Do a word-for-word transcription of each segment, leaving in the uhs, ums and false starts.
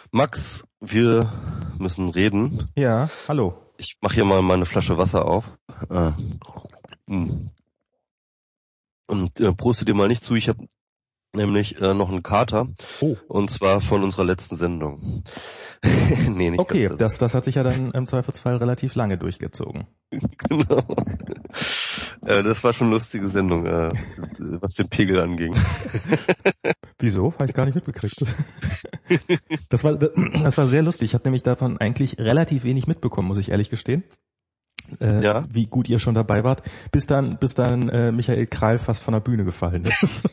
Max, wir müssen reden. Ja, hallo. Ich mache hier mal meine Flasche Wasser auf. Ah. Und äh, proste dir mal nicht zu, ich habe nämlich äh, noch einen Kater. Oh. Und zwar von unserer letzten Sendung. nee, nicht okay, das, das hat sich ja dann im Zweifelsfall relativ lange durchgezogen. Genau. äh, das war schon eine lustige Sendung, äh, was den Pegel anging. Wieso? Habe ich gar nicht mitbekriegt. Das war, das war sehr lustig. Ich habe nämlich davon eigentlich relativ wenig mitbekommen, muss ich ehrlich gestehen. Äh, ja. Wie gut ihr schon dabei wart, bis dann, bis dann äh, Michael Krall fast von der Bühne gefallen ist.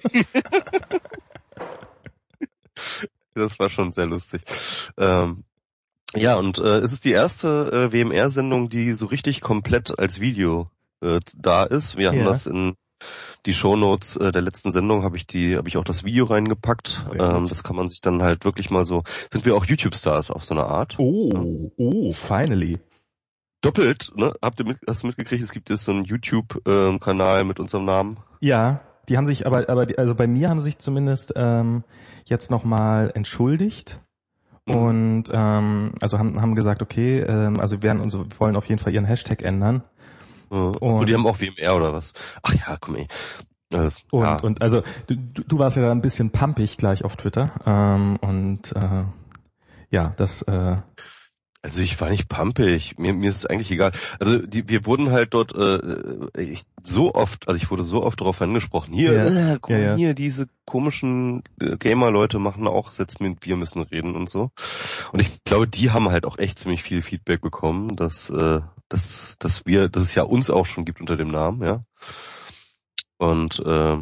Das war schon sehr lustig. Ähm, ja, und äh, es ist die erste äh, W M R-Sendung, die so richtig komplett als Video äh, da ist. Wir ja. haben das in die Shownotes äh, der letzten Sendung, habe ich die, habe ich auch das Video reingepackt. Ähm, das kann man sich dann halt wirklich mal so. Sind wir auch YouTube-Stars auf so eine Art? Oh, ja. oh, finally. Doppelt, ne? Habt ihr mit, hast du mitgekriegt? Es gibt jetzt so einen YouTube-Kanal ähm, mit unserem Namen. Ja. Die haben sich aber, aber die, also bei mir haben sie sich zumindest ähm, jetzt nochmal entschuldigt mhm. und ähm, also haben haben gesagt, okay, ähm, also wir werden uns wollen auf jeden Fall ihren Hashtag ändern. Mhm. Und, und die haben auch W M R oder was? Ach ja, komm ey. Also, und ja. und also du, du warst ja da ein bisschen pumpig gleich auf Twitter ähm, und äh, ja, das äh, Also ich war nicht pampig, mir, mir ist es eigentlich egal. Also die, wir wurden halt dort äh, ich, so oft, also ich wurde so oft darauf angesprochen, hier, ja. äh, guck mal, ja, ja. hier, diese komischen äh, Gamer-Leute machen auch Sätze mit wir müssen reden und so. Und ich glaube, die haben halt auch echt ziemlich viel Feedback bekommen, dass, äh, dass, dass wir, dass es ja uns auch schon gibt unter dem Namen, ja. Und äh,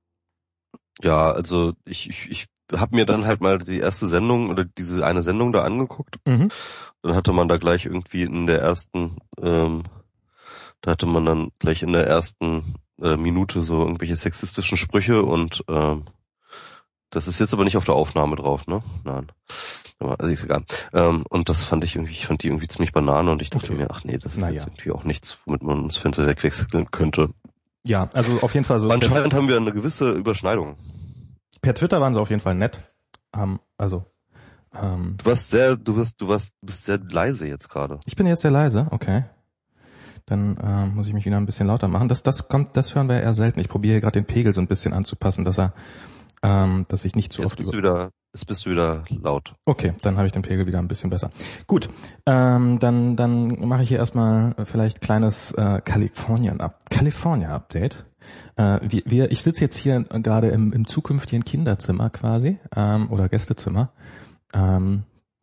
ja, also ich, ich, ich habe mir dann halt mal die erste Sendung oder diese eine Sendung da angeguckt. Mhm. Dann hatte man da gleich irgendwie in der ersten, ähm, da hatte man dann gleich in der ersten äh, Minute so irgendwelche sexistischen Sprüche und ähm, das ist jetzt aber nicht auf der Aufnahme drauf, ne? Nein. Also ist egal. Ähm, und das fand ich irgendwie, ich fand die irgendwie ziemlich Banane und ich dachte okay. mir, ach nee, das ist Na jetzt ja. irgendwie auch nichts, womit man uns Fenster wegwechseln könnte. Ja, also auf jeden Fall so. Anscheinend haben wir eine gewisse Überschneidung. Per Twitter waren sie auf jeden Fall nett. Ähm, also ähm, Du warst sehr, du bist, du warst, bist sehr leise jetzt gerade. Ich bin jetzt sehr leise, okay. Dann äh, muss ich mich wieder ein bisschen lauter machen. Das, das kommt, das hören wir ja eher selten. Ich probiere hier gerade den Pegel so ein bisschen anzupassen, dass er, ähm, dass ich nicht zu jetzt oft bist über. Du wieder, jetzt bist du wieder laut. Okay, dann habe ich den Pegel wieder ein bisschen besser. Gut, ähm, dann, dann mache ich hier erstmal vielleicht kleines äh, Kalifornien Up, California Update. Äh, wir, wir, ich sitze jetzt hier gerade im, im zukünftigen Kinderzimmer quasi ähm, oder Gästezimmer. Ähm,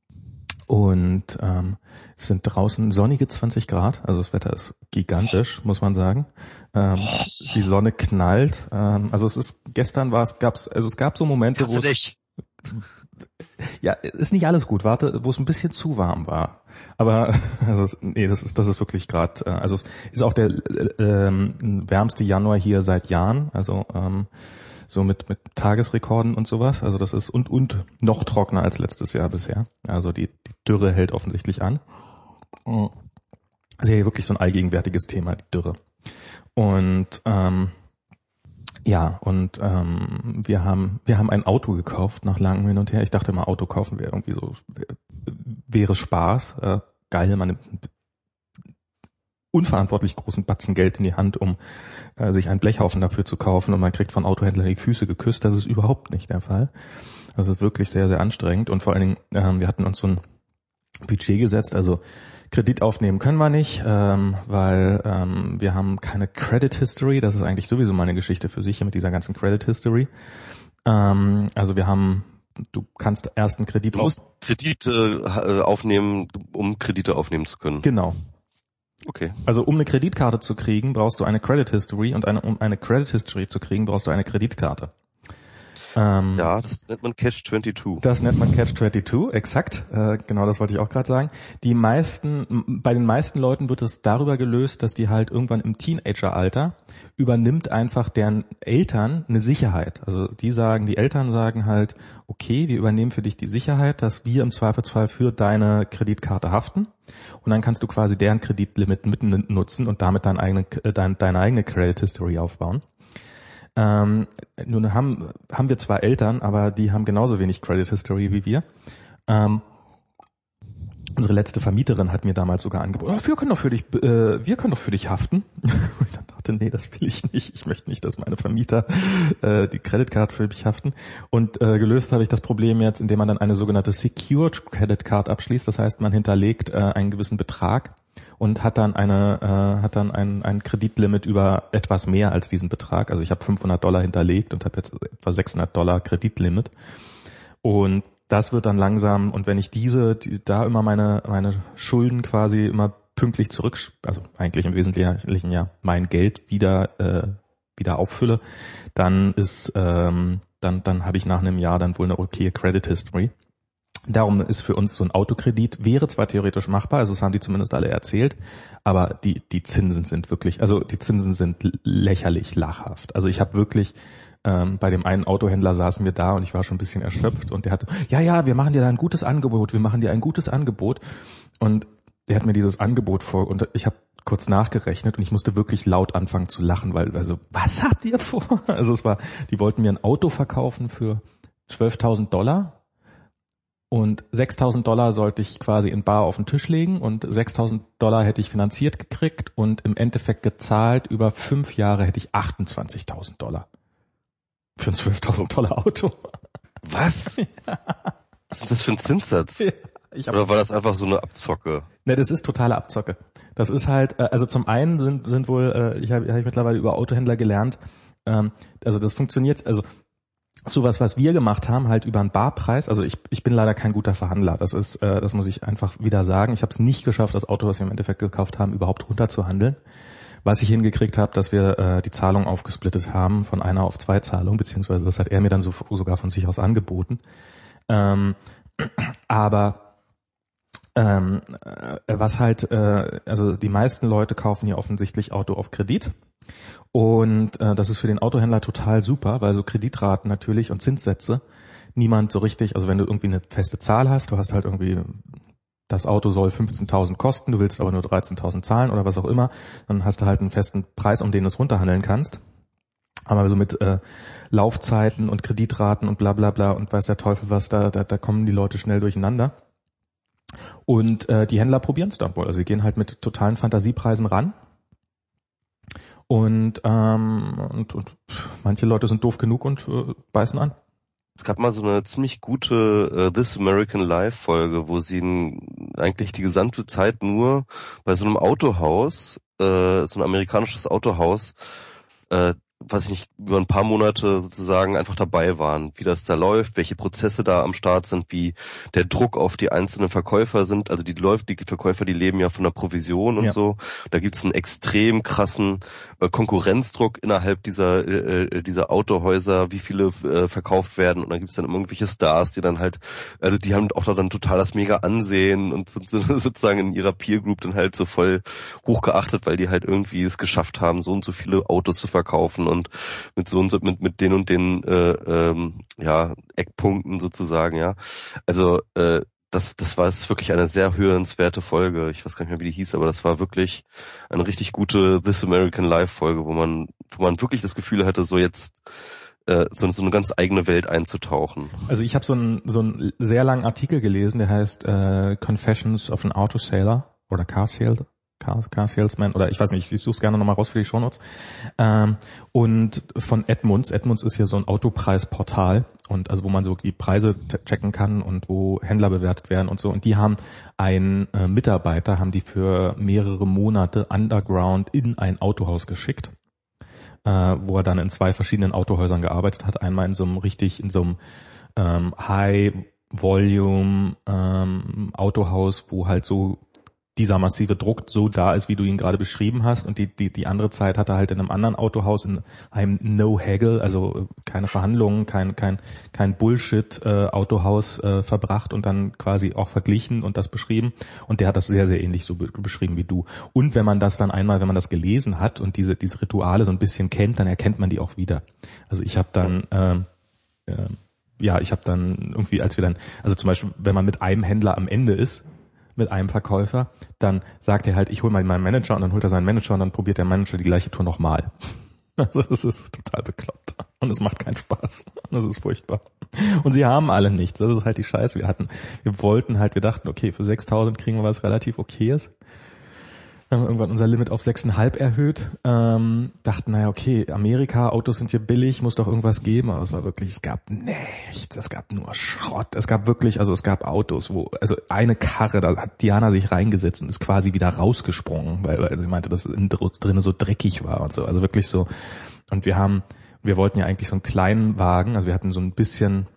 und ähm, es sind draußen sonnige zwanzig Grad, also das Wetter ist gigantisch, muss man sagen. Ähm, die Sonne knallt. Ähm, also es ist gestern war es gab's also es gab so Momente, wo es ja ist nicht alles gut. Warte, wo es ein bisschen zu warm war. Aber also nee, das ist das ist wirklich gerade. Äh, also es ist auch der äh, äh, wärmste Januar hier seit Jahren. Also ähm, so mit mit Tagesrekorden und sowas. Also das ist und und noch trockener als letztes Jahr bisher. Also die, die Dürre hält offensichtlich an. Das ist ja wirklich so ein allgegenwärtiges Thema, die Dürre. Und ähm, ja, und ähm, wir haben wir haben ein Auto gekauft nach langem Hin und Her. Ich dachte mal, Auto kaufen wäre irgendwie so wäre Spaß. Äh, geil, man nimmt unverantwortlich großen Batzen Geld in die Hand, um äh, sich einen Blechhaufen dafür zu kaufen und man kriegt von Autohändlern die Füße geküsst. Das ist überhaupt nicht der Fall. Das ist wirklich sehr, sehr anstrengend und vor allen Dingen, ähm, wir hatten uns so ein Budget gesetzt, also Kredit aufnehmen können wir nicht, ähm, weil ähm, wir haben keine Credit History. Das ist eigentlich sowieso mal eine Geschichte für sich hier mit dieser ganzen Credit History. Ähm, also wir haben Du kannst erst einen Kredit Du musst Kredite äh, aufnehmen, um Kredite aufnehmen zu können. Genau. Okay. Also um eine Kreditkarte zu kriegen, brauchst du eine Credit History und eine, um eine Credit History zu kriegen, brauchst du eine Kreditkarte. Ähm, ja, das nennt man Catch zweiundzwanzig. Das nennt man Catch zweiundzwanzig, exakt. Äh, genau, das wollte ich auch gerade sagen. Die meisten, bei den meisten Leuten wird es darüber gelöst, dass die halt irgendwann im Teenageralter übernimmt einfach deren Eltern eine Sicherheit. Also die sagen, die Eltern sagen halt, okay, wir übernehmen für dich die Sicherheit, dass wir im Zweifelsfall für deine Kreditkarte haften. Und dann kannst du quasi deren Kreditlimit mitten nutzen und damit deine eigene, deine, deine eigene Credit History aufbauen. Ähm, nun haben haben wir zwar Eltern, aber die haben genauso wenig Credit History wie wir. Ähm, Unsere letzte Vermieterin hat mir damals sogar angeboten, oh, wir können doch für dich, äh, wir können doch für dich haften. Und ich dann dachte, nee, das will ich nicht. Ich möchte nicht, dass meine Vermieter äh, die Credit Card für mich haften. Und äh, gelöst habe ich das Problem jetzt, indem man dann eine sogenannte Secured Credit Card abschließt. Das heißt, man hinterlegt äh, einen gewissen Betrag und hat dann eine äh, hat dann ein, ein Kreditlimit über etwas mehr als diesen Betrag. Also ich habe fünfhundert Dollar hinterlegt und habe jetzt etwa sechshundert Dollar Kreditlimit. Und das wird dann langsam, und wenn ich diese, die, da immer meine meine Schulden quasi immer pünktlich zurück, also eigentlich im Wesentlichen ja mein Geld wieder äh, wieder auffülle, dann ist ähm, dann dann habe ich nach einem Jahr dann wohl eine okaye Credit History. Darum ist für uns so ein Autokredit, wäre zwar theoretisch machbar, also das haben die zumindest alle erzählt, aber die die Zinsen sind wirklich, also die Zinsen sind lächerlich lachhaft. Also ich habe wirklich Ähm, bei dem einen Autohändler saßen wir da und ich war schon ein bisschen erschöpft und der hatte, ja, ja, wir machen dir da ein gutes Angebot, wir machen dir ein gutes Angebot. Und der hat mir dieses Angebot vor und ich habe kurz nachgerechnet und ich musste wirklich laut anfangen zu lachen, weil, also, was habt ihr vor? Also es war, die wollten mir ein Auto verkaufen für zwölftausend Dollar und sechstausend Dollar sollte ich quasi in bar auf den Tisch legen und sechstausend Dollar hätte ich finanziert gekriegt und im Endeffekt gezahlt über fünf Jahre hätte ich achtundzwanzigtausend Dollar. Für ein zwölftausend Dollar Auto. Was? Ja. Was ist das für ein Zinssatz? Ja, ich hab Oder war das einfach so eine Abzocke? Ne, das ist totale Abzocke. Das ist halt, also zum einen sind sind wohl, ich habe hab ich mittlerweile über Autohändler gelernt, ähm, also das funktioniert, also sowas, was wir gemacht haben, halt über einen Barpreis. Also ich ich bin leider kein guter Verhandler. Das ist, äh, das muss ich einfach wieder sagen. Ich habe es nicht geschafft, das Auto, was wir im Endeffekt gekauft haben, überhaupt runterzuhandeln. Was ich hingekriegt habe, dass wir äh, die Zahlung aufgesplittet haben von einer auf zwei Zahlungen, beziehungsweise das hat er mir dann so, sogar von sich aus angeboten. Ähm, aber ähm, äh, was halt, äh, also die meisten Leute kaufen hier offensichtlich Auto auf Kredit und äh, das ist für den Autohändler total super, weil so Kreditraten natürlich und Zinssätze niemand so richtig, also wenn du irgendwie eine feste Zahl hast, du hast halt irgendwie das Auto soll fünfzehntausend kosten, du willst aber nur dreizehntausend zahlen oder was auch immer, dann hast du halt einen festen Preis, um den du es runterhandeln kannst. Aber so mit äh, Laufzeiten und Kreditraten und bla bla bla und weiß der Teufel was, da, da, da kommen die Leute schnell durcheinander. Und äh, die Händler probieren es dann wohl. Also sie gehen halt mit totalen Fantasiepreisen ran. Und, ähm, und, und manche Leute sind doof genug und äh, beißen an. Es gab mal so eine ziemlich gute uh, This American Life Folge, wo sie n, eigentlich die gesamte Zeit nur bei so einem Autohaus, äh, so ein amerikanisches Autohaus, äh, was ich nicht, über ein paar Monate sozusagen einfach dabei waren, wie das da läuft, welche Prozesse da am Start sind, wie der Druck auf die einzelnen Verkäufer sind. Also die läuft, die Verkäufer, die leben ja von der Provision und ja. so. Da gibt's einen extrem krassen äh, Konkurrenzdruck innerhalb dieser äh, dieser Autohäuser, wie viele äh, verkauft werden. Und dann gibt's dann irgendwelche Stars, die dann halt, also die haben auch dann total das mega Ansehen und sind sozusagen in ihrer Peer Group dann halt so voll hochgeachtet, weil die halt irgendwie es geschafft haben, so und so viele Autos zu verkaufen und mit so und so, mit mit den und den äh, ähm, ja Eckpunkten sozusagen, ja. Also äh, das das war es wirklich eine sehr hörenswerte Folge. Ich weiß gar nicht mehr, wie die hieß, aber das war wirklich eine richtig gute This American Life Folge, wo man wo man wirklich das Gefühl hatte, so jetzt äh, so, so eine ganz eigene Welt einzutauchen. Also ich habe so einen so einen sehr langen Artikel gelesen, der heißt äh, Confessions of an Auto Sailor oder Car Sailor. Car, Car Salesman oder ich weiß nicht, ich suche es gerne nochmal raus für die Shownotes. Ähm, und von Edmunds. Edmunds ist hier so ein Autopreisportal und also wo man so die Preise checken kann und wo Händler bewertet werden und so. Und die haben einen äh, Mitarbeiter, haben die für mehrere Monate underground in ein Autohaus geschickt, äh, wo er dann in zwei verschiedenen Autohäusern gearbeitet hat. Einmal in so einem richtig, in so einem ähm, High Volume ähm, Autohaus, wo halt so dieser massive Druck so da ist, wie du ihn gerade beschrieben hast. Und die die die andere Zeit hat er halt in einem anderen Autohaus, in einem No-Haggle, also keine Verhandlungen, kein kein kein Bullshit-Autohaus äh, äh, verbracht und dann quasi auch verglichen und das beschrieben. Und der hat das sehr, sehr ähnlich so be- beschrieben wie du. Und wenn man das dann einmal, wenn man das gelesen hat und diese diese Rituale so ein bisschen kennt, dann erkennt man die auch wieder. Also ich habe dann ähm, äh, ja, ich habe dann irgendwie, als wir dann, also zum Beispiel, wenn man mit einem Händler am Ende ist, mit einem Verkäufer, dann sagt er halt, ich hole mal meinen Manager und dann holt er seinen Manager und dann probiert der Manager die gleiche Tour nochmal. Also das ist total bekloppt. Und es macht keinen Spaß. Das ist furchtbar. Und sie haben alle nichts. Das ist halt die Scheiße. Wir hatten, wir wollten halt, wir dachten, okay, für sechstausend kriegen wir was relativ okayes. Dann haben wir irgendwann unser Limit auf sechs Komma fünf erhöht. Ähm, dachten, naja, okay, Amerika, Autos sind hier billig, muss doch irgendwas geben. Aber es war wirklich, es gab nichts. Es gab nur Schrott. Es gab wirklich, also es gab Autos, wo, also eine Karre, da hat Diana sich reingesetzt und ist quasi wieder rausgesprungen, weil, weil sie meinte, dass innen drin so dreckig war und so. Also wirklich so. Und wir haben, wir wollten ja eigentlich so einen kleinen Wagen, also wir hatten so ein bisschen,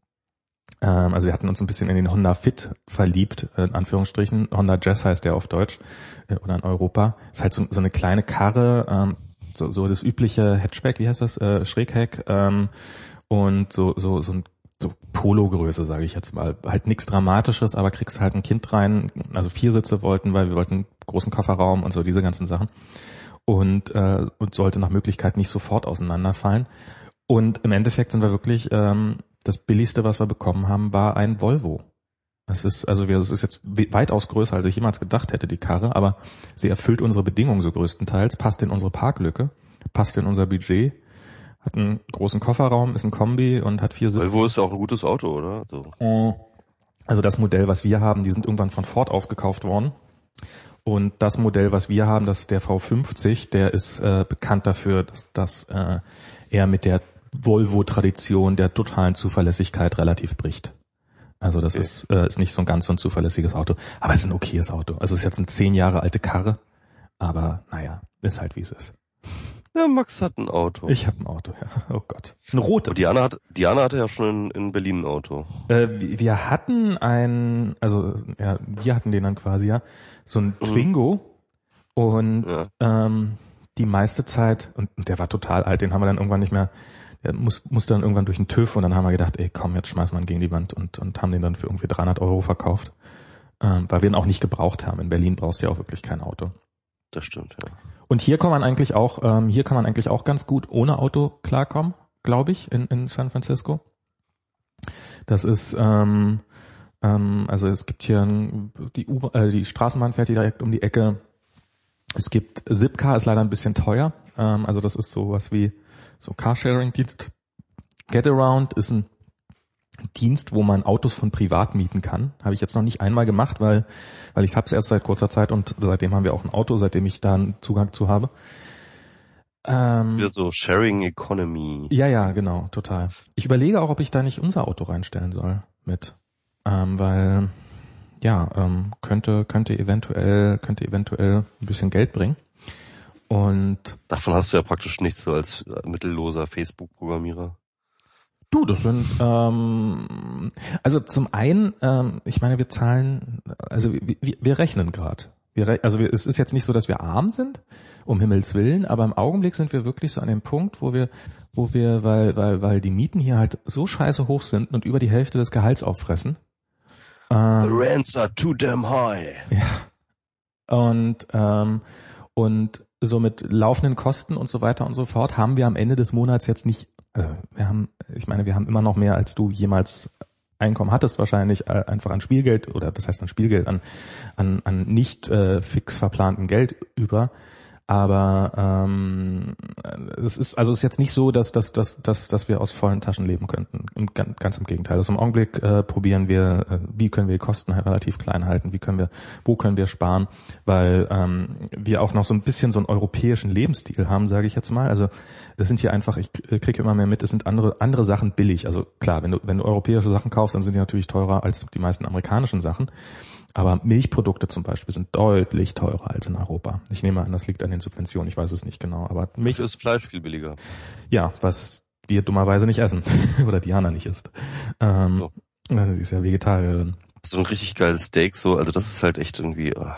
ähm, also wir hatten uns ein bisschen in den Honda Fit verliebt, in Anführungsstrichen. Honda Jazz heißt der auf Deutsch, äh, oder in Europa. Ist halt so, so eine kleine Karre, ähm, so, so das übliche Hatchback, wie heißt das, äh, Schrägheck, ähm, und so, so, so ein so Polo-Größe, sage ich jetzt mal. Halt nichts Dramatisches, aber kriegst halt ein Kind rein, also vier Sitze wollten, weil wir wollten einen großen Kofferraum und so diese ganzen Sachen. Und, äh, und sollte nach Möglichkeit nicht sofort auseinanderfallen. Und im Endeffekt sind wir wirklich, ähm, das Billigste, was wir bekommen haben, war ein Volvo. Es ist, also wir, es ist jetzt weitaus größer, als ich jemals gedacht hätte, die Karre, aber sie erfüllt unsere Bedingungen so größtenteils, passt in unsere Parklücke, passt in unser Budget, hat einen großen Kofferraum, ist ein Kombi und hat vier Sitze. Volvo ist ja auch ein gutes Auto, oder? So. Also das Modell, was wir haben, die sind irgendwann von Ford aufgekauft worden. Und das Modell, was wir haben, das ist der V fünfzig, der ist äh, bekannt dafür, dass das äh, er mit der Volvo-Tradition der totalen Zuverlässigkeit relativ bricht. Also das okay. ist äh, ist nicht so ein ganz so ein zuverlässiges Auto, aber es ist ein okayes Auto. Also es ist jetzt eine zehn Jahre alte Karre, aber naja, ist halt wie es ist. Ja, Max hat ein Auto. Ich habe ein Auto, ja. Oh Gott. Ein rotes. Diana hat, Diana hatte ja schon in, in Berlin ein Auto. Äh, wir hatten ein, also ja, wir hatten den dann quasi, ja, so ein Twingo mhm. und ja. ähm, die meiste Zeit, und der war total alt, den haben wir dann irgendwann nicht mehr, der muss, musste dann irgendwann durch den TÜV und dann haben wir gedacht, ey komm, jetzt schmeißen wir ihn gegen die Wand und, und haben den dann für irgendwie dreihundert Euro verkauft, ähm, weil wir ihn auch nicht gebraucht haben. In Berlin brauchst du ja auch wirklich kein Auto. Das stimmt, ja. Und hier kann man eigentlich auch, ähm, hier kann man eigentlich auch ganz gut ohne Auto klarkommen, glaube ich, in, in San Francisco. Das ist, ähm, ähm, also es gibt hier ein, die, U- äh, die Straßenbahn fährt hier direkt um die Ecke. Es gibt Zipcar, ist leider ein bisschen teuer. Ähm, also das ist sowas wie so Carsharing-Dienst. Getaround ist ein Dienst, wo man Autos von privat mieten kann. Habe ich jetzt noch nicht einmal gemacht, weil weil ich habe es erst seit kurzer Zeit und seitdem haben wir auch ein Auto, seitdem ich da einen Zugang zu habe. Ähm, Wieder so Sharing Economy. Ja, ja, genau, total. Ich überlege auch, ob ich da nicht unser Auto reinstellen soll mit, ähm, weil ja ähm, könnte könnte eventuell könnte eventuell ein bisschen Geld bringen. Und davon hast du ja praktisch nichts so als mittelloser Facebook-Programmierer. Du, das sind, ähm, also zum einen, ähm, ich meine, wir zahlen, also wir, wir rechnen gerade. Wir, also wir, es ist jetzt nicht so, dass wir arm sind, um Himmels Willen, aber im Augenblick sind wir wirklich so an dem Punkt, wo wir, wo wir, weil, weil, weil die Mieten hier halt so scheiße hoch sind und über die Hälfte des Gehalts auffressen. Ähm, The rents are too damn high. Ja. Und, ähm, und so mit laufenden Kosten und so weiter und so fort haben wir am Ende des Monats jetzt nicht, also wir haben, ich meine, wir haben immer noch mehr, als du jemals Einkommen hattest wahrscheinlich, äh, einfach an Spielgeld oder das heißt an Spielgeld, an an, an nicht äh, fix verplanten Geld über. Aber ähm, es ist also es ist jetzt nicht so, dass dass dass dass dass wir aus vollen Taschen leben könnten. Im, ganz im Gegenteil. Also im Augenblick äh, probieren wir, äh, wie können wir die Kosten relativ klein halten, wie können wir, wo können wir sparen, weil ähm, wir auch noch so ein bisschen so einen europäischen Lebensstil haben, sage ich jetzt mal. Also es sind hier einfach, ich kriege immer mehr mit, es sind andere andere Sachen billig. Also klar, wenn du wenn du europäische Sachen kaufst, dann sind die natürlich teurer als die meisten amerikanischen Sachen. Aber Milchprodukte zum Beispiel sind deutlich teurer als in Europa. Ich nehme an, das liegt an den Subventionen, ich weiß es nicht genau. Aber Milch ist Fleisch viel billiger. Ja, was wir dummerweise nicht essen. Oder Diana nicht isst. Ähm, so. Sie ist ja Vegetarierin. So ein richtig geiles Steak, so, also das ist halt echt irgendwie... Oh.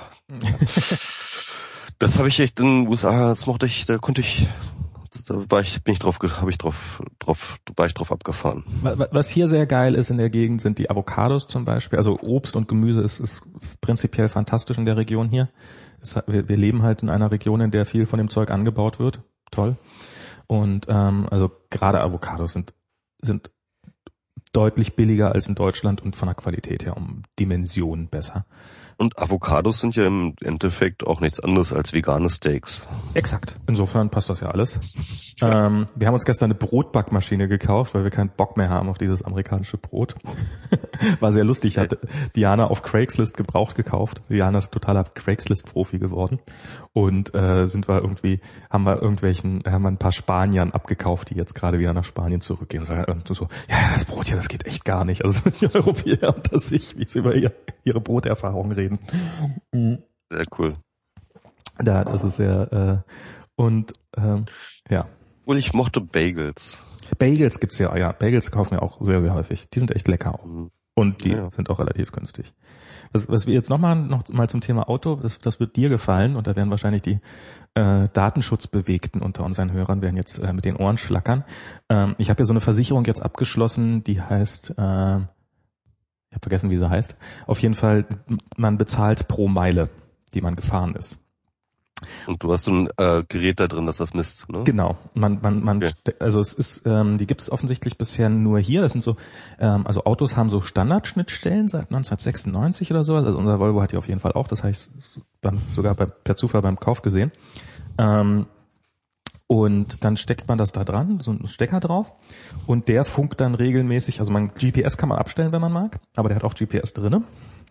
Das habe ich echt in den U S A, das mochte ich, da konnte ich... Da war ich, bin ich drauf, habe ich drauf, drauf, war ich drauf abgefahren. Was hier sehr geil ist in der Gegend, sind die Avocados zum Beispiel. Also Obst und Gemüse ist, ist prinzipiell fantastisch in der Region hier. Es, wir, wir leben halt in einer Region, in der viel von dem Zeug angebaut wird. Toll. Und ähm, also gerade Avocados sind sind deutlich billiger als in Deutschland und von der Qualität her um Dimensionen besser. Und Avocados sind ja im Endeffekt auch nichts anderes als vegane Steaks. Exakt. Insofern passt das ja alles. Ja. Ähm, wir haben uns gestern eine Brotbackmaschine gekauft, weil wir keinen Bock mehr haben auf dieses amerikanische Brot. War sehr lustig. Ich hatte Diana auf Craigslist gebraucht gekauft. Diana ist totaler Craigslist-Profi geworden. Und äh, sind wir irgendwie, haben wir irgendwelchen, haben wir ein paar Spaniern abgekauft, die jetzt gerade wieder nach Spanien zurückgehen. Und sagen so, ja, das Brot hier, das geht echt gar nicht. Also die Europäer unter sich, wie sie über ihr, ihre Broterfahrungen reden. Sehr cool. Da, das ist sehr, äh, und, ähm, ja. Und ich mochte Bagels. Bagels gibt's ja, ja, Bagels kaufen wir auch sehr, sehr häufig. Die sind echt lecker auch. Und die ja. sind auch relativ günstig. Was, was wir jetzt nochmal, noch mal zum Thema Auto, das, das wird dir gefallen und da werden wahrscheinlich die, äh, Datenschutzbewegten unter unseren Hörern werden jetzt, äh, mit den Ohren schlackern. Ähm, ich habe ja so eine Versicherung jetzt abgeschlossen, die heißt, äh, ich habe vergessen, wie sie heißt. Auf jeden Fall, man bezahlt pro Meile, die man gefahren ist. Und du hast so ein äh, Gerät da drin, das das misst, ne? Genau. Man, man, man, okay. Also es ist, ähm, die gibt es offensichtlich bisher nur hier. Das sind so, ähm, also Autos haben so Standardschnittstellen seit neunzehnhundertsechsundneunzig oder so. Also unser Volvo hat die auf jeden Fall auch. Das habe ich beim, sogar bei, per Zufall beim Kauf gesehen. Ähm, Und dann steckt man das da dran, so einen Stecker drauf und der funkt dann regelmäßig, also man G P S kann man abstellen, wenn man mag, aber der hat auch G P S drinne.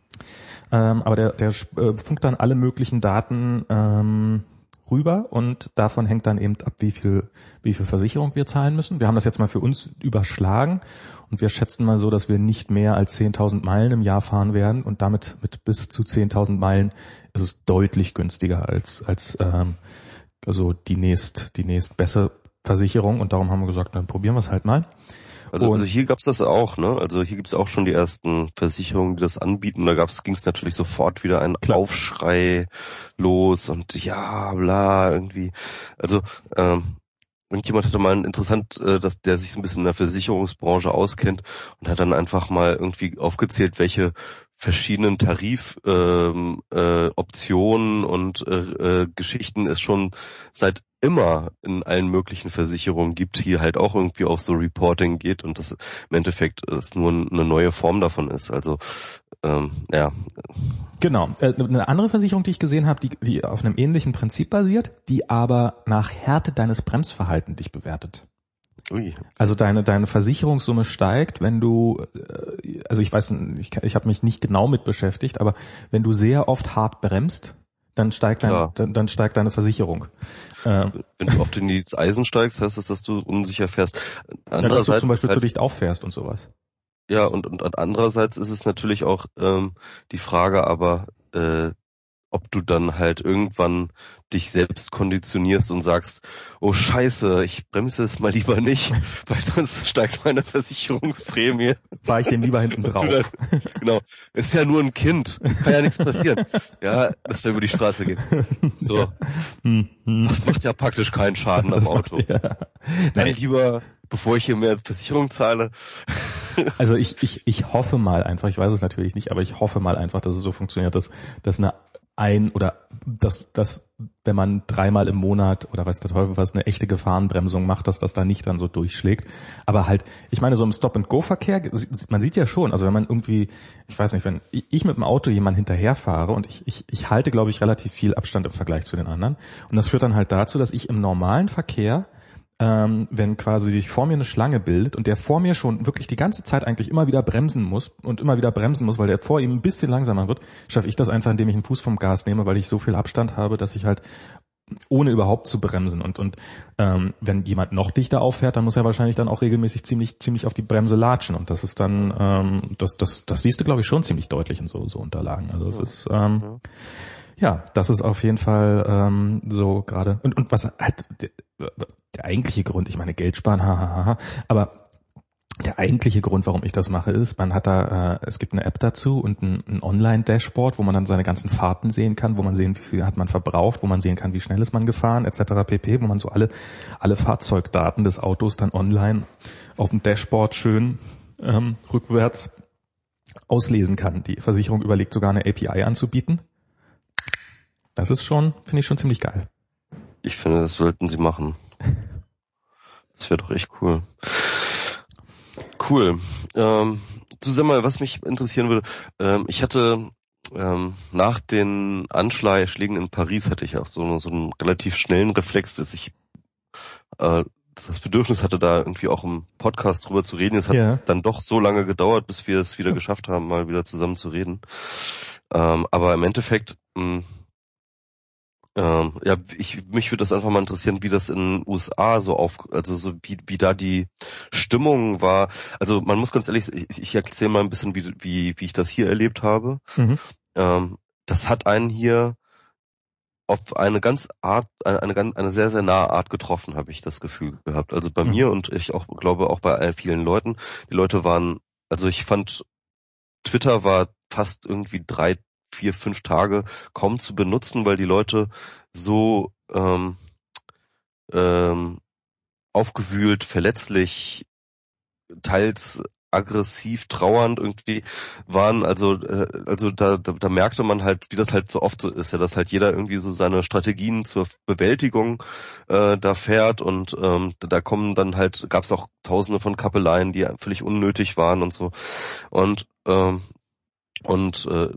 Ähm, aber der, der äh, funkt dann alle möglichen Daten ähm, rüber und davon hängt dann eben ab, wie viel, wie viel Versicherung wir zahlen müssen. Wir haben das jetzt mal für uns überschlagen und wir schätzen mal so, dass wir nicht mehr als zehntausend Meilen im Jahr fahren werden und damit mit bis zu zehntausend Meilen ist es deutlich günstiger als als ähm, also die nächst die nächst bessere Versicherung und darum haben wir gesagt, dann probieren wir es halt mal. Also, also hier gab's das auch, ne? Also hier gibt's auch schon die ersten Versicherungen, die das anbieten. Da gab's ging's natürlich sofort wieder ein Klar. Aufschrei los und ja, bla, irgendwie. Also ähm, irgendjemand hatte mal interessant, äh, dass der sich so ein bisschen in der Versicherungsbranche auskennt und hat dann einfach mal irgendwie aufgezählt, welche verschiedenen Tarifoptionen äh, äh, Optionen und äh, äh, Geschichten es schon seit immer in allen möglichen Versicherungen gibt, hier halt auch irgendwie auf so Reporting geht und das im Endeffekt es nur eine neue Form davon ist. Also ähm, ja. Genau. Eine andere Versicherung, die ich gesehen habe, die, die auf einem ähnlichen Prinzip basiert, die aber nach Härte deines Bremsverhaltens dich bewertet. Ui. Also deine deine Versicherungssumme steigt, wenn du, also ich weiß, ich, ich habe mich nicht genau mit beschäftigt, aber wenn du sehr oft hart bremst, dann steigt dein, dann, dann steigt deine Versicherung. Wenn du oft in die Eisen steigst, heißt das, dass du unsicher fährst. Ja, dass du zum Beispiel halt, zu dicht auffährst und sowas. Ja, und, und andererseits ist es natürlich auch ähm, die Frage, aber äh, ob du dann halt irgendwann dich selbst konditionierst und sagst, oh Scheiße, ich bremse es mal lieber nicht, weil sonst steigt meine Versicherungsprämie. Fahr ich dem lieber hinten drauf. Dann, genau, ist ja nur ein Kind, kann ja nichts passieren. Ja, dass der über die Straße geht. So, das macht ja praktisch keinen Schaden am Auto. Macht, ja. Dann lieber, bevor ich hier mehr Versicherung zahle. Also ich ich ich hoffe mal einfach, ich weiß es natürlich nicht, aber ich hoffe mal einfach, dass es so funktioniert, dass dass eine ein oder dass dass wenn man dreimal im Monat oder weiß der Teufel was eine echte Gefahrenbremsung macht, dass das da nicht dann so durchschlägt. Aber halt, ich meine so im Stop-and-Go-Verkehr, man sieht ja schon, also wenn man irgendwie, ich weiß nicht, wenn ich mit dem Auto jemand hinterherfahre und ich ich ich halte, glaube ich, relativ viel Abstand im Vergleich zu den anderen und das führt dann halt dazu, dass ich im normalen Verkehr Ähm, wenn quasi sich vor mir eine Schlange bildet und der vor mir schon wirklich die ganze Zeit eigentlich immer wieder bremsen muss und immer wieder bremsen muss, weil der vor ihm ein bisschen langsamer wird, schaffe ich das einfach, indem ich einen Fuß vom Gas nehme, weil ich so viel Abstand habe, dass ich halt ohne überhaupt zu bremsen und und ähm, wenn jemand noch dichter auffährt, dann muss er wahrscheinlich dann auch regelmäßig ziemlich ziemlich auf die Bremse latschen und das ist dann ähm, das das das siehst du, glaube ich, schon ziemlich deutlich in so so Unterlagen. Also es ist ähm, ja. Ja, das ist auf jeden Fall ähm, so gerade und und was halt der, der eigentliche Grund, ich meine Geld sparen, hahaha, aber der eigentliche Grund, warum ich das mache, ist, man hat da, äh, es gibt eine App dazu und ein, ein Online-Dashboard, wo man dann seine ganzen Fahrten sehen kann, wo man sehen, wie viel hat man verbraucht, wo man sehen kann, wie schnell ist man gefahren, et cetera pp, wo man so alle alle Fahrzeugdaten des Autos dann online auf dem Dashboard schön ähm, rückwärts auslesen kann. Die Versicherung überlegt sogar eine A P I anzubieten. Das ist schon, finde ich schon ziemlich geil. Ich finde, das sollten sie machen. Das wäre doch echt cool. Cool. Ähm, du sag mal, was mich interessieren würde, ähm, ich hatte ähm, nach den Anschlägen in Paris hatte ich auch so, so einen relativ schnellen Reflex, dass ich äh, das Bedürfnis hatte, da irgendwie auch im Podcast drüber zu reden. Es hat ja. dann doch so lange gedauert, bis wir es wieder ja. geschafft haben, mal wieder zusammen zu reden. Ähm, aber im Endeffekt, mh, ähm, ja, ich mich würde das einfach mal interessieren, wie das in den U S A so auf, also so wie wie da die Stimmung war. Also man muss ganz ehrlich, ich, ich erzähle mal ein bisschen, wie wie wie ich das hier erlebt habe. Mhm. Ähm, das hat einen hier auf eine ganz Art, eine, eine, eine sehr, sehr nahe Art getroffen, habe ich das Gefühl gehabt. Also bei mhm. mir und ich auch glaube auch bei vielen Leuten. Die Leute waren, also ich fand, Twitter war fast irgendwie drei, vier, fünf Tage kaum zu benutzen, weil die Leute so ähm, ähm, aufgewühlt, verletzlich, teils aggressiv, trauernd irgendwie waren, also äh, also da, da da merkte man halt, wie das halt so oft so ist, ja, dass halt jeder irgendwie so seine Strategien zur Bewältigung äh, da fährt und ähm, da kommen dann halt, gab es auch Tausende von Kappeleien, die völlig unnötig waren und so und ähm, und äh,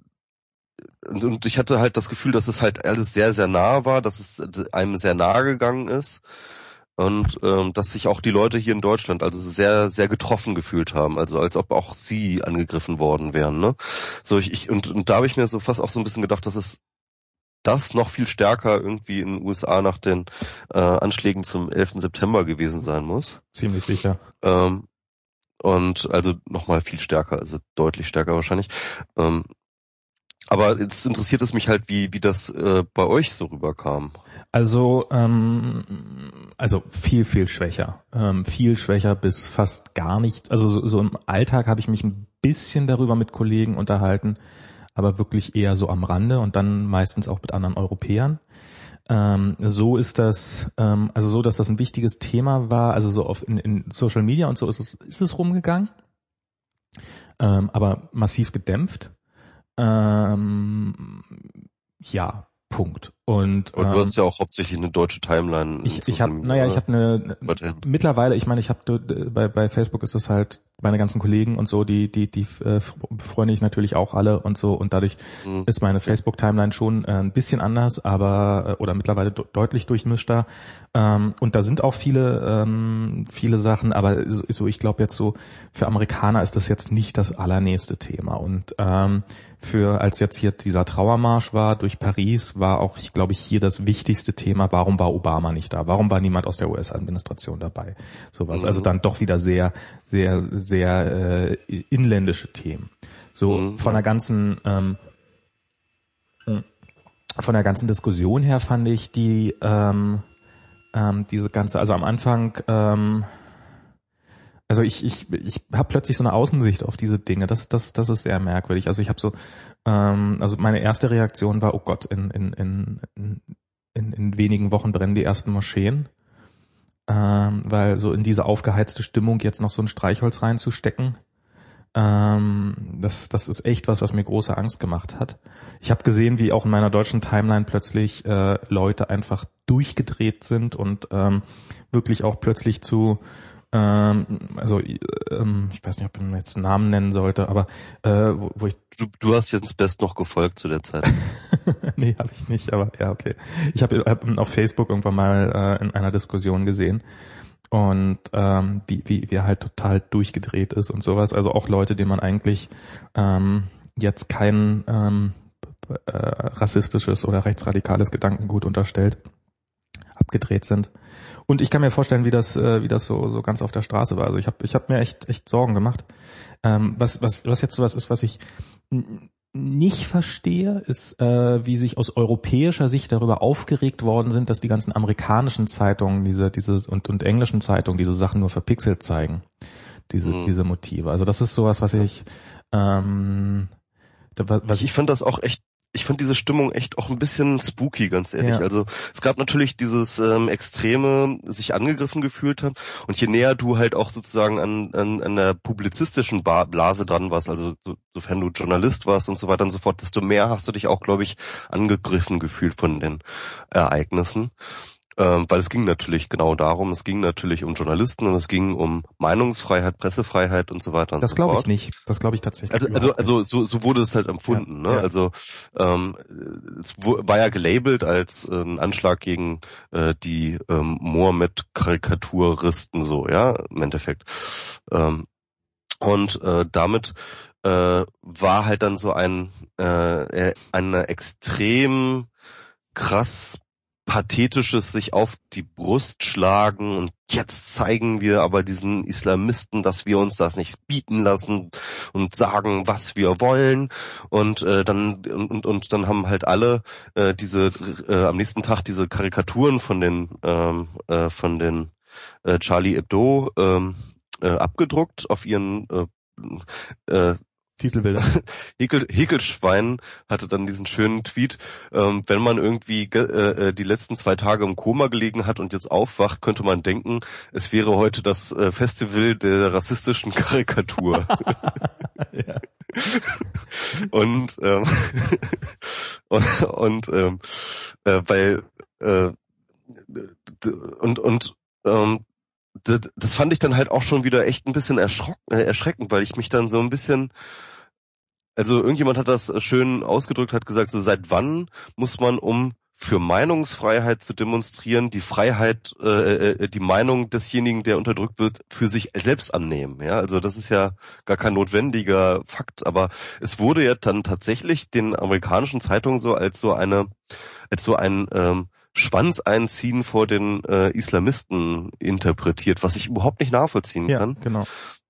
und ich hatte halt das Gefühl, dass es halt alles sehr, sehr nah war, dass es einem sehr nahe gegangen ist. Und ähm, dass sich auch die Leute hier in Deutschland also sehr, sehr getroffen gefühlt haben, also als ob auch sie angegriffen worden wären, ne? So ich, ich und, und da habe ich mir so fast auch so ein bisschen gedacht, dass es das noch viel stärker irgendwie in den U S A nach den äh, Anschlägen zum elften September gewesen sein muss. Ziemlich sicher. Ähm, und also nochmal viel stärker, also deutlich stärker wahrscheinlich. Ähm, aber jetzt interessiert es mich halt, wie wie das äh, bei euch so rüberkam. Also ähm, also viel viel schwächer, ähm, viel schwächer bis fast gar nicht. Also so, so im Alltag habe ich mich ein bisschen darüber mit Kollegen unterhalten, aber wirklich eher so am Rande und dann meistens auch mit anderen Europäern. Ähm, so ist das, ähm, also so, dass das ein wichtiges Thema war. Also so auf in, in Social Media und so ist es ist es rumgegangen, ähm, aber massiv gedämpft. Ähm, ja, Punkt. Und, und du ähm, hast ja auch hauptsächlich eine deutsche Timeline. Ich, ich habe, naja, ich habe eine, mittlerweile, ich meine, ich habe bei bei Facebook ist das halt meine ganzen Kollegen und so, die die die äh, befreunde ich natürlich auch alle und so und dadurch mhm. ist meine Facebook-Timeline schon äh, ein bisschen anders, aber äh, oder mittlerweile de- deutlich durchmischter. Ähm, und da sind auch viele ähm, viele Sachen, aber so, so ich glaube jetzt so für Amerikaner ist das jetzt nicht das allernächste Thema und ähm, für als jetzt hier dieser Trauermarsch war durch Paris, war auch, ich glaube ich, hier das wichtigste Thema, warum war Obama nicht da? Warum war niemand aus der U S-Administration dabei? Sowas. Mhm. Also dann doch wieder sehr, sehr, sehr äh, inländische Themen. So mhm. von der ganzen ähm, von der ganzen Diskussion her fand ich die ähm, ähm, diese ganze, also am Anfang ähm, Also ich ich ich habe plötzlich so eine Außensicht auf diese Dinge. Das das das ist sehr merkwürdig. Also ich habe so ähm, also meine erste Reaktion war, oh Gott, in in in in, in wenigen Wochen brennen die ersten Moscheen, ähm, weil so in diese aufgeheizte Stimmung jetzt noch so ein Streichholz reinzustecken, ähm, das das ist echt was, was mir große Angst gemacht hat. Ich habe gesehen, wie auch in meiner deutschen Timeline plötzlich äh, Leute einfach durchgedreht sind und ähm, wirklich auch plötzlich zu Ähm, also ähm, ich weiß nicht, ob ich jetzt einen Namen nennen sollte, aber äh, wo, wo ich du, du hast jetzt best noch gefolgt zu der Zeit. Nee, habe ich nicht, aber ja, okay. Ich habe hab auf Facebook irgendwann mal äh, in einer Diskussion gesehen und ähm, wie, wie, wie er halt total durchgedreht ist und sowas. Also auch Leute, denen man eigentlich ähm, jetzt kein ähm, äh, rassistisches oder rechtsradikales Gedankengut unterstellt, abgedreht sind. Und ich kann mir vorstellen, wie das, äh, wie das so, so ganz auf der Straße war. Also ich habe, ich habe mir echt, echt Sorgen gemacht. Ähm, was, was, was jetzt sowas ist, was ich n- nicht verstehe, ist, äh, wie sich aus europäischer Sicht darüber aufgeregt worden sind, dass die ganzen amerikanischen Zeitungen diese, diese und und englischen Zeitungen diese Sachen nur verpixelt zeigen, diese, mhm. diese Motive. Also das ist sowas, was ich, ähm, was, was ich, ich fand das auch echt. Ich fand diese Stimmung echt auch ein bisschen spooky, ganz ehrlich. Ja. Also es gab natürlich dieses ähm, extreme, sich angegriffen gefühlt haben. Und je näher du halt auch sozusagen an, an, an der publizistischen Blase dran warst, also so, sofern du Journalist warst und so weiter und so fort, desto mehr hast du dich auch, glaube ich, angegriffen gefühlt von den Ereignissen. Ähm, weil es ging natürlich genau darum, es ging natürlich um Journalisten und es ging um Meinungsfreiheit, Pressefreiheit und so weiter und das so fort. fort. Das glaube ich nicht. Das glaube ich tatsächlich Also, also, also so, so wurde es halt empfunden. Ja, ne? Ja. Also ähm, es war ja gelabelt als äh, ein Anschlag gegen äh, die ähm, Mohammed-Karikaturisten, so, ja, im Endeffekt. Ähm, und äh, damit äh, war halt dann so ein äh, eine extrem krass pathetisches sich auf die Brust schlagen und jetzt zeigen wir aber diesen Islamisten, dass wir uns das nicht bieten lassen und sagen, was wir wollen und äh, dann und und dann haben halt alle äh, diese äh, am nächsten Tag diese Karikaturen von den ähm, äh, von den äh, Charlie Hebdo ähm, äh, abgedruckt auf ihren äh, äh, Titelbilder. Hekel, Hekelschwein hatte dann diesen schönen Tweet, ähm, wenn man irgendwie äh, die letzten zwei Tage im Koma gelegen hat und jetzt aufwacht, könnte man denken, es wäre heute das äh, Festival der rassistischen Karikatur. Ja. und ähm, und, und ähm, äh, weil äh, und und ähm, das, das fand ich dann halt auch schon wieder echt ein bisschen erschrocken, äh, erschreckend, weil ich mich dann so ein bisschen, also irgendjemand hat das schön ausgedrückt, hat gesagt, so seit wann muss man, um für Meinungsfreiheit zu demonstrieren, die Freiheit, äh, die Meinung desjenigen, der unterdrückt wird, für sich selbst annehmen. Ja, also das ist ja gar kein notwendiger Fakt, aber es wurde ja dann tatsächlich den amerikanischen Zeitungen so als so eine, als so ein ähm, Schwanz einziehen vor den äh, Islamisten interpretiert, was ich überhaupt nicht nachvollziehen ja, kann. Genau.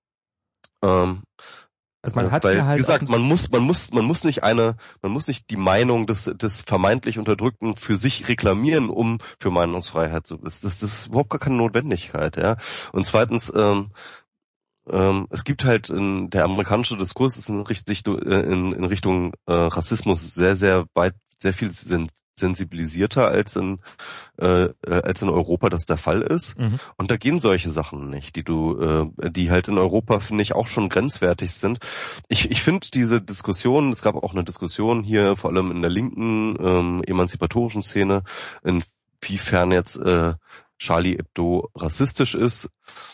Ähm, also man hat weil, ja halt wie gesagt, man muss, man muss, man muss nicht eine, man muss nicht die Meinung des, des vermeintlich Unterdrückten für sich reklamieren, um für Meinungsfreiheit zu, das, das, das ist überhaupt gar keine Notwendigkeit, ja. Und zweitens, ähm, ähm, es gibt halt in, der amerikanische Diskurs ist in Richtung, in, in Richtung äh, Rassismus sehr, sehr weit, sehr viel sind sensibilisierter als in äh, als in Europa das der Fall ist. Mhm. Und da gehen solche Sachen nicht, die du, äh, die halt in Europa, finde ich, auch schon grenzwertig sind. Ich, ich finde diese Diskussion, es gab auch eine Diskussion hier, vor allem in der linken ähm, emanzipatorischen Szene, inwiefern jetzt äh, Charlie Hebdo rassistisch ist.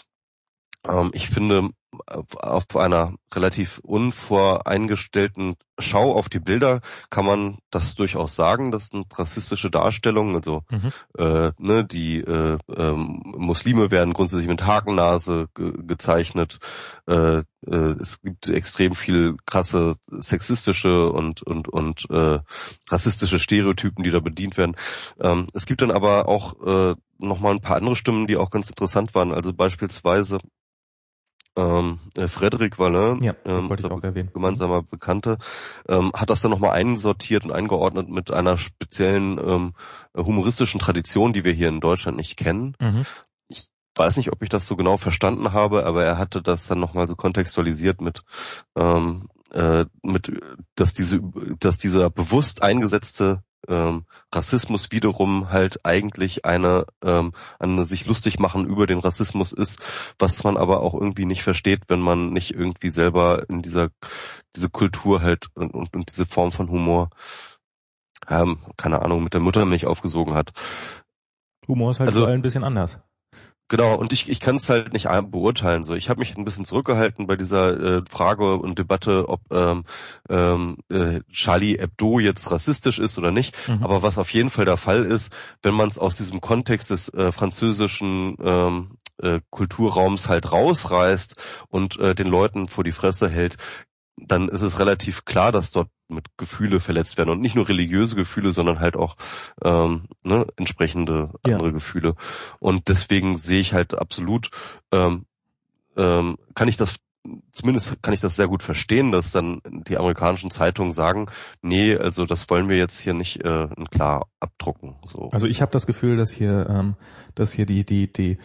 Ähm, ich finde, auf einer relativ unvoreingestellten Schau auf die Bilder kann man das durchaus sagen, das sind rassistische Darstellungen, also mhm. äh, ne, die äh, ähm, Muslime werden grundsätzlich mit Hakennase ge- gezeichnet, äh, äh, es gibt extrem viel krasse sexistische und und und äh, rassistische Stereotypen, die da bedient werden. Ähm, es gibt dann aber auch äh, nochmal ein paar andere Stimmen, die auch ganz interessant waren, also beispielsweise Ähm, äh, Frédéric Vallin, ja, ähm, wollte ich auch erwähnen. gemeinsamer Bekannte, ähm, hat das dann nochmal einsortiert und eingeordnet mit einer speziellen ähm, humoristischen Tradition, die wir hier in Deutschland nicht kennen. Mhm. Ich weiß nicht, ob ich das so genau verstanden habe, aber er hatte das dann nochmal so kontextualisiert mit, ähm, äh, mit, dass diese, dass dieser bewusst eingesetzte Ähm, Rassismus wiederum halt eigentlich eine, ähm, eine sich lustig machen über den Rassismus ist, was man aber auch irgendwie nicht versteht, wenn man nicht irgendwie selber in dieser diese Kultur halt und, und, und diese Form von Humor, ähm, keine Ahnung, mit der Muttermilch aufgesogen hat. Humor ist halt also, überall ein bisschen anders. Genau, und ich ich kann es halt nicht beurteilen. So, ich habe mich ein bisschen zurückgehalten bei dieser äh, Frage und Debatte, ob ähm, ähm, äh, Charlie Hebdo jetzt rassistisch ist oder nicht. Mhm. Aber was auf jeden Fall der Fall ist, wenn man es aus diesem Kontext des äh, französischen ähm, äh, Kulturraums halt rausreißt und äh, den Leuten vor die Fresse hält, dann ist es relativ klar, dass dort mit Gefühle verletzt werden und nicht nur religiöse Gefühle, sondern halt auch ähm, ne, entsprechende andere ja. Gefühle. Und deswegen sehe ich halt absolut, ähm, ähm, kann ich das zumindest kann ich das sehr gut verstehen, dass dann die amerikanischen Zeitungen sagen, nee, also das wollen wir jetzt hier nicht äh, klar abdrucken. So. Also ich habe das Gefühl, dass hier, ähm, dass hier die die die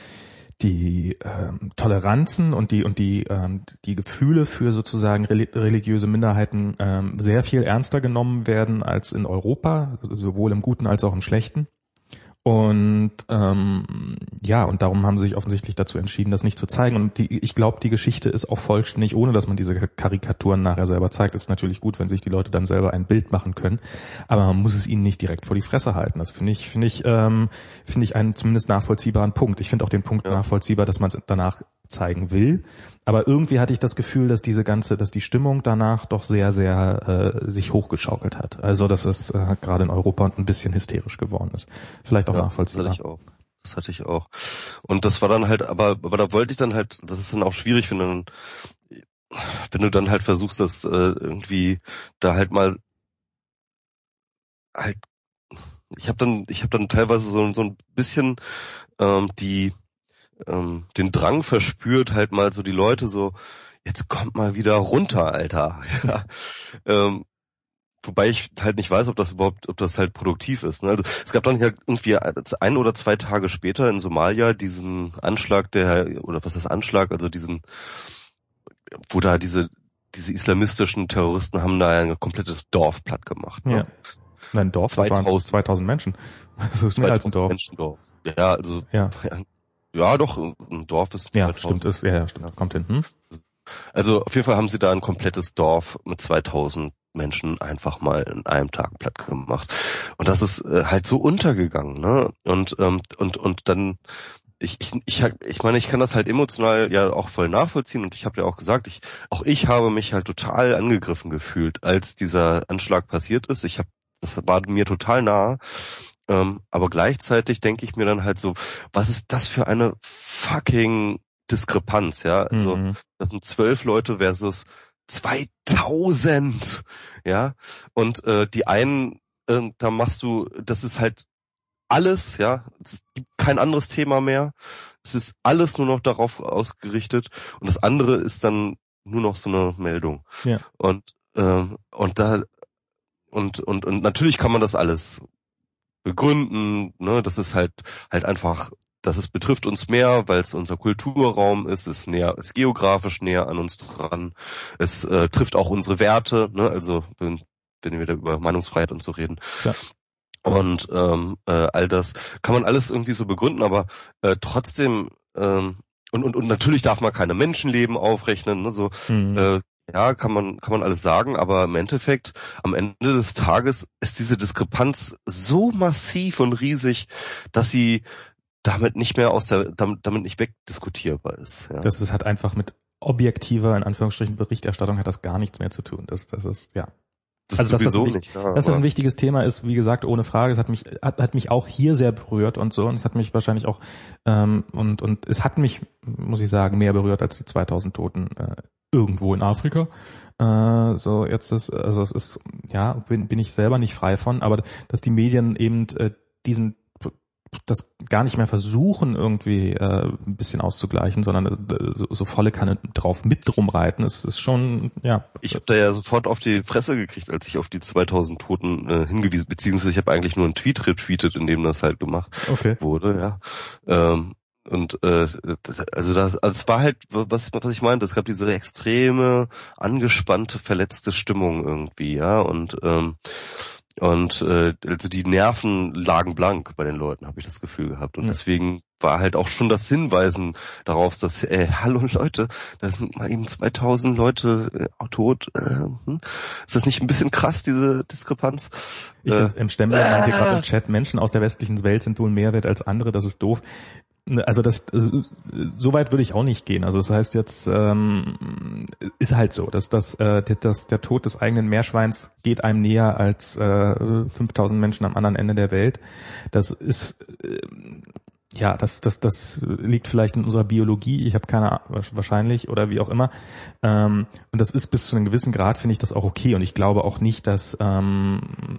die ähm, Toleranzen und die und die ähm, die Gefühle für sozusagen religiöse Minderheiten ähm, sehr viel ernster genommen werden als in Europa, sowohl im Guten als auch im Schlechten. Und ähm, ja, und darum haben sie sich offensichtlich dazu entschieden, das nicht zu zeigen. Und die, ich glaube, die Geschichte ist auch vollständig, ohne dass man diese Karikaturen nachher selber zeigt. Ist natürlich gut, wenn sich die Leute dann selber ein Bild machen können, aber man muss es ihnen nicht direkt vor die Fresse halten. Das finde ich, finde ich, ähm, finde ich einen zumindest nachvollziehbaren Punkt. Ich finde auch den Punkt ja. nachvollziehbar, dass man es danach zeigen will. Aber irgendwie hatte ich das Gefühl, dass diese ganze, dass die Stimmung danach doch sehr, sehr äh, sich hochgeschaukelt hat. Also dass es äh, gerade in Europa ein bisschen hysterisch geworden ist. Vielleicht auch ja, nachvollziehbar. Das hatte ich auch. Das hatte ich auch. Und das war dann halt, aber aber da wollte ich dann halt, das ist dann auch schwierig, wenn du dann, wenn du dann halt versuchst, das äh, irgendwie da halt mal halt, ich habe dann, ich habe dann teilweise so so ein bisschen ähm, die ähm, den Drang verspürt, halt mal so die Leute so, jetzt kommt mal wieder runter, Alter. Ja. ähm, wobei ich halt nicht weiß, ob das überhaupt, ob das halt produktiv ist. Ne? Also es gab dann ja irgendwie ein oder zwei Tage später in Somalia diesen Anschlag, der, oder was ist Anschlag, also diesen, wo da diese diese islamistischen Terroristen haben da ein komplettes Dorf platt gemacht. Ne? Ja. Ein Dorf, das waren zweitausend Menschen. Das ist mehr als ein Dorf. Menschendorf. Ja, also ja. ja. Ja, doch, ein Dorf ist ja, stimmt, ist, ja, ja, stimmt, kommt hin. Hm? Also auf jeden Fall haben sie da ein komplettes Dorf mit zweitausend Menschen einfach mal in einem Tag platt gemacht. Und das ist äh, halt so untergegangen, ne? Und ähm, und und dann ich ich ich ich meine, ich kann das halt emotional ja auch voll nachvollziehen und ich habe ja auch gesagt, ich auch ich habe mich halt total angegriffen gefühlt, als dieser Anschlag passiert ist. Ich habe das war mir total nah. Ähm, aber gleichzeitig denke ich mir dann halt so, was ist das für eine fucking Diskrepanz, ja? Also mhm. das sind zwölf Leute versus zweitausend, ja? Und äh, die einen, äh, da machst du, das ist halt alles, ja? Es gibt kein anderes Thema mehr. Es ist alles nur noch darauf ausgerichtet und das andere ist dann nur noch so eine Meldung. Ja. Und äh, und da und und und natürlich kann man das alles begründen, ne, das ist halt halt einfach, das ist betrifft uns mehr, weil es unser Kulturraum ist, ist näher, ist geografisch näher an uns dran. Es äh, trifft auch unsere Werte, ne, also wenn, wenn wir da über Meinungsfreiheit und so reden. Ja. Und ähm, äh, all das kann man alles irgendwie so begründen, aber äh, trotzdem ähm, und und und natürlich darf man keine Menschenleben aufrechnen, ne, so mhm. äh, ja, kann man kann man alles sagen, aber im Endeffekt, am Ende des Tages ist diese Diskrepanz so massiv und riesig, dass sie damit nicht mehr aus der damit, damit nicht wegdiskutierbar ist. Ja. Das ist halt einfach mit objektiver, in Anführungsstrichen, Berichterstattung hat das gar nichts mehr zu tun. Das das ist ja. Das also dass das, ein, nicht, ja, dass das ein wichtiges Thema ist, wie gesagt, ohne Frage. Es hat mich hat, hat mich auch hier sehr berührt und so und es hat mich wahrscheinlich auch ähm, und und es hat mich, muss ich sagen, mehr berührt als die zweitausend Toten äh, irgendwo in Afrika. Äh, so jetzt ist, also es ist, ja, bin, bin ich selber nicht frei von, aber dass die Medien eben äh, diesen, das gar nicht mehr versuchen irgendwie äh, ein bisschen auszugleichen, sondern äh, so, so volle Kanne drauf mit drum reiten, ist, ist schon, ja. Ich habe da ja sofort auf die Fresse gekriegt, als ich auf die zweitausend Toten äh, hingewiesen, beziehungsweise ich habe eigentlich nur einen Tweet retweetet, in dem das halt gemacht okay. wurde, ja. Ähm, Und äh, also das, also es war halt, was, was ich meinte, es gab diese extreme, angespannte, verletzte Stimmung irgendwie, ja, und ähm, und äh, also die Nerven lagen blank bei den Leuten, habe ich das Gefühl gehabt. Und ja. deswegen war halt auch schon das Hinweisen darauf, dass, äh, hallo Leute, da sind mal eben zweitausend Leute äh, tot. Äh, hm? Ist das nicht ein bisschen krass, diese Diskrepanz? Ich äh, im Stemmler äh, meinte gerade im Chat, Menschen aus der westlichen Welt sind wohl mehr wert als andere, das ist doof. Also das, so weit würde ich auch nicht gehen. Also das heißt jetzt, ähm, ist halt so, dass das, äh, dass der Tod des eigenen Meerschweins geht einem näher als äh, fünftausend Menschen am anderen Ende der Welt. Das ist, äh, ja, das, das, das liegt vielleicht in unserer Biologie. Ich habe keine Ahnung, wahrscheinlich oder wie auch immer. Ähm, und das ist bis zu einem gewissen Grad, finde ich das auch okay. Und ich glaube auch nicht, dass ähm,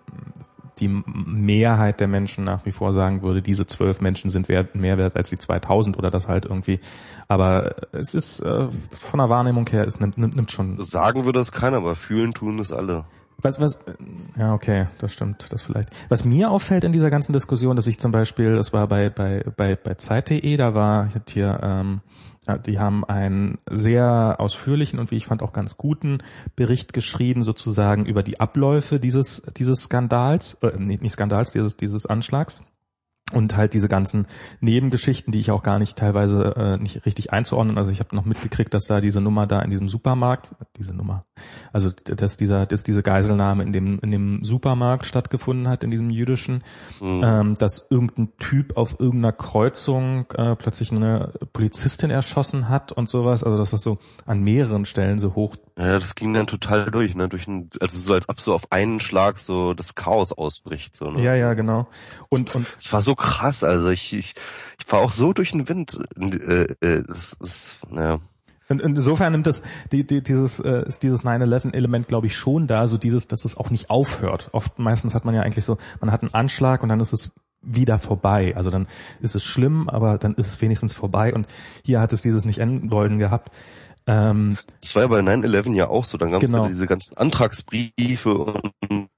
die Mehrheit der Menschen nach wie vor sagen würde, diese zwölf Menschen sind wert, mehr wert als die zweitausend oder das halt irgendwie. Aber es ist äh, von der Wahrnehmung her, es nimmt, nimmt, nimmt schon. Sagen würde das keiner, aber fühlen tun es alle. Was, was, ja, okay, das stimmt, das vielleicht. Was mir auffällt in dieser ganzen Diskussion, dass ich zum Beispiel, das war bei, bei, bei, bei Zeit punkt de, da war ich hier, ähm, die haben einen sehr ausführlichen und wie ich fand auch ganz guten Bericht geschrieben sozusagen über die Abläufe dieses dieses Skandals, äh, nicht Skandals, dieses dieses Anschlags. Und halt diese ganzen Nebengeschichten, die ich auch gar nicht teilweise äh, nicht richtig einzuordnen. Also ich habe noch mitgekriegt, dass da diese Nummer da in diesem Supermarkt, diese Nummer, also dass dieser, dass diese Geiselnahme in dem in dem Supermarkt stattgefunden hat, in diesem jüdischen, mhm. ähm, dass irgendein Typ auf irgendeiner Kreuzung äh, plötzlich eine Polizistin erschossen hat und sowas. Also dass das so an mehreren Stellen so hoch. Ja, das ging dann total durch, ne, durch ein, also so als ob so auf einen Schlag so das Chaos ausbricht, so, ne? Ja, ja, genau. Und und es war so krass, also ich ich, ich war auch so durch den Wind. Äh, äh, das ist, ja. Und insofern nimmt das die, die, dieses äh, ist dieses nine eleven Element, glaube ich, schon da, so dieses, dass es auch nicht aufhört. Oft meistens hat man ja eigentlich so, man hat einen Anschlag und dann ist es wieder vorbei. Also dann ist es schlimm, aber dann ist es wenigstens vorbei. Und hier hat es dieses nicht enden wollen gehabt. Ähm, das war ja bei nine eleven ja auch so. Dann gab es genau. ja diese ganzen Antragsbriefe und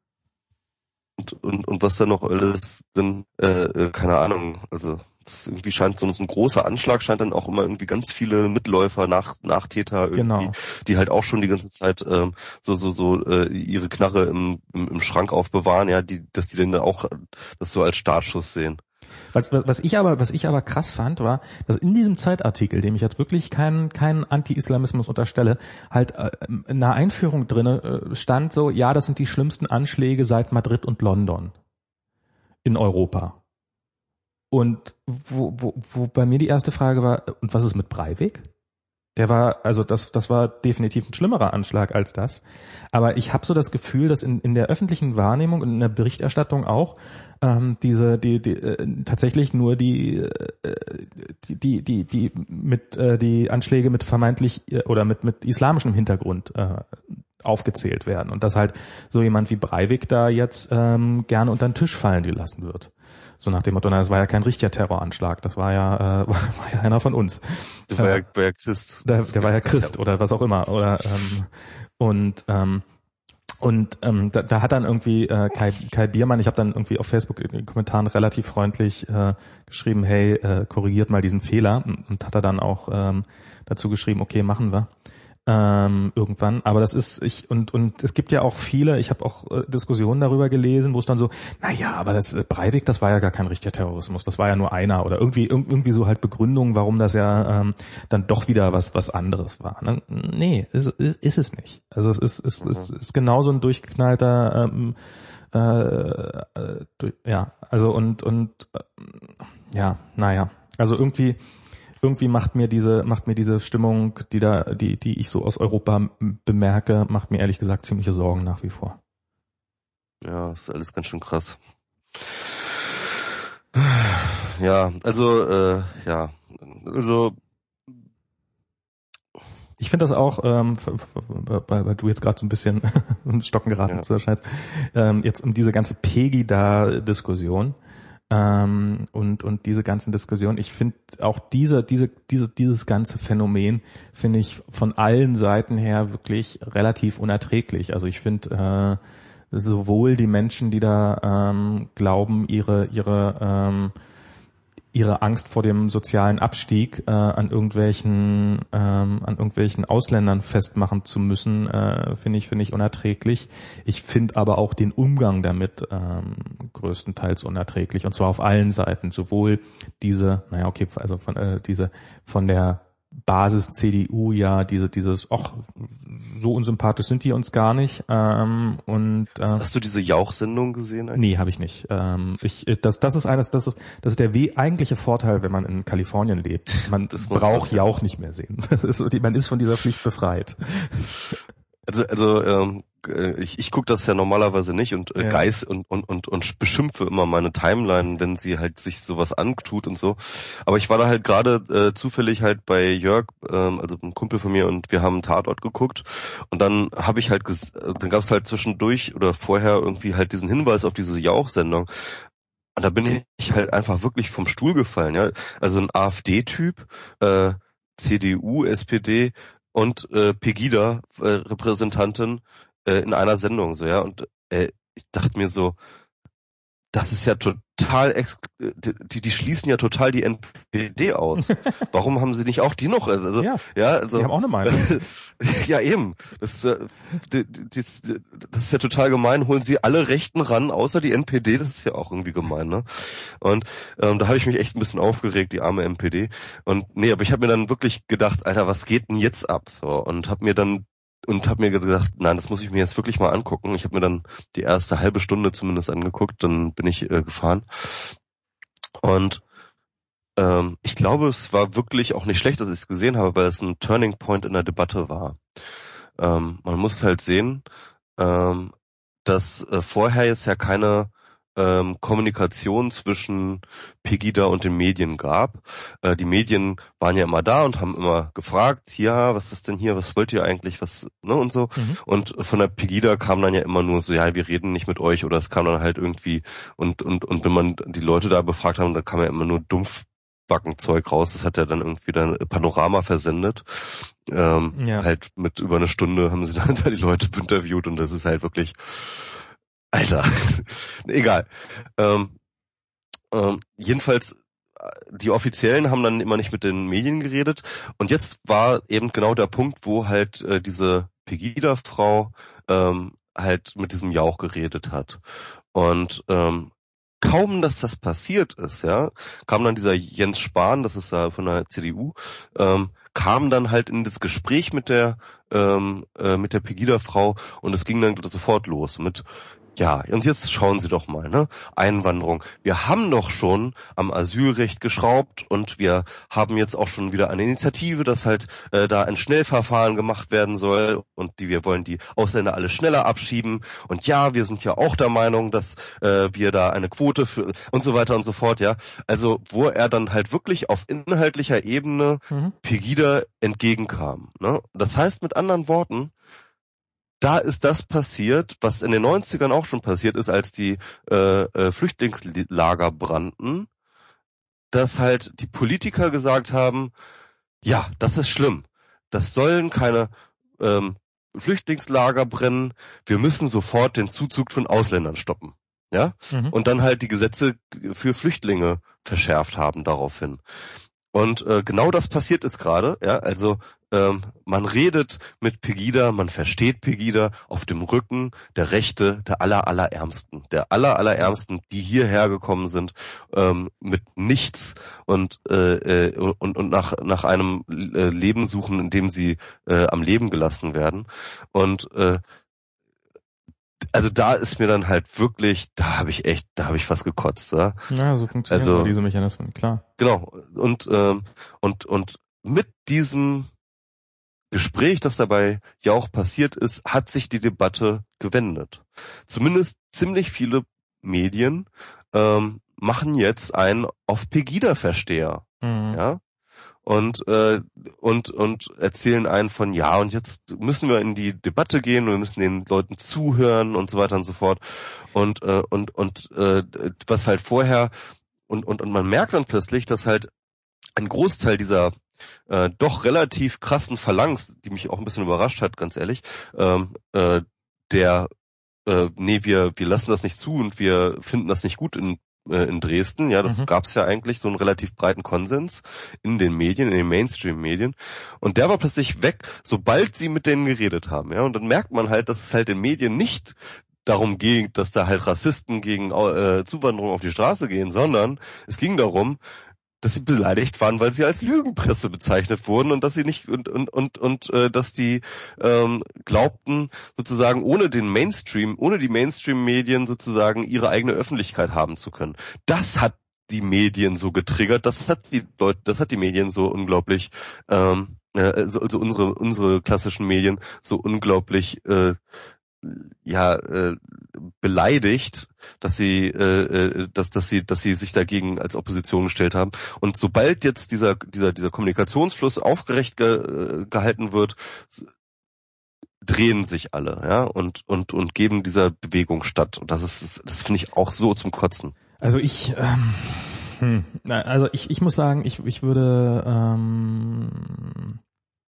und und, und was da noch alles denn, äh, keine Ahnung, also das irgendwie scheint so ein großer Anschlag, scheint dann auch immer irgendwie ganz viele Mitläufer, Nach, Nachtäter irgendwie, genau. die halt auch schon die ganze Zeit ähm, so so so äh, ihre Knarre im, im im Schrank aufbewahren, ja, die, dass die dann auch das so als Startschuss sehen. Was, was, was ich aber, was ich aber krass fand, war, dass in diesem Zeitartikel, dem ich jetzt wirklich keinen, keinen Anti-Islamismus unterstelle, halt äh, in einer Einführung drinne äh, stand so, ja, das sind die schlimmsten Anschläge seit Madrid und London in Europa. Und wo, wo, wo bei mir die erste Frage war, und was ist mit Breivik? Der war, also das, das war definitiv ein schlimmerer Anschlag als das. Aber ich habe so das Gefühl, dass in, in der öffentlichen Wahrnehmung und in der Berichterstattung auch ähm, diese, die, die äh, tatsächlich nur die, äh, die, die, die, die mit äh, die Anschläge mit vermeintlich äh, oder mit mit islamischem Hintergrund äh, aufgezählt werden und dass halt so jemand wie Breivik da jetzt ähm, gerne unter den Tisch fallen gelassen wird. So nach dem Motto, na, das war ja kein richtiger Terroranschlag, das war ja, äh, war ja einer von uns. Der war ja, war ja Christ. Der, der war ja Christ oder was auch immer. Oder ähm, und ähm, und ähm, da, da hat dann irgendwie äh, Kai, Kai Biermann, ich habe dann irgendwie auf Facebook in den Kommentaren relativ freundlich äh, geschrieben, hey, äh, korrigiert mal diesen Fehler, und, und hat er dann auch ähm, dazu geschrieben, okay, machen wir. Ähm, irgendwann, aber das ist ich und und es gibt ja auch viele, ich habe auch äh, Diskussionen darüber gelesen, wo es dann so, naja, aber das äh, Breivik, das war ja gar kein richtiger Terrorismus, das war ja nur einer oder irgendwie irgendwie so halt Begründungen, warum das ja ähm, dann doch wieder was was anderes war. Ne? Nee, ist, ist, ist es nicht. Also es ist ist, mhm. ist, ist genauso ein durchgeknallter ähm, äh, äh, durch, ja, also und und äh, ja, naja, also irgendwie Irgendwie macht mir diese, macht mir diese Stimmung, die da, die, die ich so aus Europa bemerke, macht mir ehrlich gesagt ziemliche Sorgen nach wie vor. Ja, ist alles ganz schön krass. Ja, also, äh, ja, also. Ich finde das auch, ähm, weil, weil du jetzt gerade so ein bisschen ins Stocken geraten ja. scheinst, ähm, jetzt um diese ganze Pegida-Diskussion. Ähm, und und diese ganzen Diskussionen, ich finde auch diese diese diese dieses ganze Phänomen finde ich von allen Seiten her wirklich relativ unerträglich. Also ich finde äh, sowohl die Menschen, die da ähm, glauben, ihre ihre ähm, ihre Angst vor dem sozialen Abstieg äh, an irgendwelchen ähm, an irgendwelchen Ausländern festmachen zu müssen, äh, finde ich finde ich unerträglich. Ich finde aber auch den Umgang damit ähm, größtenteils unerträglich, und zwar auf allen Seiten, sowohl diese, naja okay, also von äh, diese von der Basis C D U, ja, diese dieses, ach, so unsympathisch sind die uns gar nicht. Ähm, und äh, hast du diese Jauch-Sendung gesehen eigentlich? Nee, habe ich nicht. Ähm, ich, das, das ist eines, das ist, das ist der we- eigentliche Vorteil, wenn man in Kalifornien lebt. Man braucht Jauch nicht mehr sehen. Das ist, man ist von dieser Pflicht befreit. Also, also ähm, ich, ich gucke das ja normalerweise nicht und äh, ja. geiß und, und und und beschimpfe immer meine Timeline, wenn sie halt sich sowas antut und so. Aber ich war da halt gerade äh, zufällig halt bei Jörg, ähm, also ein Kumpel von mir, und wir haben einen Tatort geguckt, und dann habe ich halt, ges- dann gab es halt zwischendurch oder vorher irgendwie halt diesen Hinweis auf diese Jauch-Sendung. Und da bin ich halt einfach wirklich vom Stuhl gefallen, ja. Also ein AfD-Typ, äh, C D U, S P D und äh, Pegida-Repräsentantin äh, in einer Sendung, so, ja. Und äh, ich dachte mir so, das ist ja total, ex- die, die schließen ja total die N P D aus. Warum haben sie nicht auch die noch? Also, ja, ja, also, die haben auch eine Meinung. Ja, eben. Das, das, das ist ja total gemein, holen sie alle Rechten ran, außer die N P D, das ist ja auch irgendwie gemein, ne? Und ähm, da habe ich mich echt ein bisschen aufgeregt, die arme N P D. Und nee, aber ich habe mir dann wirklich gedacht, Alter, was geht denn jetzt ab? So, und habe mir dann und habe mir gedacht, nein, das muss ich mir jetzt wirklich mal angucken. Ich habe mir dann die erste halbe Stunde zumindest angeguckt, dann bin ich äh, gefahren. Und ähm, ich glaube, es war wirklich auch nicht schlecht, dass ich es gesehen habe, weil es ein Turning Point in der Debatte war. Ähm, man muss halt sehen, ähm, dass äh, vorher jetzt ja keine ähm, Kommunikation zwischen Pegida und den Medien gab. Äh, die Medien waren ja immer da und haben immer gefragt, ja, was ist denn hier, was wollt ihr eigentlich, was, ne, und so. Mhm. Und von der Pegida kam dann ja immer nur so, ja, wir reden nicht mit euch, oder es kam dann halt irgendwie, und und und wenn man die Leute da befragt haben, dann kam ja immer nur Dumpfbackenzeug raus. Das hat ja dann irgendwie dann Panorama versendet. Ähm, ja. Halt mit über eine Stunde haben sie dann da die Leute interviewt und das ist halt wirklich, Alter, egal. Ähm, ähm, jedenfalls, die Offiziellen haben dann immer nicht mit den Medien geredet und jetzt war eben genau der Punkt, wo halt äh, diese Pegida-Frau ähm, halt mit diesem Jauch geredet hat. Und ähm, kaum, dass das passiert ist, ja, kam dann dieser Jens Spahn, das ist ja von der C D U, ähm, kam dann halt in das Gespräch mit der ähm, äh, mit der Pegida-Frau und es ging dann sofort los mit, ja, und jetzt schauen Sie doch mal, ne? Einwanderung. Wir haben doch schon am Asylrecht geschraubt und wir haben jetzt auch schon wieder eine Initiative, dass halt äh, da ein Schnellverfahren gemacht werden soll und die wir wollen die Ausländer alle schneller abschieben und ja, wir sind ja auch der Meinung, dass äh, wir da eine Quote für und so weiter und so fort, ja. Also, wo er dann halt wirklich auf inhaltlicher Ebene mhm. Pegida entgegenkam, ne? Das heißt mit anderen Worten, da ist das passiert, was in den neunzigern auch schon passiert ist, als die äh, äh, Flüchtlingslager brannten, dass halt die Politiker gesagt haben, ja, das ist schlimm, das sollen keine ähm, Flüchtlingslager brennen, wir müssen sofort den Zuzug von Ausländern stoppen, ja, mhm. und dann halt die Gesetze für Flüchtlinge verschärft haben daraufhin. Und äh, genau das passiert ist gerade, ja, also ähm, man redet mit Pegida, man versteht Pegida auf dem Rücken der Rechte der aller allerärmsten, der aller allerärmsten, die hierher gekommen sind ähm, mit nichts und äh, und und nach nach einem äh, Leben suchen, in dem sie äh, am Leben gelassen werden. Und äh, also da ist mir dann halt wirklich, da habe ich echt, da habe ich fast gekotzt. Ja, ja so funktionieren also, diese Mechanismen, klar. Genau. Und ähm, und und mit diesem Gespräch, das dabei ja auch passiert ist, hat sich die Debatte gewendet. Zumindest ziemlich viele Medien ähm, machen jetzt einen auf Pegida-Versteher, mhm. ja, und äh, und und erzählen einen von, ja, und jetzt müssen wir in die Debatte gehen, wir müssen den Leuten zuhören und so weiter und so fort. Und äh, und und äh, was halt vorher und und und man merkt dann plötzlich, dass halt ein Großteil dieser äh, doch relativ krassen Phalanx, die mich auch ein bisschen überrascht hat, ganz ehrlich, ähm, äh, der äh, nee, wir wir lassen das nicht zu und wir finden das nicht gut in äh, in Dresden, ja, das mhm. gab's ja eigentlich so einen relativ breiten Konsens in den Medien, in den Mainstream-Medien, und der war plötzlich weg, sobald sie mit denen geredet haben, ja, und dann merkt man halt, dass es halt den Medien nicht darum geht, dass da halt Rassisten gegen äh, Zuwanderung auf die Straße gehen, sondern es ging darum, dass sie beleidigt waren, weil sie als Lügenpresse bezeichnet wurden und dass sie nicht und und und und äh, dass die ähm, glaubten, sozusagen ohne den Mainstream, ohne die Mainstream-Medien sozusagen ihre eigene Öffentlichkeit haben zu können. Das hat die Medien so getriggert, das hat die Leute, das hat die Medien so unglaublich, ähm, äh, also, also unsere unsere klassischen Medien so unglaublich äh, ja äh, beleidigt, dass sie äh, dass dass sie dass sie sich dagegen als Opposition gestellt haben. Und sobald jetzt dieser dieser dieser Kommunikationsfluss aufgerecht ge, gehalten wird, drehen sich alle, ja, und und und geben dieser Bewegung statt. Und das ist das finde ich auch so zum Kotzen. Also ich ähm, hm, also ich ich muss sagen, ich ich würde ähm,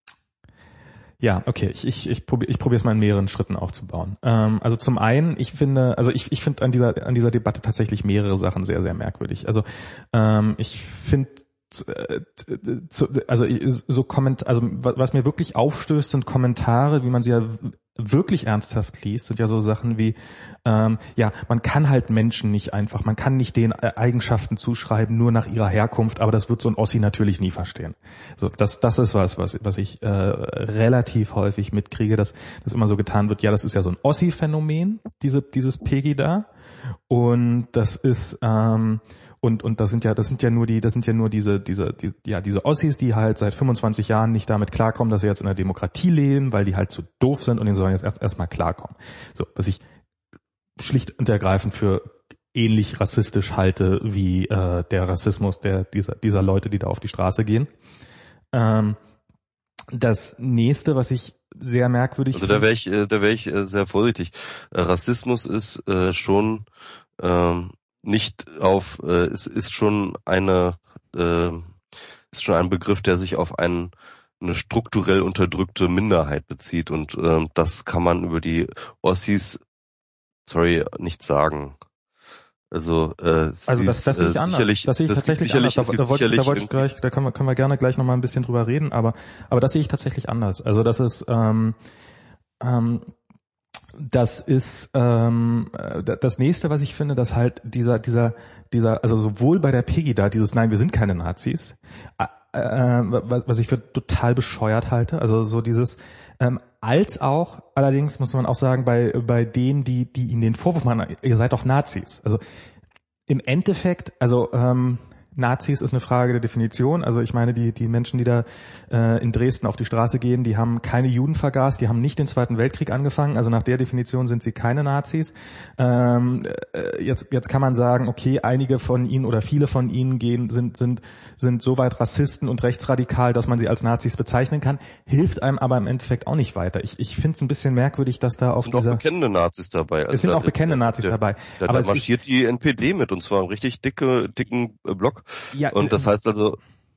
Ja, okay, ich ich ich probiere ich probiere es mal in mehreren Schritten aufzubauen. Ähm, also zum einen, ich finde, also ich ich finde an dieser an dieser Debatte tatsächlich mehrere Sachen sehr sehr merkwürdig. Also ähm, ich finde also so Komment, also was mir wirklich aufstößt, sind Kommentare, wie man sie ja wirklich ernsthaft liest, sind ja so Sachen wie, ähm, ja, man kann halt Menschen nicht einfach, man kann nicht den Eigenschaften zuschreiben, nur nach ihrer Herkunft, aber das wird so ein Ossi natürlich nie verstehen. So, das, das ist was, was, was ich äh, relativ häufig mitkriege, dass das immer so getan wird, ja, das ist ja so ein Ossi-Phänomen, diese, dieses Pegida, und das ist, ähm, Und, und das sind ja, das sind ja nur die, das sind ja nur diese, diese, die, ja, diese Ossis, die halt seit fünfundzwanzig Jahren nicht damit klarkommen, dass sie jetzt in der Demokratie leben, weil die halt zu doof sind und denen sollen jetzt erst, erstmal klarkommen. So, was ich schlicht und ergreifend für ähnlich rassistisch halte wie, äh, der Rassismus der, dieser, dieser Leute, die da auf die Straße gehen. Ähm, das nächste, was ich sehr merkwürdig Also da wäre ich, äh, da wäre ich äh, sehr vorsichtig. Äh, Rassismus ist äh, schon, ähm, nicht auf, äh, es ist schon eine, äh, ist schon ein Begriff, der sich auf einen, eine strukturell unterdrückte Minderheit bezieht, und äh, das kann man über die Ossis, sorry, nicht sagen. Also, äh, also das, das sehe ich anders. Das sehe ich tatsächlich anders. Da, da, wollte, da wollte ich gleich, da können wir, können wir gerne gleich nochmal ein bisschen drüber reden, aber, aber das sehe ich tatsächlich anders. Also das ist, ähm, ähm, das ist ähm, das nächste, was ich finde, dass halt dieser, dieser, dieser, also sowohl bei der Pegida dieses Nein, wir sind keine Nazis, äh, was ich für total bescheuert halte, also so dieses, ähm, als auch, allerdings muss man auch sagen, bei bei denen, die die ihnen den Vorwurf machen, ihr seid doch Nazis. Also im Endeffekt, also ähm, Nazis ist eine Frage der Definition. Also ich meine, die die Menschen, die da äh, in Dresden auf die Straße gehen, die haben keine Juden vergast, die haben nicht den Zweiten Weltkrieg angefangen. Also nach der Definition sind sie keine Nazis. Ähm, äh, jetzt jetzt kann man sagen, okay, einige von ihnen oder viele von ihnen gehen sind sind sind soweit Rassisten und rechtsradikal, dass man sie als Nazis bezeichnen kann. Hilft einem aber im Endeffekt auch nicht weiter. Ich ich finde es ein bisschen merkwürdig, dass da auf dieser... Es sind auch bekennende Nazis dabei. Also es sind auch bekennende Nazis der, dabei. Da, aber da marschiert die N P D mit, und zwar einen richtig dicke dicken Block. Ja, und das heißt also,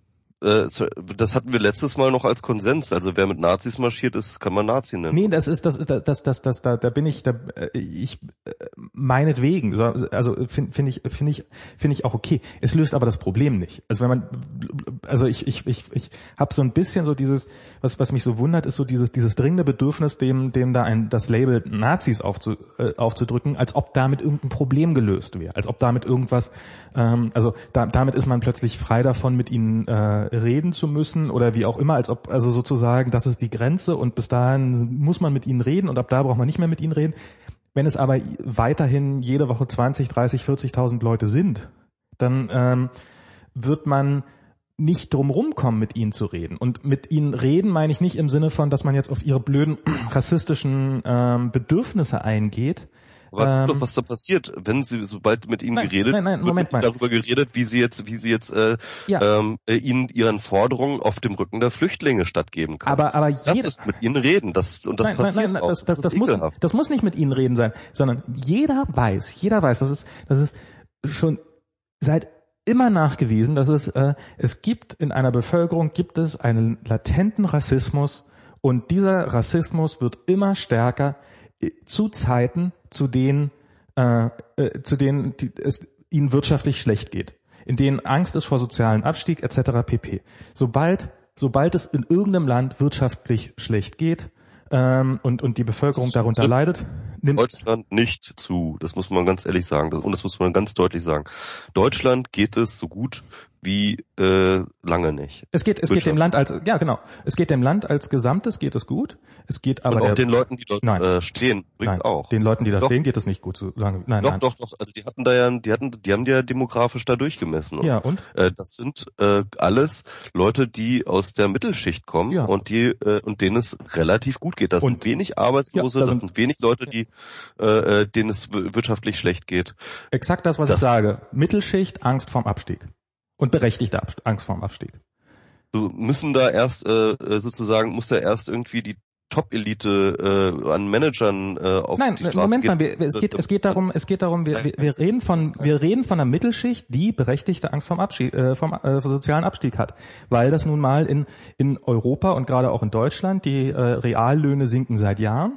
äh, das hatten wir letztes Mal noch als Konsens. Also wer mit Nazis marschiert ist, kann man Nazi nennen. Nee, das ist das das das das, das da da bin ich da ich meinetwegen, also finde find ich finde ich finde ich auch okay. Es löst aber das Problem nicht. Also wenn man also ich ich ich ich habe so ein bisschen so dieses, was was mich so wundert, ist so dieses dieses dringende Bedürfnis, dem dem da ein das Label Nazis aufzu, äh, aufzudrücken, als ob damit irgendein Problem gelöst wäre, als ob damit irgendwas ähm, also da, damit ist man plötzlich frei davon, mit ihnen äh, reden zu müssen oder wie auch immer, als ob also sozusagen, das ist die Grenze und bis dahin muss man mit ihnen reden und ab da braucht man nicht mehr mit ihnen reden. Wenn es aber weiterhin jede Woche zwanzig, dreißig, vierzigtausend Leute sind, dann ähm, wird man nicht drum rumkommen, mit ihnen zu reden. Und mit ihnen reden meine ich nicht im Sinne von, dass man jetzt auf ihre blöden rassistischen ähm, Bedürfnisse eingeht. Aber ähm, doch, was da passiert, wenn sie, sobald mit ihnen nein, geredet, nein, nein, Moment wird mal. darüber geredet, wie sie jetzt, wie sie jetzt äh, ja. ähm, äh, ihnen ihren Forderungen auf dem Rücken der Flüchtlinge stattgeben kann. Aber, aber das jeder, ist mit ihnen reden, das und das nein, passiert nein, nein, auch. Das, das, das, das, das muss, das muss nicht mit ihnen reden sein, sondern jeder weiß, jeder weiß, das ist, das ist schon seit immer nachgewiesen, dass es äh, es gibt in einer Bevölkerung gibt es einen latenten Rassismus, und dieser Rassismus wird immer stärker äh, zu Zeiten, zu denen äh, äh, zu denen die, es ihnen wirtschaftlich schlecht geht, in denen Angst ist vor sozialen Abstieg et cetera pp. Sobald sobald es in irgendeinem Land wirtschaftlich schlecht geht ähm, und und die Bevölkerung darunter leidet, nimmt Deutschland nicht zu. Das muss man ganz ehrlich sagen. Das, und das muss man ganz deutlich sagen. Deutschland geht es so gut wie äh, lange nicht. Es geht, es geht dem Land als, ja genau, es geht dem Land als Gesamtes geht es gut. Es geht aber und auch der, den Leuten, die dort nein, äh, stehen, übrigens nein, auch. Den Leuten, die da doch, stehen, geht es nicht gut. So lange. Nein, doch, nein. doch, doch. Also die hatten da ja, die hatten, die haben die ja demografisch da durchgemessen. Und, ja und? Äh, das sind äh, alles Leute, die aus der Mittelschicht kommen ja. und die äh, und denen es relativ gut geht. Das und, sind wenig Arbeitslose, ja, das, das sind wenig Leute, die äh, denen es wirtschaftlich schlecht geht. Exakt das, was das, ich sage. Mittelschicht, Angst vorm Abstieg. Und berechtigte Angst vorm Abstieg. So müssen da erst äh, sozusagen, muss da erst irgendwie die Top-Elite äh, an Managern äh, auf Nein, die Straße Moment gehen. mal, wir, es geht es geht darum, es geht darum, wir, wir, wir reden von wir reden von einer Mittelschicht, die berechtigte Angst vorm Abstieg, äh, vom äh, sozialen Abstieg hat, weil das nun mal in in Europa und gerade auch in Deutschland die äh, Reallöhne sinken seit Jahren.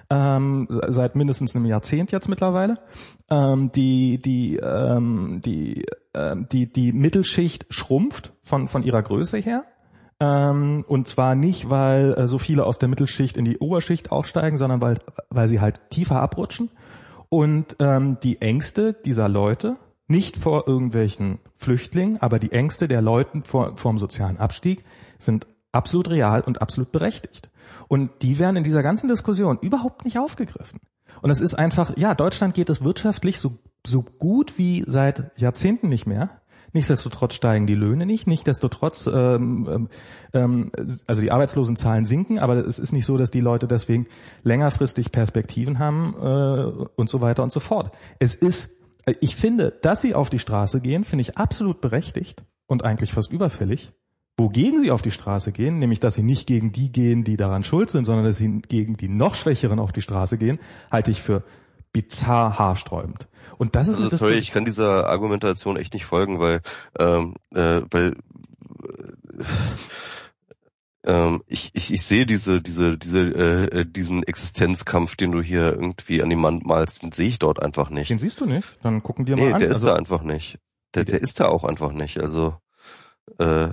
ähm, seit mindestens einem Jahrzehnt jetzt mittlerweile. Ähm, die die ähm, die ähm, die die Mittelschicht schrumpft von von ihrer Größe her. Ähm, und zwar nicht, weil äh, so viele aus der Mittelschicht in die Oberschicht aufsteigen, sondern weil weil sie halt tiefer abrutschen. Und ähm, die Ängste dieser Leute, nicht vor irgendwelchen Flüchtlingen, aber die Ängste der Leute vor vor dem sozialen Abstieg sind absolut real und absolut berechtigt. Und die werden in dieser ganzen Diskussion überhaupt nicht aufgegriffen. Und es ist einfach, ja, Deutschland geht es wirtschaftlich so so gut wie seit Jahrzehnten nicht mehr. Nichtsdestotrotz steigen die Löhne nicht, nichtsdestotrotz, ähm, ähm, also die Arbeitslosenzahlen sinken, aber es ist nicht so, dass die Leute deswegen längerfristig Perspektiven haben äh, und so weiter und so fort. Es ist, ich finde, dass sie auf die Straße gehen, finde ich absolut berechtigt und eigentlich fast überfällig. Wogegen sie auf die Straße gehen, nämlich dass sie nicht gegen die gehen, die daran schuld sind, sondern dass sie gegen die noch Schwächeren auf die Straße gehen, halte ich für bizarr haarsträubend. Und das ist also, sorry, ich kann dieser Argumentation echt nicht folgen, weil ähm, äh, weil ähm, ich, ich ich sehe diese diese diese äh, diesen Existenzkampf, den du hier irgendwie an die Wand malst, den sehe ich dort einfach nicht. Den siehst du nicht? Dann gucken wir nee, mal an. Der ist also, da einfach nicht. Der der ist da auch einfach nicht. Also äh,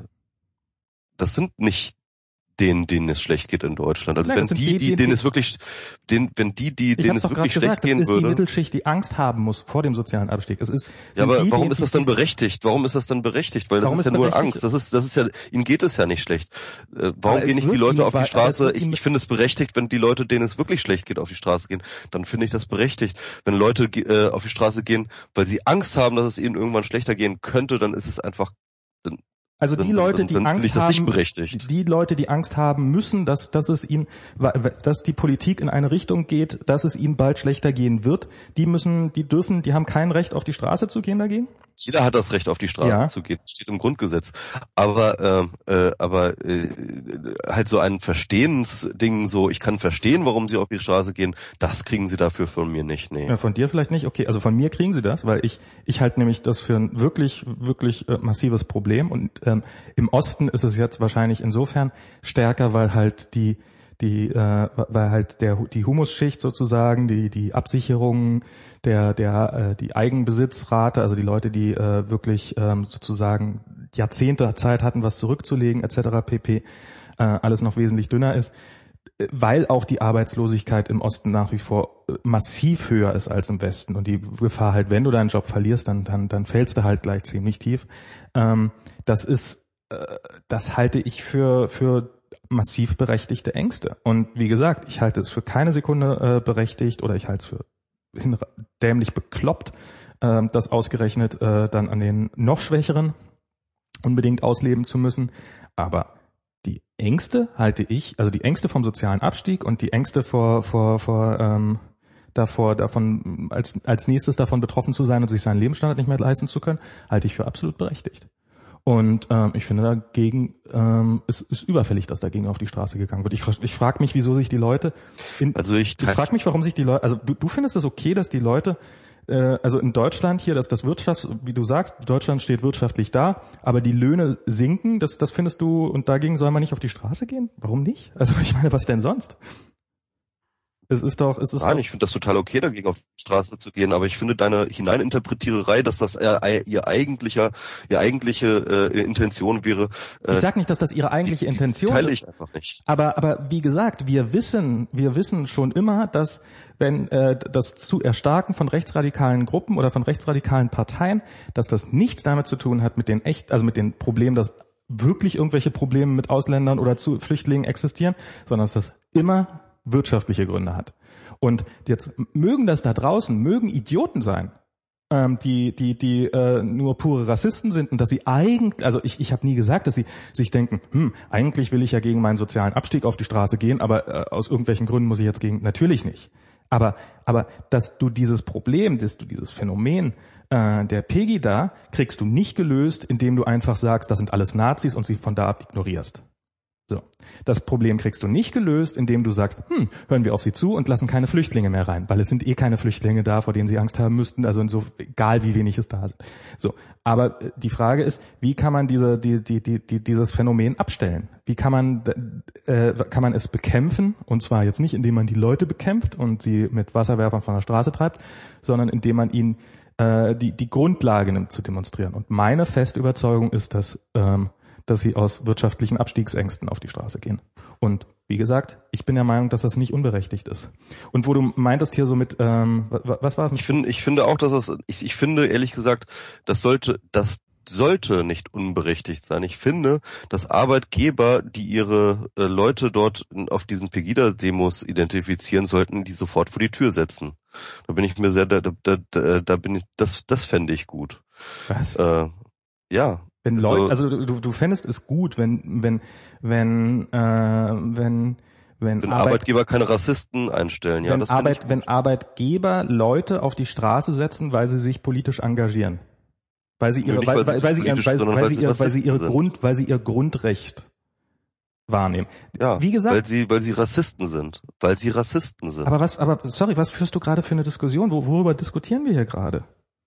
das sind nicht denen, denen es schlecht geht in Deutschland. Also Nein, wenn die, die, die, denen es wirklich, den, wenn die, die, denen es wirklich schlecht gesagt, gehen würde. Das ist die Mittelschicht, die Angst haben muss vor dem sozialen Abstieg. Es ist, ja, aber die, warum die, ist das dann berechtigt? Warum ist das dann berechtigt? Weil das ist ja nur Angst. Das ist, das ist ja, ihnen geht es ja nicht schlecht. Äh, warum gehen nicht die Leute auf die Straße? Ich, ich finde es berechtigt, wenn die Leute, denen es wirklich schlecht geht, auf die Straße gehen. Dann finde ich das berechtigt. Wenn Leute äh, auf die Straße gehen, weil sie Angst haben, dass es ihnen irgendwann schlechter gehen könnte, dann ist es einfach, dann, Also die Leute, die Angst haben, berechtigt. die Leute, die Angst haben müssen, dass, dass es ihnen, dass die Politik in eine Richtung geht, dass es ihnen bald schlechter gehen wird, die müssen, die dürfen, die haben kein Recht, auf die Straße zu gehen dagegen? Jeder hat das Recht, auf die Straße ja. zu gehen. Das steht im Grundgesetz. Aber, äh, äh, aber äh, halt so ein Verstehensding, so ich kann verstehen, warum sie auf die Straße gehen, das kriegen sie dafür von mir nicht. Nee. Ja, von dir vielleicht nicht. Okay, also von mir kriegen sie das, weil ich ich halte nämlich das für ein wirklich wirklich äh, massives Problem. Und ähm, im Osten ist es jetzt wahrscheinlich insofern stärker, weil halt die die äh, weil halt der die Humusschicht sozusagen, die die Absicherung der der äh, die Eigenbesitzrate, also die Leute, die äh, wirklich ähm, sozusagen Jahrzehnte Zeit hatten, was zurückzulegen et cetera pp. Äh, alles noch wesentlich dünner ist, weil auch die Arbeitslosigkeit im Osten nach wie vor massiv höher ist als im Westen und die Gefahr halt, wenn du deinen Job verlierst, dann dann dann fällst du halt gleich ziemlich tief. Ähm, das ist äh, das halte ich für für massiv berechtigte Ängste. Und wie gesagt, ich halte es für keine Sekunde äh, berechtigt oder ich halte es für dämlich bekloppt, äh, das ausgerechnet äh, dann an den noch Schwächeren unbedingt ausleben zu müssen. Aber die Ängste halte ich, also die Ängste vom sozialen Abstieg und die Ängste vor vor vor ähm, davor davon als als nächstes davon betroffen zu sein und sich seinen Lebensstandard nicht mehr leisten zu können, halte ich für absolut berechtigt. Und ähm, ich finde dagegen, ähm, es ist überfällig, dass dagegen auf die Straße gegangen wird. Ich, ich frage mich, wieso sich die Leute, in, also ich, ich frage mich, warum sich die Leute, also du, du findest es okay, dass die Leute, äh, also in Deutschland hier, dass das Wirtschafts, wie du sagst, Deutschland steht wirtschaftlich da, aber die Löhne sinken, das, das findest du, und dagegen soll man nicht auf die Straße gehen? Warum nicht? Also ich meine, was denn sonst? Es ist doch, es ist Nein, ich finde das total okay, dagegen auf die Straße zu gehen, aber ich finde deine Hineininterpretiererei, dass das äh, ihr eigentlicher, ihr eigentliche äh, Intention wäre. Äh, ich sag nicht, dass das ihre eigentliche die, Intention die teile ist. Ich einfach nicht. Aber, aber wie gesagt, wir wissen, wir wissen schon immer, dass wenn äh, das zu Erstarken von rechtsradikalen Gruppen oder von rechtsradikalen Parteien, dass das nichts damit zu tun hat mit den echt, also mit den Problemen, dass wirklich irgendwelche Probleme mit Ausländern oder zu Flüchtlingen existieren, sondern dass das immer wirtschaftliche Gründe hat. Und jetzt mögen das da draußen, mögen Idioten sein, ähm, die die die äh, nur pure Rassisten sind und dass sie eigentlich, also ich ich habe nie gesagt, dass sie sich denken, hm, eigentlich will ich ja gegen meinen sozialen Abstieg auf die Straße gehen, aber äh, aus irgendwelchen Gründen muss ich jetzt gegen, natürlich nicht. Aber aber dass du dieses Problem, dass du dieses Phänomen äh, der Pegida kriegst du nicht gelöst, indem du einfach sagst, das sind alles Nazis und sie von da ab ignorierst. So. Das Problem kriegst du nicht gelöst, indem du sagst, hm, hören wir auf sie zu und lassen keine Flüchtlinge mehr rein, weil es sind eh keine Flüchtlinge da, vor denen sie Angst haben müssten, also so, egal wie wenig es da sind. So. Aber die Frage ist, wie kann man diese, die, die, die, die, dieses Phänomen abstellen? Wie kann man, äh, kann man es bekämpfen? Und zwar jetzt nicht, indem man die Leute bekämpft und sie mit Wasserwerfern von der Straße treibt, sondern indem man ihnen äh, die, die Grundlage nimmt zu demonstrieren. Und meine feste Überzeugung ist, dass, ähm, dass sie aus wirtschaftlichen Abstiegsängsten auf die Straße gehen. Und wie gesagt, ich bin der Meinung, dass das nicht unberechtigt ist. Und wo du meintest hier so mit, ähm, was war es? Ich finde, ich finde auch, dass das, ich, ich finde ehrlich gesagt, das sollte, das sollte nicht unberechtigt sein. Ich finde, dass Arbeitgeber, die ihre äh, Leute dort auf diesen Pegida-Demos identifizieren sollten, die sofort vor die Tür setzen. Da bin ich mir sehr, da, da, da, da bin ich, das, das fände ich gut. Was? Äh, ja. Wenn Leute, also, also du, du fändest es gut, wenn, wenn, wenn, äh, wenn, wenn, wenn Arbeit, Arbeitgeber keine Rassisten einstellen, ja, wenn das Arbeit, wenn Arbeitgeber Leute auf die Straße setzen, weil sie sich politisch engagieren, weil sie ihre, nicht, weil, weil, weil, sie, weil, weil, weil sie ihr, weil sie ihr sind. Grund, weil sie ihr Grundrecht wahrnehmen. Ja, wie gesagt, weil sie, weil sie Rassisten sind, weil sie Rassisten sind. Aber was, aber sorry, was führst du gerade für eine Diskussion? Wo, worüber diskutieren wir hier gerade?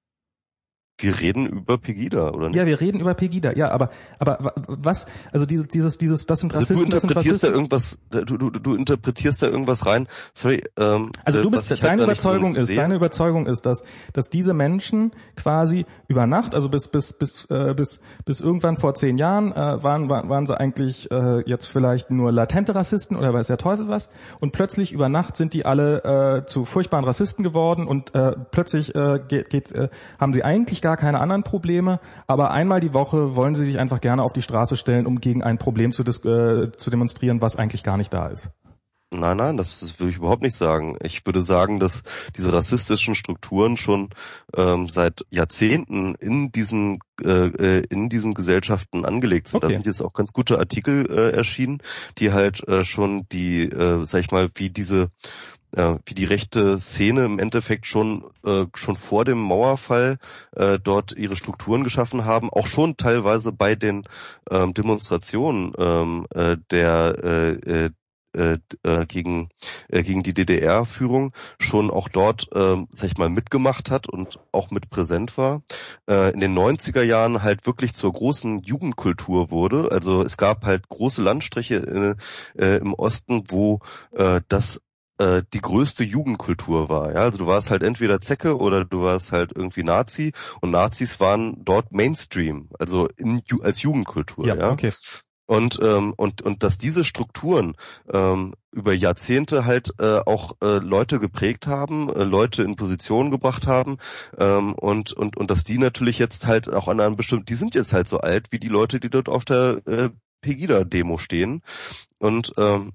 Wir reden über Pegida, oder nicht? Ja, wir reden über Pegida. Ja, aber aber was? Also dieses dieses dieses das sind Rassisten, also du interpretierst das sind Rassisten. da irgendwas. Du, du du interpretierst da irgendwas rein. Sorry. Ähm, also du bist deine halt Überzeugung so ist sehe. deine Überzeugung ist, dass dass diese Menschen quasi über Nacht, also bis bis bis äh, bis bis irgendwann vor zehn Jahren äh, waren, waren waren sie eigentlich äh, jetzt vielleicht nur latente Rassisten oder weiß der Teufel was, und plötzlich über Nacht sind die alle äh, zu furchtbaren Rassisten geworden und äh, plötzlich äh, geht, geht äh, haben sie eigentlich gar keine anderen Probleme, aber einmal die Woche wollen sie sich einfach gerne auf die Straße stellen, um gegen ein Problem zu, dis- äh, zu demonstrieren, was eigentlich gar nicht da ist. Nein, nein, das, das würde ich überhaupt nicht sagen. Ich würde sagen, dass diese rassistischen Strukturen schon ähm, seit Jahrzehnten in diesen äh, in diesen Gesellschaften angelegt sind. Okay. Da sind jetzt auch ganz gute Artikel äh, erschienen, die halt äh, schon die, äh, sag ich mal, wie diese äh, wie die rechte Szene im Endeffekt schon äh, schon vor dem Mauerfall äh, dort ihre Strukturen geschaffen haben, auch schon teilweise bei den ähm, Demonstrationen ähm, äh, der äh, äh, äh, gegen äh, gegen die D D R-Führung schon auch dort, äh, sag ich mal, mitgemacht hat und auch mit präsent war. Äh, in den neunziger Jahren halt wirklich zur großen Jugendkultur wurde. Also es gab halt große Landstriche äh, äh, im Osten, wo äh, das äh, die größte Jugendkultur war. Ja, also du warst halt entweder Zecke oder du warst halt irgendwie Nazi, und Nazis waren dort Mainstream, also in, als Jugendkultur. Ja, ja? Okay. Und ähm, und und dass diese Strukturen ähm, über Jahrzehnte halt äh, auch äh, Leute geprägt haben, äh, Leute in Positionen gebracht haben, ähm, und und und dass die natürlich jetzt halt auch an einem bestimmten, die sind jetzt halt so alt wie die Leute, die dort auf der äh, Pegida-Demo stehen, und ähm,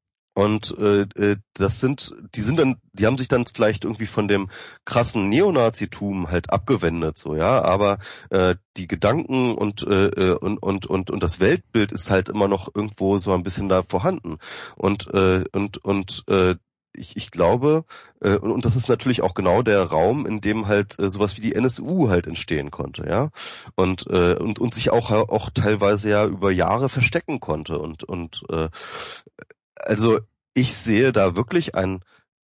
Und äh, das sind, die sind dann, die haben sich dann vielleicht irgendwie von dem krassen Neonazitum halt abgewendet, so, ja. Aber äh, die Gedanken und äh, und und und und das Weltbild ist halt immer noch irgendwo so ein bisschen da vorhanden. Und äh, und und äh, ich, ich glaube, äh, und, und das ist natürlich auch genau der Raum, in dem halt äh, sowas wie die N S U halt entstehen konnte, ja. Und äh, und und sich auch auch teilweise ja über Jahre verstecken konnte. Und und äh, Also ich sehe da wirklich ein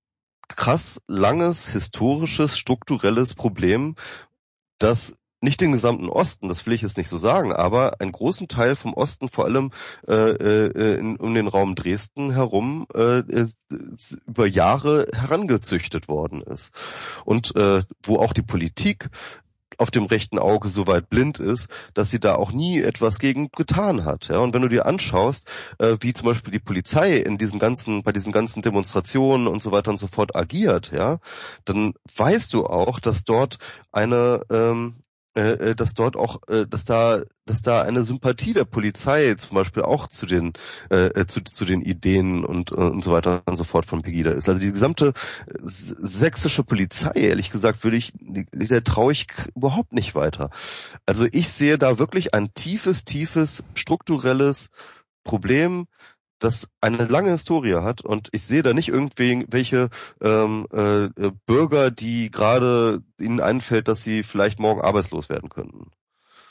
krass langes, historisches, strukturelles Problem, das nicht den gesamten Osten, das will ich jetzt nicht so sagen, aber einen großen Teil vom Osten, vor allem äh, äh, in, um den Raum Dresden herum, äh, über Jahre herangezüchtet worden ist. Und äh, wo auch die Politik auf dem rechten Auge so weit blind ist, dass sie da auch nie etwas gegen getan hat. Ja, und wenn du dir anschaust, äh, wie zum Beispiel die Polizei in diesen ganzen, bei diesen ganzen Demonstrationen und so weiter und so fort agiert, ja, dann weißt du auch, dass dort eine ähm, äh, dass dort auch, äh, dass da, dass da eine Sympathie der Polizei zum Beispiel auch zu den, äh, zu, zu den Ideen und äh, und so weiter und so fort von Pegida ist. Also die gesamte sächsische Polizei, ehrlich gesagt, würde ich, der traue ich überhaupt nicht weiter. Also ich sehe da wirklich ein tiefes, tiefes strukturelles Problem, das eine lange Historie hat, und ich sehe da nicht irgendwelche ähm, äh, Bürger, die gerade ihnen einfällt, dass sie vielleicht morgen arbeitslos werden könnten.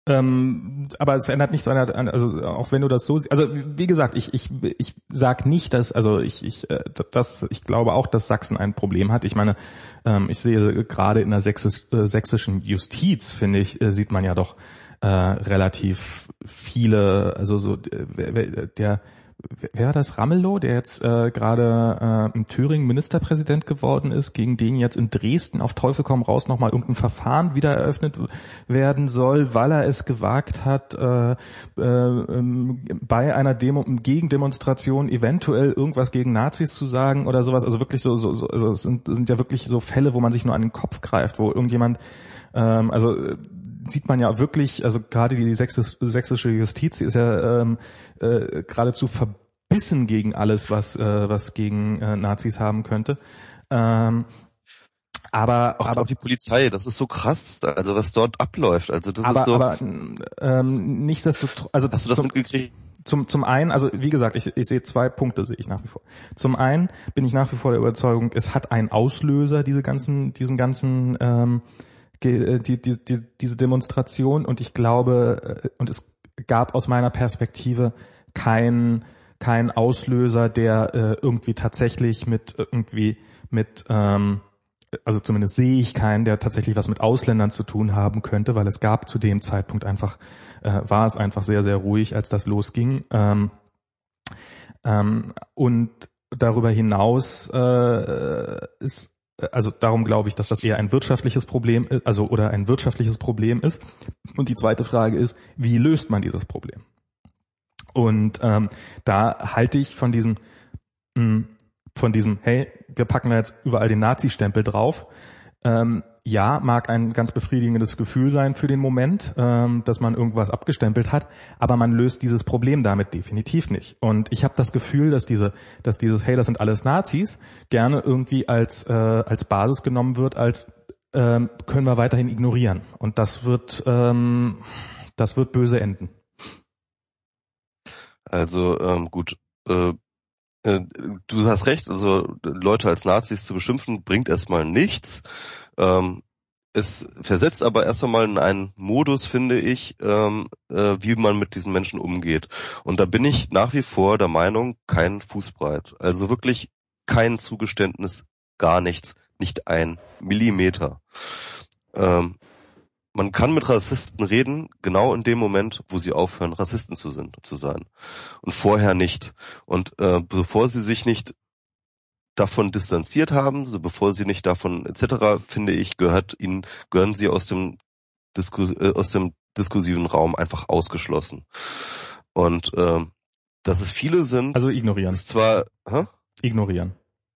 Ähm, aber es ändert nichts an, an, also auch wenn du das so, also wie gesagt, ich ich ich sag nicht, dass, also ich ich das ich glaube auch, dass Sachsen ein Problem hat. Ich meine, ähm, ich sehe gerade in der sächsis, äh, sächsischen Justiz, finde ich, äh, sieht man ja doch äh, relativ viele, also so der, der wer war das, Ramelow, der jetzt äh, gerade äh, in Thüringen Ministerpräsident geworden ist, gegen den jetzt in Dresden auf Teufel komm raus nochmal irgendein Verfahren wieder eröffnet werden soll, weil er es gewagt hat, äh, äh, bei einer Demo, Gegendemonstration eventuell irgendwas gegen Nazis zu sagen oder sowas. Also wirklich so, so, so also es sind, sind ja wirklich so Fälle, wo man sich nur an den Kopf greift, wo irgendjemand, ähm, also sieht man ja wirklich, also gerade die sächsische, sächsische Justiz ist ja ähm, äh, geradezu verbissen gegen alles, was äh, was gegen äh, Nazis haben könnte. Ähm, aber auch, aber auch die Polizei, das ist so krass, also was dort abläuft. Also das aber, ist so. Aber ähm, nichtsdestotrotz, also hast du das zum, mitgekriegt? Zum zum einen, also wie gesagt, ich, ich sehe zwei Punkte, sehe ich nach wie vor. Zum einen bin ich nach wie vor der Überzeugung, es hat einen Auslöser, diese ganzen diesen ganzen ähm, Die, die, die, diese Demonstration, und ich glaube, und es gab aus meiner Perspektive keinen kein Auslöser, der äh, irgendwie tatsächlich mit irgendwie mit ähm, also zumindest sehe ich keinen, der tatsächlich was mit Ausländern zu tun haben könnte, weil es gab zu dem Zeitpunkt einfach äh, war es einfach sehr sehr ruhig, als das losging. Ähm, ähm, und darüber hinaus äh, ist Also darum glaube ich, dass das eher ein wirtschaftliches Problem ist, also oder ein wirtschaftliches Problem ist. Und die zweite Frage ist, wie löst man dieses Problem? Und ähm, da halte ich von diesem, mh, von diesem, hey, wir packen da jetzt überall den Nazi-Stempel drauf. Ähm, ja, mag ein ganz befriedigendes Gefühl sein für den Moment, ähm, dass man irgendwas abgestempelt hat, aber man löst dieses Problem damit definitiv nicht. Und ich habe das Gefühl, dass diese, dass dieses, hey, das sind alles Nazis, gerne irgendwie als äh, als Basis genommen wird, als ähm, können wir weiterhin ignorieren. Und das wird ähm, das wird böse enden. Also ähm, gut. Äh Du hast recht, also Leute als Nazis zu beschimpfen, bringt erstmal nichts. Ähm, es versetzt aber erst einmal in einen Modus, finde ich, ähm, äh, wie man mit diesen Menschen umgeht. Und da bin ich nach wie vor der Meinung, kein Fußbreit. Also wirklich kein Zugeständnis, gar nichts, nicht ein Millimeter. Ähm, Man kann mit Rassisten reden, genau in dem Moment, wo sie aufhören, Rassisten zu, sind, zu sein. Und vorher nicht. Und äh, bevor sie sich nicht davon distanziert haben, so bevor sie nicht davon et cetera, finde ich, gehört ihnen, gehören sie aus dem, Diskus, äh, aus dem diskursiven Raum einfach ausgeschlossen. Und äh, dass es viele sind. Also ignorieren. Ist zwar, hä? Ignorieren.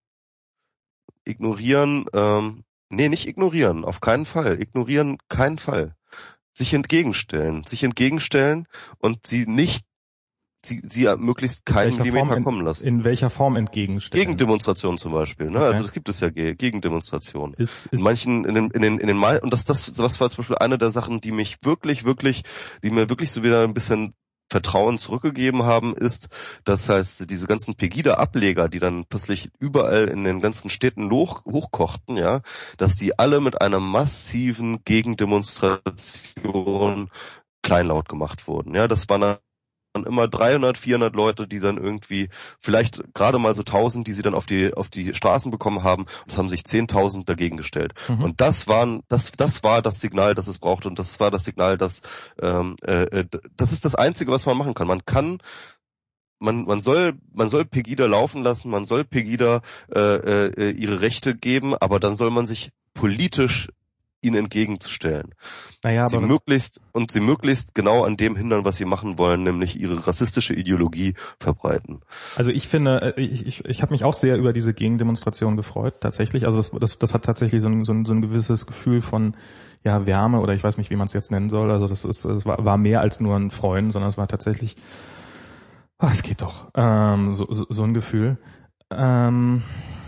Ignorieren, ähm, Nee, nicht ignorieren, auf keinen Fall. Ignorieren, keinen Fall. Sich entgegenstellen, sich entgegenstellen und sie nicht, sie, sie möglichst keinen Millimeter in, kommen lassen. In welcher Form entgegenstellen? Gegendemonstration zum Beispiel, ne? Okay. Also das gibt es ja, Gegendemonstrationen. Ist, ist in manchen, in den, in den, in den Mal, und das, das, was war zum Beispiel eine der Sachen, die mich wirklich, wirklich, die mir wirklich so wieder ein bisschen Vertrauen zurückgegeben haben, ist, dass heißt diese ganzen Pegida-Ableger, die dann plötzlich überall in den ganzen Städten hoch, hochkochten, ja, dass die alle mit einer massiven Gegendemonstration kleinlaut gemacht wurden. Ja, das waren dann immer dreihundert, vierhundert Leute, die dann irgendwie vielleicht gerade mal so tausend, die sie dann auf die auf die Straßen bekommen haben, und es haben sich zehntausend dagegen gestellt. Mhm. Und das waren das das war das Signal, das es brauchte, und das war das Signal, dass ähm, äh, das ist das Einzige, was man machen kann. Man kann Man, man soll, man soll Pegida laufen lassen, man soll Pegida äh, äh, ihre Rechte geben, aber dann soll man sich politisch ihnen entgegenzustellen. Naja, sie aber möglichst und sie möglichst genau an dem hindern, was sie machen wollen, nämlich ihre rassistische Ideologie verbreiten. Also ich finde, ich ich, ich habe mich auch sehr über diese Gegendemonstration gefreut, tatsächlich. Also das das, das hat tatsächlich so ein, so ein so ein gewisses Gefühl von ja Wärme, oder ich weiß nicht, wie man es jetzt nennen soll. Also das ist es war, war mehr als nur ein Freuen, sondern es war tatsächlich, oh, es geht doch, ähm, so, so so ein Gefühl. Ähm,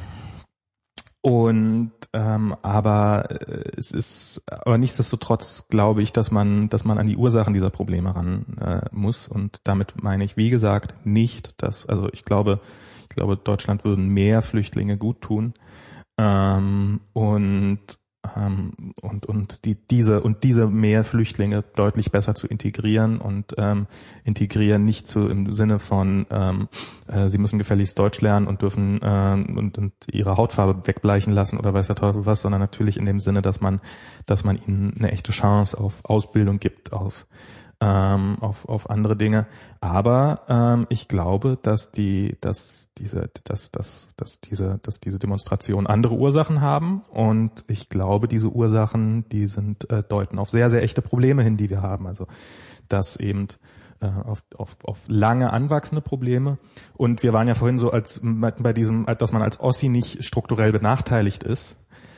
Und ähm, aber äh, es ist, aber nichtsdestotrotz glaube ich, dass man, dass man an die Ursachen dieser Probleme ran äh, muss. Und damit meine ich, wie gesagt, nicht, dass, also ich glaube, ich glaube, Deutschland würden mehr Flüchtlinge gut tun. Ähm, und ähm, und und die diese und diese mehr Flüchtlinge deutlich besser zu integrieren und ähm, integrieren nicht so im Sinne von ähm, äh, sie müssen gefälligst Deutsch lernen und dürfen ähm, und, und ihre Hautfarbe wegbleichen lassen oder weiß der Teufel was, sondern natürlich in dem Sinne, dass man dass man ihnen eine echte Chance auf Ausbildung gibt, auf ähm, auf auf andere Dinge. Aber ähm, ich glaube, dass die dass diese dass dass dass diese dass diese Demonstrationen andere Ursachen haben und ich glaube, diese Ursachen, die sind äh, deuten auf sehr sehr echte Probleme hin, die wir haben. Also dass eben äh, auf auf auf lange anwachsende Probleme und wir waren ja vorhin so als bei diesem, dass man als Ossi nicht strukturell benachteiligt ist.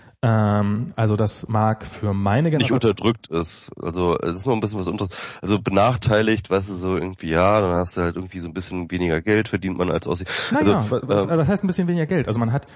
Ähm, also das mag für meine Generation... Nicht unterdrückt ist. Also es ist noch ein bisschen was anderes. Also benachteiligt, weißt du, so irgendwie, ja, dann hast du halt irgendwie so ein bisschen weniger Geld, verdient man als Ossi. Naja, also, was, ähm, was heißt ein bisschen weniger Geld? Also man hat,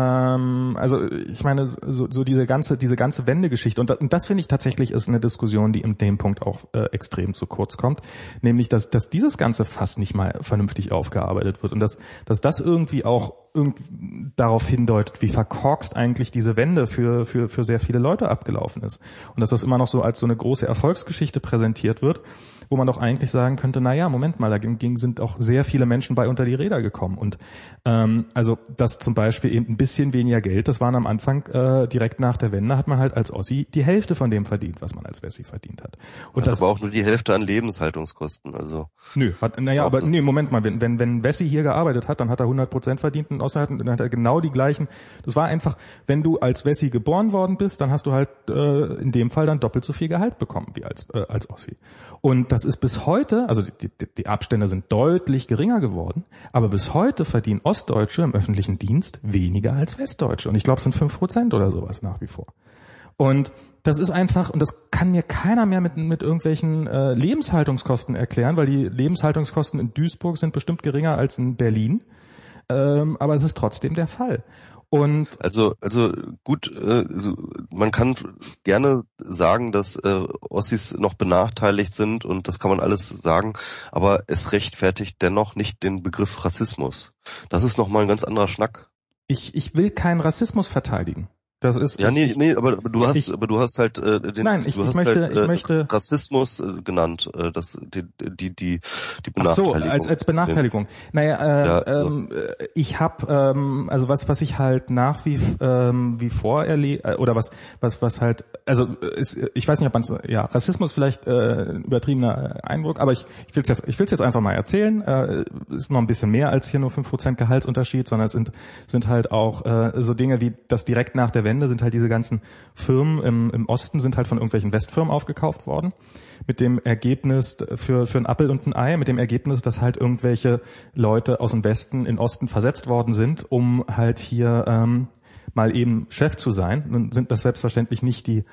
ähm, also ich meine, so, so diese ganze diese ganze Wendegeschichte und das, und das finde ich tatsächlich ist eine Diskussion, die in dem Punkt auch äh, extrem zu kurz kommt, nämlich, dass dass dieses ganze Fass nicht mal vernünftig aufgearbeitet wird und dass dass das irgendwie auch irgendwie darauf hindeutet, wie verkorkst eigentlich diese Wende für für für sehr viele Leute abgelaufen ist und dass das immer noch so als so eine große Erfolgsgeschichte präsentiert wird, wo man doch eigentlich sagen könnte, na ja, Moment mal, da ging, sind auch sehr viele Menschen bei unter die Räder gekommen und ähm, also das zum Beispiel eben ein bisschen weniger Geld, das waren am Anfang äh, direkt nach der Wende hat man halt als Ossi die Hälfte von dem verdient, was man als Wessi verdient hat. Und hat das aber auch nur die Hälfte an Lebenshaltungskosten, also. Nö, hat, naja, aber nee, Moment mal, wenn wenn wenn Wessi hier gearbeitet hat, dann hat er hundert Prozent verdient und Ossi hat, dann hat er genau die gleichen. Das war einfach, wenn du als Wessi geboren worden bist, dann hast du halt äh, in dem Fall dann doppelt so viel Gehalt bekommen wie als äh, als Ossi. Und das ist bis heute, also die, die, die Abstände sind deutlich geringer geworden, aber bis heute verdienen Ostdeutsche im öffentlichen Dienst weniger als Westdeutsche. Und ich glaube, es sind fünf Prozent oder sowas nach wie vor. Und das ist einfach, und das kann mir keiner mehr mit, mit irgendwelchen äh, Lebenshaltungskosten erklären, weil die Lebenshaltungskosten in Duisburg sind bestimmt geringer als in Berlin. Ähm, aber es ist trotzdem der Fall. Und also also gut, äh, man kann gerne sagen, dass äh, Ossis noch benachteiligt sind und das kann man alles sagen, aber es rechtfertigt dennoch nicht den Begriff Rassismus. Das ist nochmal ein ganz anderer Schnack. Ich ich will keinen Rassismus verteidigen. Das ist ja nee ich, nee aber, aber du hast ich, aber du hast halt äh, den nein ich, du ich hast möchte halt, äh, ich möchte Rassismus äh, genannt äh, das die die die die Benachteiligung. Ach so, als als Benachteiligung. Naja, äh, ja, ähm, so. ich habe ähm, also was was ich halt nach wie ähm, wie vor erlebe oder was was was halt also ist, ich weiß nicht, ob man ja Rassismus vielleicht äh, übertriebener Eindruck, aber ich ich will's jetzt ich will's jetzt einfach mal erzählen. Äh, ist noch ein bisschen mehr als hier nur fünf Prozent Gehaltsunterschied, sondern es sind sind halt auch äh, so Dinge wie das direkt nach der Wende sind halt diese ganzen Firmen im, im Osten sind halt von irgendwelchen Westfirmen aufgekauft worden. Mit dem Ergebnis für, für ein Appel und ein Ei, mit dem Ergebnis, dass halt irgendwelche Leute aus dem Westen in den Osten versetzt worden sind, um halt hier ähm, mal eben Chef zu sein. Nun sind das selbstverständlich nicht die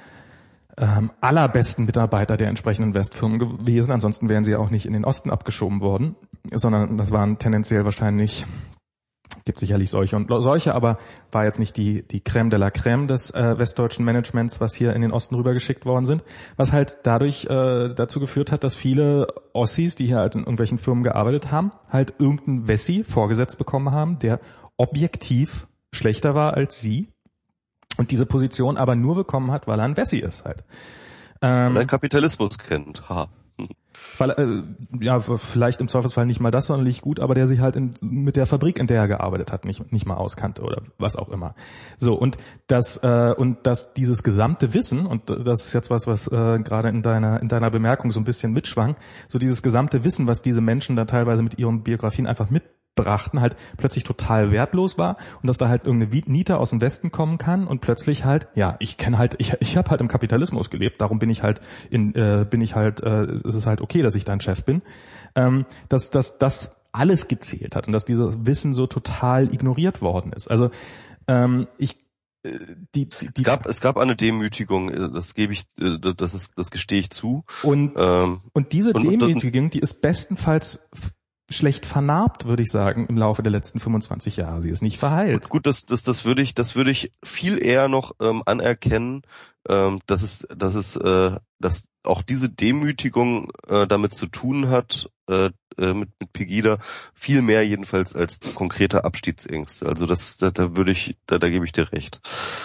ähm, allerbesten Mitarbeiter der entsprechenden Westfirmen gewesen. Ansonsten wären sie ja auch nicht in den Osten abgeschoben worden, sondern das waren tendenziell wahrscheinlich gibt sicherlich solche und solche, aber war jetzt nicht die die Crème de la Crème des äh, westdeutschen Managements, was hier in den Osten rübergeschickt worden sind, was halt dadurch äh, dazu geführt hat, dass viele Ossis, die hier halt in irgendwelchen Firmen gearbeitet haben, halt irgendeinen Wessi vorgesetzt bekommen haben, der objektiv schlechter war als sie und diese Position aber nur bekommen hat, weil er ein Wessi ist halt. Ähm, weil er Kapitalismus kennt, haha. Weil, äh, ja, vielleicht im Zweifelsfall nicht mal das sonderlich gut, aber der sich halt in, mit der Fabrik, in der er gearbeitet hat, nicht nicht mal auskannte oder was auch immer. So, und das äh, und dass dieses gesamte Wissen, und das ist jetzt was, was äh, gerade in deiner in deiner Bemerkung so ein bisschen mitschwang, so dieses gesamte Wissen, was diese Menschen da teilweise mit ihren Biografien einfach mitbrachten, halt plötzlich total wertlos war und dass da halt irgendeine Niete aus dem Westen kommen kann und plötzlich halt, ja, ich kenne halt, ich ich habe halt im Kapitalismus gelebt, darum bin ich halt in äh, bin ich halt, äh, es ist halt okay, dass ich dein Chef bin, ähm, dass dass das alles gezählt hat und dass dieses Wissen so total ignoriert worden ist. Also ähm, ich Die, die, die es gab es gab eine Demütigung, das gebe ich, das ist das gestehe ich zu. Und ähm, und diese und, Demütigung, die ist bestenfalls schlecht vernarbt, würde ich sagen, im Laufe der letzten fünfundzwanzig Jahre. Sie ist nicht verheilt. Gut, gut, das das das würde ich das würde ich viel eher noch ähm, anerkennen, ähm, dass es dass es äh, dass auch diese Demütigung äh, damit zu tun hat, äh, mit mit Pegida, viel mehr jedenfalls als konkrete Abstiegsängste. Also das da, da würde ich da da gebe ich dir recht.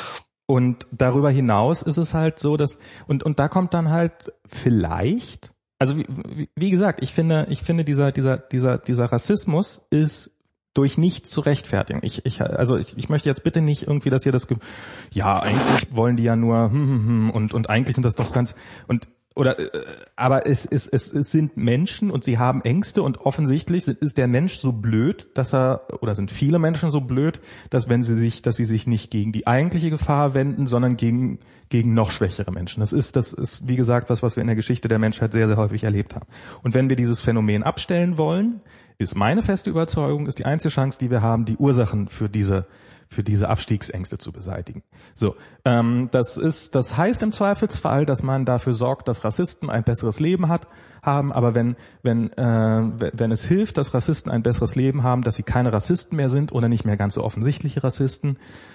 Und darüber hinaus ist es halt so, dass, und, und da kommt dann halt vielleicht, also wie, wie gesagt, ich finde, ich finde dieser, dieser, dieser, dieser Rassismus ist durch nichts zu rechtfertigen. Ich, ich, also ich, ich möchte jetzt bitte nicht irgendwie, dass ihr das, ja, eigentlich wollen die ja nur, hm, hm, hm, und, und eigentlich sind das doch ganz, und, oder, aber es, es, es, es sind Menschen und sie haben Ängste und offensichtlich ist der Mensch so blöd, dass er, oder sind viele Menschen so blöd, dass wenn sie sich, dass sie sich nicht gegen die eigentliche Gefahr wenden, sondern gegen, gegen noch schwächere Menschen. Das ist, das ist, wie gesagt, was, was wir in der Geschichte der Menschheit sehr, sehr häufig erlebt haben. Und wenn wir dieses Phänomen abstellen wollen, ist meine feste Überzeugung, ist die einzige Chance, die wir haben, die Ursachen für diese für diese Abstiegsängste zu beseitigen. So, ähm, das ist, das heißt im Zweifelsfall, dass man dafür sorgt, dass Rassisten ein besseres Leben hat, haben. Aber wenn wenn äh, wenn es hilft, dass Rassisten ein besseres Leben haben, dass sie keine Rassisten mehr sind oder nicht mehr ganz so offensichtliche Rassisten.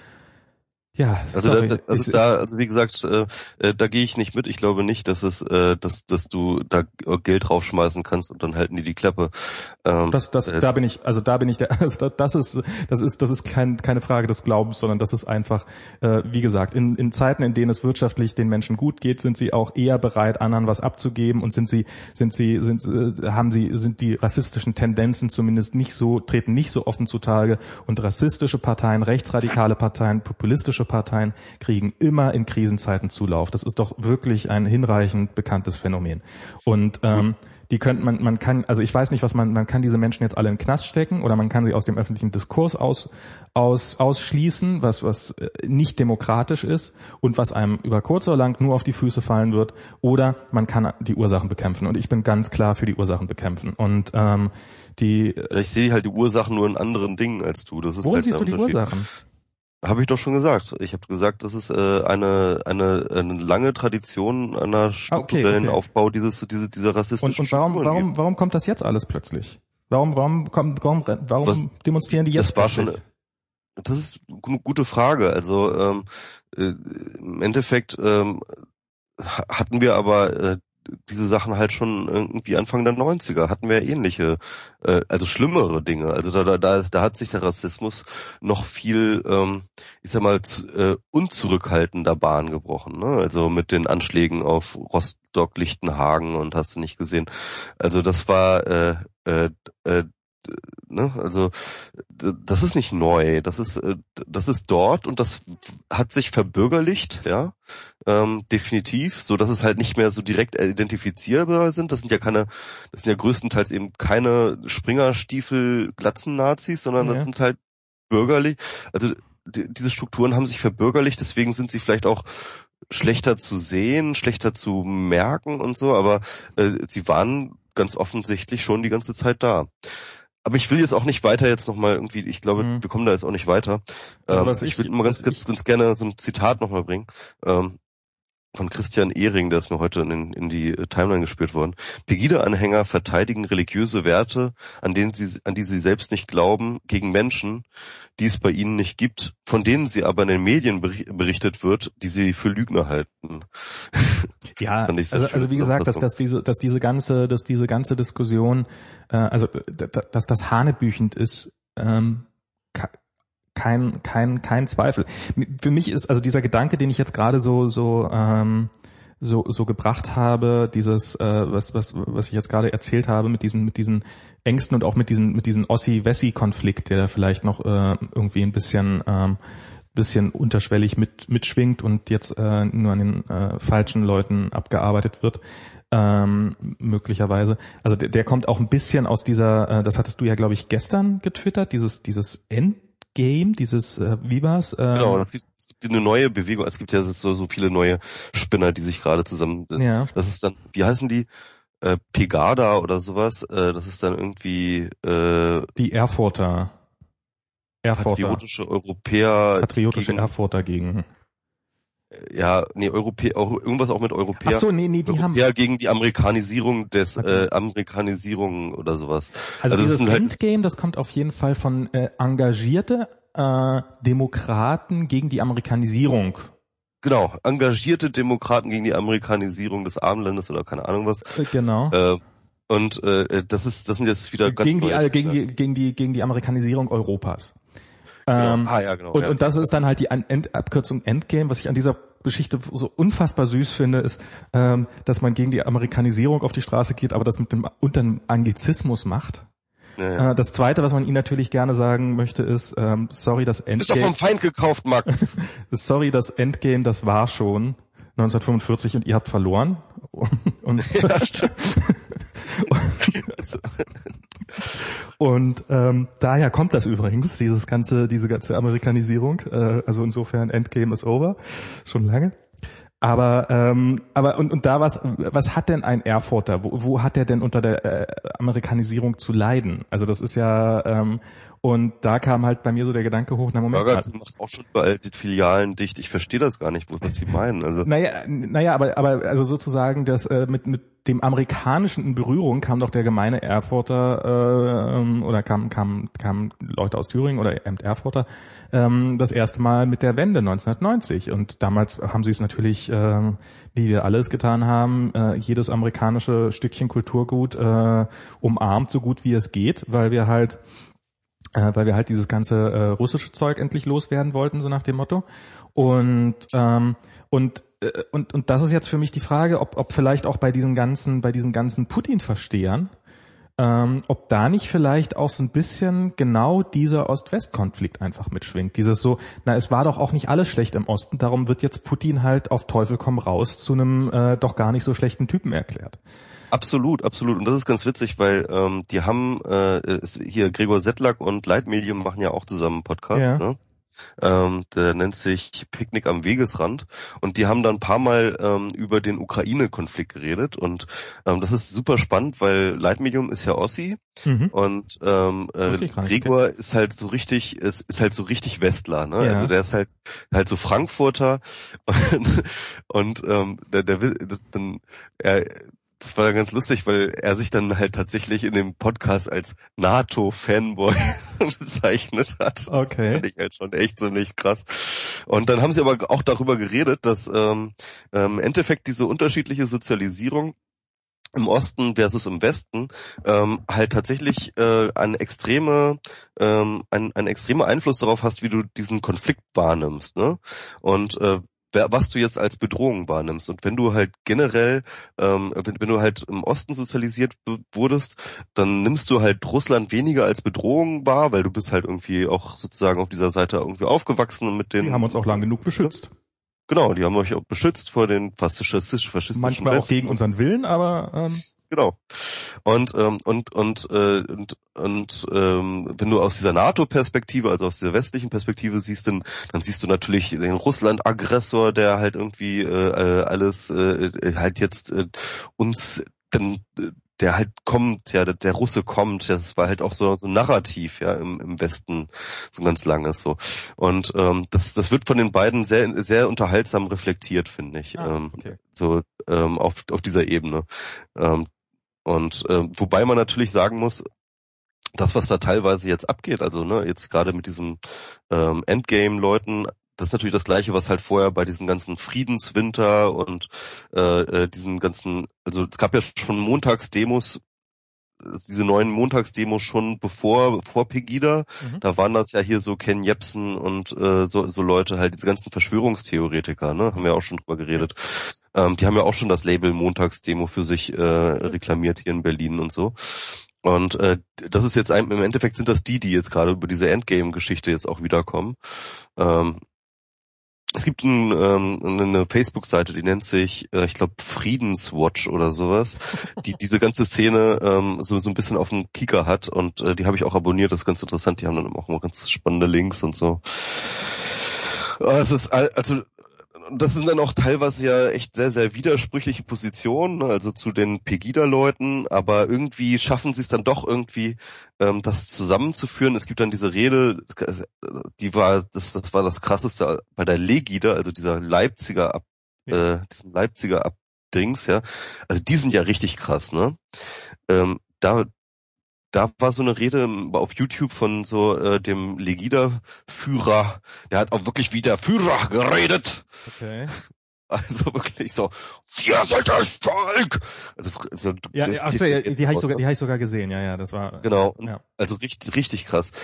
Ja, also da, da, also da, also wie gesagt, äh, äh, da gehe ich nicht mit. Ich glaube nicht, dass es, äh, dass, dass du da Geld draufschmeißen kannst und dann halten die die Klappe. Ähm, das, das, äh, da bin ich, also da bin ich der. Also das ist, das ist, das ist kein, keine Frage des Glaubens, sondern das ist einfach, äh, wie gesagt, in, in Zeiten, in denen es wirtschaftlich den Menschen gut geht, sind sie auch eher bereit, anderen was abzugeben und sind sie, sind sie, sind, äh, haben sie, sind die rassistischen Tendenzen zumindest nicht so, treten nicht so offen zutage und rassistische Parteien, rechtsradikale Parteien, populistische Parteien kriegen immer in Krisenzeiten Zulauf. Das ist doch wirklich ein hinreichend bekanntes Phänomen. Und ähm, die könnte man, man kann, also ich weiß nicht, was man, man kann diese Menschen jetzt alle in den Knast stecken oder man kann sie aus dem öffentlichen Diskurs aus, aus, ausschließen, was, was nicht demokratisch ist und was einem über kurz oder lang nur auf die Füße fallen wird, oder man kann die Ursachen bekämpfen. Und ich bin ganz klar für die Ursachen bekämpfen. Und ähm, die, ich sehe halt die Ursachen nur in anderen Dingen als du. Das ist wo halt siehst du die Ursachen? Habe ich doch schon gesagt. Ich habe gesagt, das ist äh, eine, eine eine lange Tradition einer strukturellen okay, okay. Aufbau dieses diese dieser rassistischen Und, und warum Strukturen warum gibt. warum kommt das jetzt alles plötzlich? Warum warum kommt warum warum was, demonstrieren die jetzt? Das war plötzlich? schon. Das ist eine gute Frage. Also ähm, äh, im Endeffekt ähm, hatten wir aber äh, diese Sachen halt schon irgendwie Anfang der neunziger hatten wir ähnliche, äh, also schlimmere Dinge. Also da, da, da hat sich der Rassismus noch viel, ähm, ich sag mal, zu, äh, unzurückhaltender Bahn gebrochen. Ne? Also mit den Anschlägen auf Rostock, Lichtenhagen und hast du nicht gesehen. Also das war, äh, äh, äh, ne, also das ist nicht neu, das ist das ist dort und das hat sich verbürgerlicht, ja, ähm, definitiv, so dass es halt nicht mehr so direkt identifizierbar sind. Das sind ja keine, das sind ja größtenteils eben keine Springerstiefel Glatzen-Nazis, sondern das ja. sind halt bürgerlich. Also die, diese Strukturen haben sich verbürgerlicht, deswegen sind sie vielleicht auch schlechter zu sehen, schlechter zu merken und so, aber äh, sie waren ganz offensichtlich schon die ganze Zeit da. Aber ich will jetzt auch nicht weiter jetzt nochmal irgendwie, ich glaube, mhm. wir kommen da jetzt auch nicht weiter. Also ähm, ich, ich würde mal ganz, ganz, ganz gerne so ein Zitat nochmal bringen. Ähm, von Christian Ehring, der ist mir heute in, in die Timeline gespielt worden. Pegida-Anhänger verteidigen religiöse Werte, an denen sie, an die sie selbst nicht glauben, gegen Menschen, die es bei ihnen nicht gibt, von denen sie aber in den Medien berichtet wird, die sie für Lügner halten. Ja, also, also wie gesagt, dass, dass diese, dass diese ganze, dass diese ganze Diskussion, äh, also dass das hanebüchend ist, ähm, kein, kein, kein Zweifel. Für mich ist also dieser Gedanke, den ich jetzt gerade so, so, ähm, so, so gebracht habe, dieses, äh, was, was, was ich jetzt gerade erzählt habe, mit diesen, mit diesen Ängsten und auch mit diesen, mit diesen Ossi-Wessi-Konflikt, der vielleicht noch äh, irgendwie ein bisschen, ähm, bisschen unterschwellig mit, mitschwingt und jetzt äh, nur an den äh, falschen Leuten abgearbeitet wird. Ähm, möglicherweise. Also der, der kommt auch ein bisschen aus dieser, äh, das hattest du ja, glaube ich, gestern getwittert, dieses, dieses End Game, dieses, äh, wie war's? Äh, genau, es gibt, es gibt eine neue Bewegung, es gibt ja so, so viele neue Spinner, die sich gerade zusammen, das, ja. das ist dann, wie heißen die? Äh, Pegada oder sowas, äh, das ist dann irgendwie, äh, die Erfurter. Erfurter. Patriotische Europäer. Patriotische gegen, Erfurter gegen. Ja, nee, Europäer, auch, irgendwas auch mit Europäer. Ach so, nee, nee, die Europäer haben. Ja, gegen die Amerikanisierung des, okay. äh, Amerikanisierung oder sowas. Also, also dieses Endgame, halt, das kommt auf jeden Fall von äh, engagierte äh, Demokraten gegen die Amerikanisierung. Genau, engagierte Demokraten gegen die Amerikanisierung des Armenlandes oder keine Ahnung was. Genau. Äh, und äh, das ist, das sind jetzt wieder ganz gegen die, neue, gegen die, gegen die, gegen die Amerikanisierung Europas. Ähm, genau. Ah, ja, genau. Und, ja. und das ist dann halt die End- Abkürzung Endgame. Was ich an dieser Geschichte so unfassbar süß finde, ist, ähm, dass man gegen die Amerikanisierung auf die Straße geht, aber das mit dem unter dem Anglizismus macht. Ja, ja. Äh, das Zweite, was man Ihnen natürlich gerne sagen möchte, ist, ähm, sorry, das Endgame... Ist doch vom Feind gekauft, Max. Sorry, das Endgame, das war schon neunzehnhundertfünfundvierzig und ihr habt verloren. Und, ja, stimmt. Und ähm, daher kommt das übrigens, dieses ganze, diese ganze Amerikanisierung. Äh, also insofern Endgame is over, schon lange. Aber ähm, aber und und da was was hat denn ein Erfurter? Wo, wo hat er denn unter der äh, Amerikanisierung zu leiden? Also das ist ja ähm, und da kam halt bei mir so der Gedanke hoch, na Moment mal. Du machst auch schon überall die Filialen dicht. Ich verstehe das gar nicht, was sie meinen. Also naja, naja, aber aber also sozusagen das äh, mit mit dem Amerikanischen in Berührung kam doch der gemeine Erfurter äh, oder kam kam kam Leute aus Thüringen oder eben Erfurter ähm, das erste Mal mit der Wende neunzehnhundertneunzig und damals haben sie es natürlich, äh, wie wir alles getan haben, äh, jedes amerikanische Stückchen Kulturgut äh, umarmt, so gut wie es geht, weil wir halt äh, weil wir halt dieses ganze äh, russische Zeug endlich loswerden wollten, so nach dem Motto. Und ähm, und Und, und das ist jetzt für mich die Frage, ob, ob vielleicht auch bei diesen ganzen, bei diesen ganzen Putin-Verstehern, ähm, ob da nicht vielleicht auch so ein bisschen genau dieser Ost-West-Konflikt einfach mitschwingt. Dieses so, na, es war doch auch nicht alles schlecht im Osten, darum wird jetzt Putin halt auf Teufel komm raus zu einem äh, doch gar nicht so schlechten Typen erklärt. Absolut, absolut. Und das ist ganz witzig, weil ähm, die haben äh, hier Gregor Sedlak und Leitmedium machen ja auch zusammen einen Podcast, ja. ne? Ähm, der nennt sich Picknick am Wegesrand und die haben da ein paar Mal ähm, über den Ukraine-Konflikt geredet und ähm, das ist super spannend, weil Leitmedium ist ja Ossi mhm. und ähm, äh, Gregor ist halt so richtig, ist, ist halt so richtig Westler, ne? Ja. Also der ist halt halt so Frankfurter und, und ähm, der, der will das, dann er Das war dann ganz lustig, weil er sich dann halt tatsächlich in dem Podcast als NATO-Fanboy bezeichnet hat. Okay. Das fand ich halt schon echt ziemlich krass. Und dann haben sie aber auch darüber geredet, dass ähm, im Endeffekt diese unterschiedliche Sozialisierung im Osten versus im Westen ähm, halt tatsächlich äh, ein extreme ähm, ein, ein extremer Einfluss darauf hast, wie du diesen Konflikt wahrnimmst, ne? Und äh, was du jetzt als Bedrohung wahrnimmst. Und wenn du halt generell, ähm, wenn, wenn du halt im Osten sozialisiert wurdest, dann nimmst du halt Russland weniger als Bedrohung wahr, weil du bist halt irgendwie auch sozusagen auf dieser Seite irgendwie aufgewachsen und mit denen. Die haben uns auch lang genug beschützt. Genau, die haben euch auch beschützt vor den faschistischen faschistischen manchmal auch gegen unseren Willen, aber ähm genau. Und ähm, und und äh, und und ähm, wenn du aus dieser NATO-Perspektive, also aus dieser westlichen Perspektive siehst, dann dann siehst du natürlich den Russland-Aggressor, der halt irgendwie äh, alles äh, halt jetzt äh, uns dann äh, der halt kommt, ja, der, der Russe kommt, das war halt auch so so ein Narrativ, ja, im, im Westen, so ein ganz langes so. Und ähm, das das wird von den beiden sehr sehr unterhaltsam reflektiert, finde ich, ah, ähm, okay. so ähm, auf auf dieser Ebene. Ähm, und äh, wobei man natürlich sagen muss, das, was da teilweise jetzt abgeht, also ne, jetzt gerade mit diesem ähm, Endgame-Leuten, das ist natürlich das Gleiche, was halt vorher bei diesen ganzen Friedenswinter und äh, diesen ganzen, also es gab ja schon Montagsdemos, diese neuen Montagsdemos schon bevor vor Pegida, mhm. da waren das ja hier so Ken Jebsen und äh, so, so Leute, halt diese ganzen Verschwörungstheoretiker, ne, haben wir auch schon drüber geredet. Ähm, die haben ja auch schon das Label Montagsdemo für sich äh, reklamiert hier in Berlin und so. Und äh, das ist jetzt ein, im Endeffekt sind das die, die jetzt gerade über diese Endgame-Geschichte jetzt auch wiederkommen. Ähm, Es gibt ein, ähm, eine Facebook-Seite, die nennt sich, äh, ich glaube, Friedenswatch oder sowas, die diese ganze Szene ähm, so so ein bisschen auf dem Kieker hat und äh, die habe ich auch abonniert, das ist ganz interessant, die haben dann auch mal ganz spannende Links und so. Aber es ist, also das sind dann auch teilweise ja echt sehr, sehr widersprüchliche Positionen, also zu den Pegida-Leuten, aber irgendwie schaffen sie es dann doch irgendwie, ähm, das zusammenzuführen. Es gibt dann diese Rede, die war, das, das war das Krasseste bei der Legida, also dieser Leipziger Ab, ja. äh, diesem Leipziger Abdings, ja. Also die sind ja richtig krass, ne? Ähm, da, Da war so eine Rede auf YouTube von so äh, dem Legida-Führer, der hat auch wirklich wie der Führer geredet. Okay. Also wirklich so, wir sind das Volk! Also, also ja, ja, ach, die, die, die habe ich sogar, die habe ich sogar gesehen, ja, ja, das war. Genau, ja. Also richtig, richtig krass.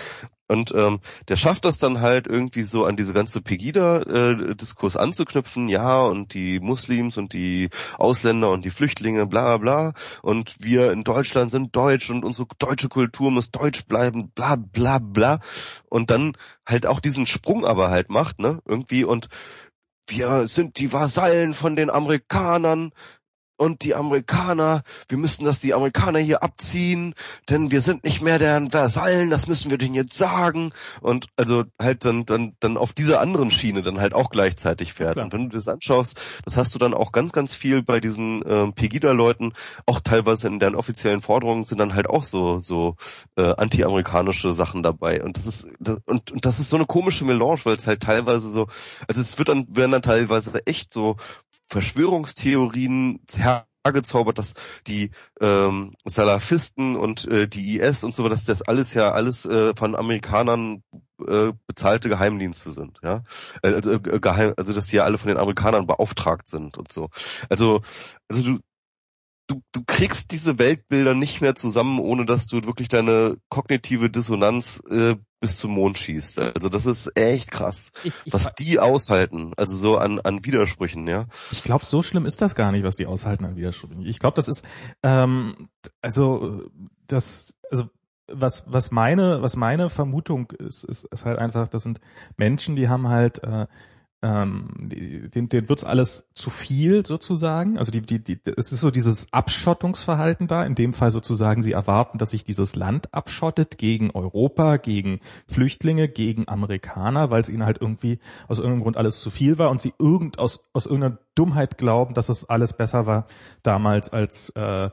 Und ähm, der schafft das dann halt irgendwie so an diese ganze Pegida-Diskurs anzuknüpfen, ja, und die Muslims und die Ausländer und die Flüchtlinge, bla bla, und wir in Deutschland sind deutsch und unsere deutsche Kultur muss deutsch bleiben, bla bla bla. Und dann halt auch diesen Sprung aber halt macht, ne, irgendwie, und wir sind die Vasallen von den Amerikanern. Und die Amerikaner, wir müssen das die Amerikaner hier abziehen, denn wir sind nicht mehr deren Vasallen, das müssen wir denen jetzt sagen. Und also halt dann dann dann auf dieser anderen Schiene dann halt auch gleichzeitig fährt. Ja, und wenn du das anschaust, das hast du dann auch ganz, ganz viel bei diesen äh, Pegida-Leuten, auch teilweise in deren offiziellen Forderungen sind dann halt auch so so äh, anti-amerikanische Sachen dabei. Und das ist das, und, und das ist so eine komische Melange, weil es halt teilweise so, also es wird dann werden dann teilweise echt so Verschwörungstheorien hergezaubert, dass die ähm, Salafisten und äh, die I S und so, dass das alles ja alles äh, von Amerikanern äh, bezahlte Geheimdienste sind, ja, also, äh, geheim, also dass die ja alle von den Amerikanern beauftragt sind und so. Also also du du du kriegst diese Weltbilder nicht mehr zusammen, ohne dass du wirklich deine kognitive Dissonanz äh, bis zum Mond schießt. Also das ist echt krass, ich, ich, was die aushalten, also so an an Widersprüchen, ja. Ich glaube, so schlimm ist das gar nicht, was die aushalten an Widersprüchen. Ich glaube, das ist ähm, also das also was was meine was meine Vermutung ist, ist ist halt einfach, das sind Menschen, die haben halt äh, ähm, denen, denen wird's alles zu viel sozusagen. Also die, die, die, es ist so dieses Abschottungsverhalten da. In dem Fall sozusagen, sie erwarten, dass sich dieses Land abschottet gegen Europa, gegen Flüchtlinge, gegen Amerikaner, weil es ihnen halt irgendwie aus irgendeinem Grund alles zu viel war und sie irgend aus aus irgendeiner Dummheit glauben, dass es alles besser war damals als äh,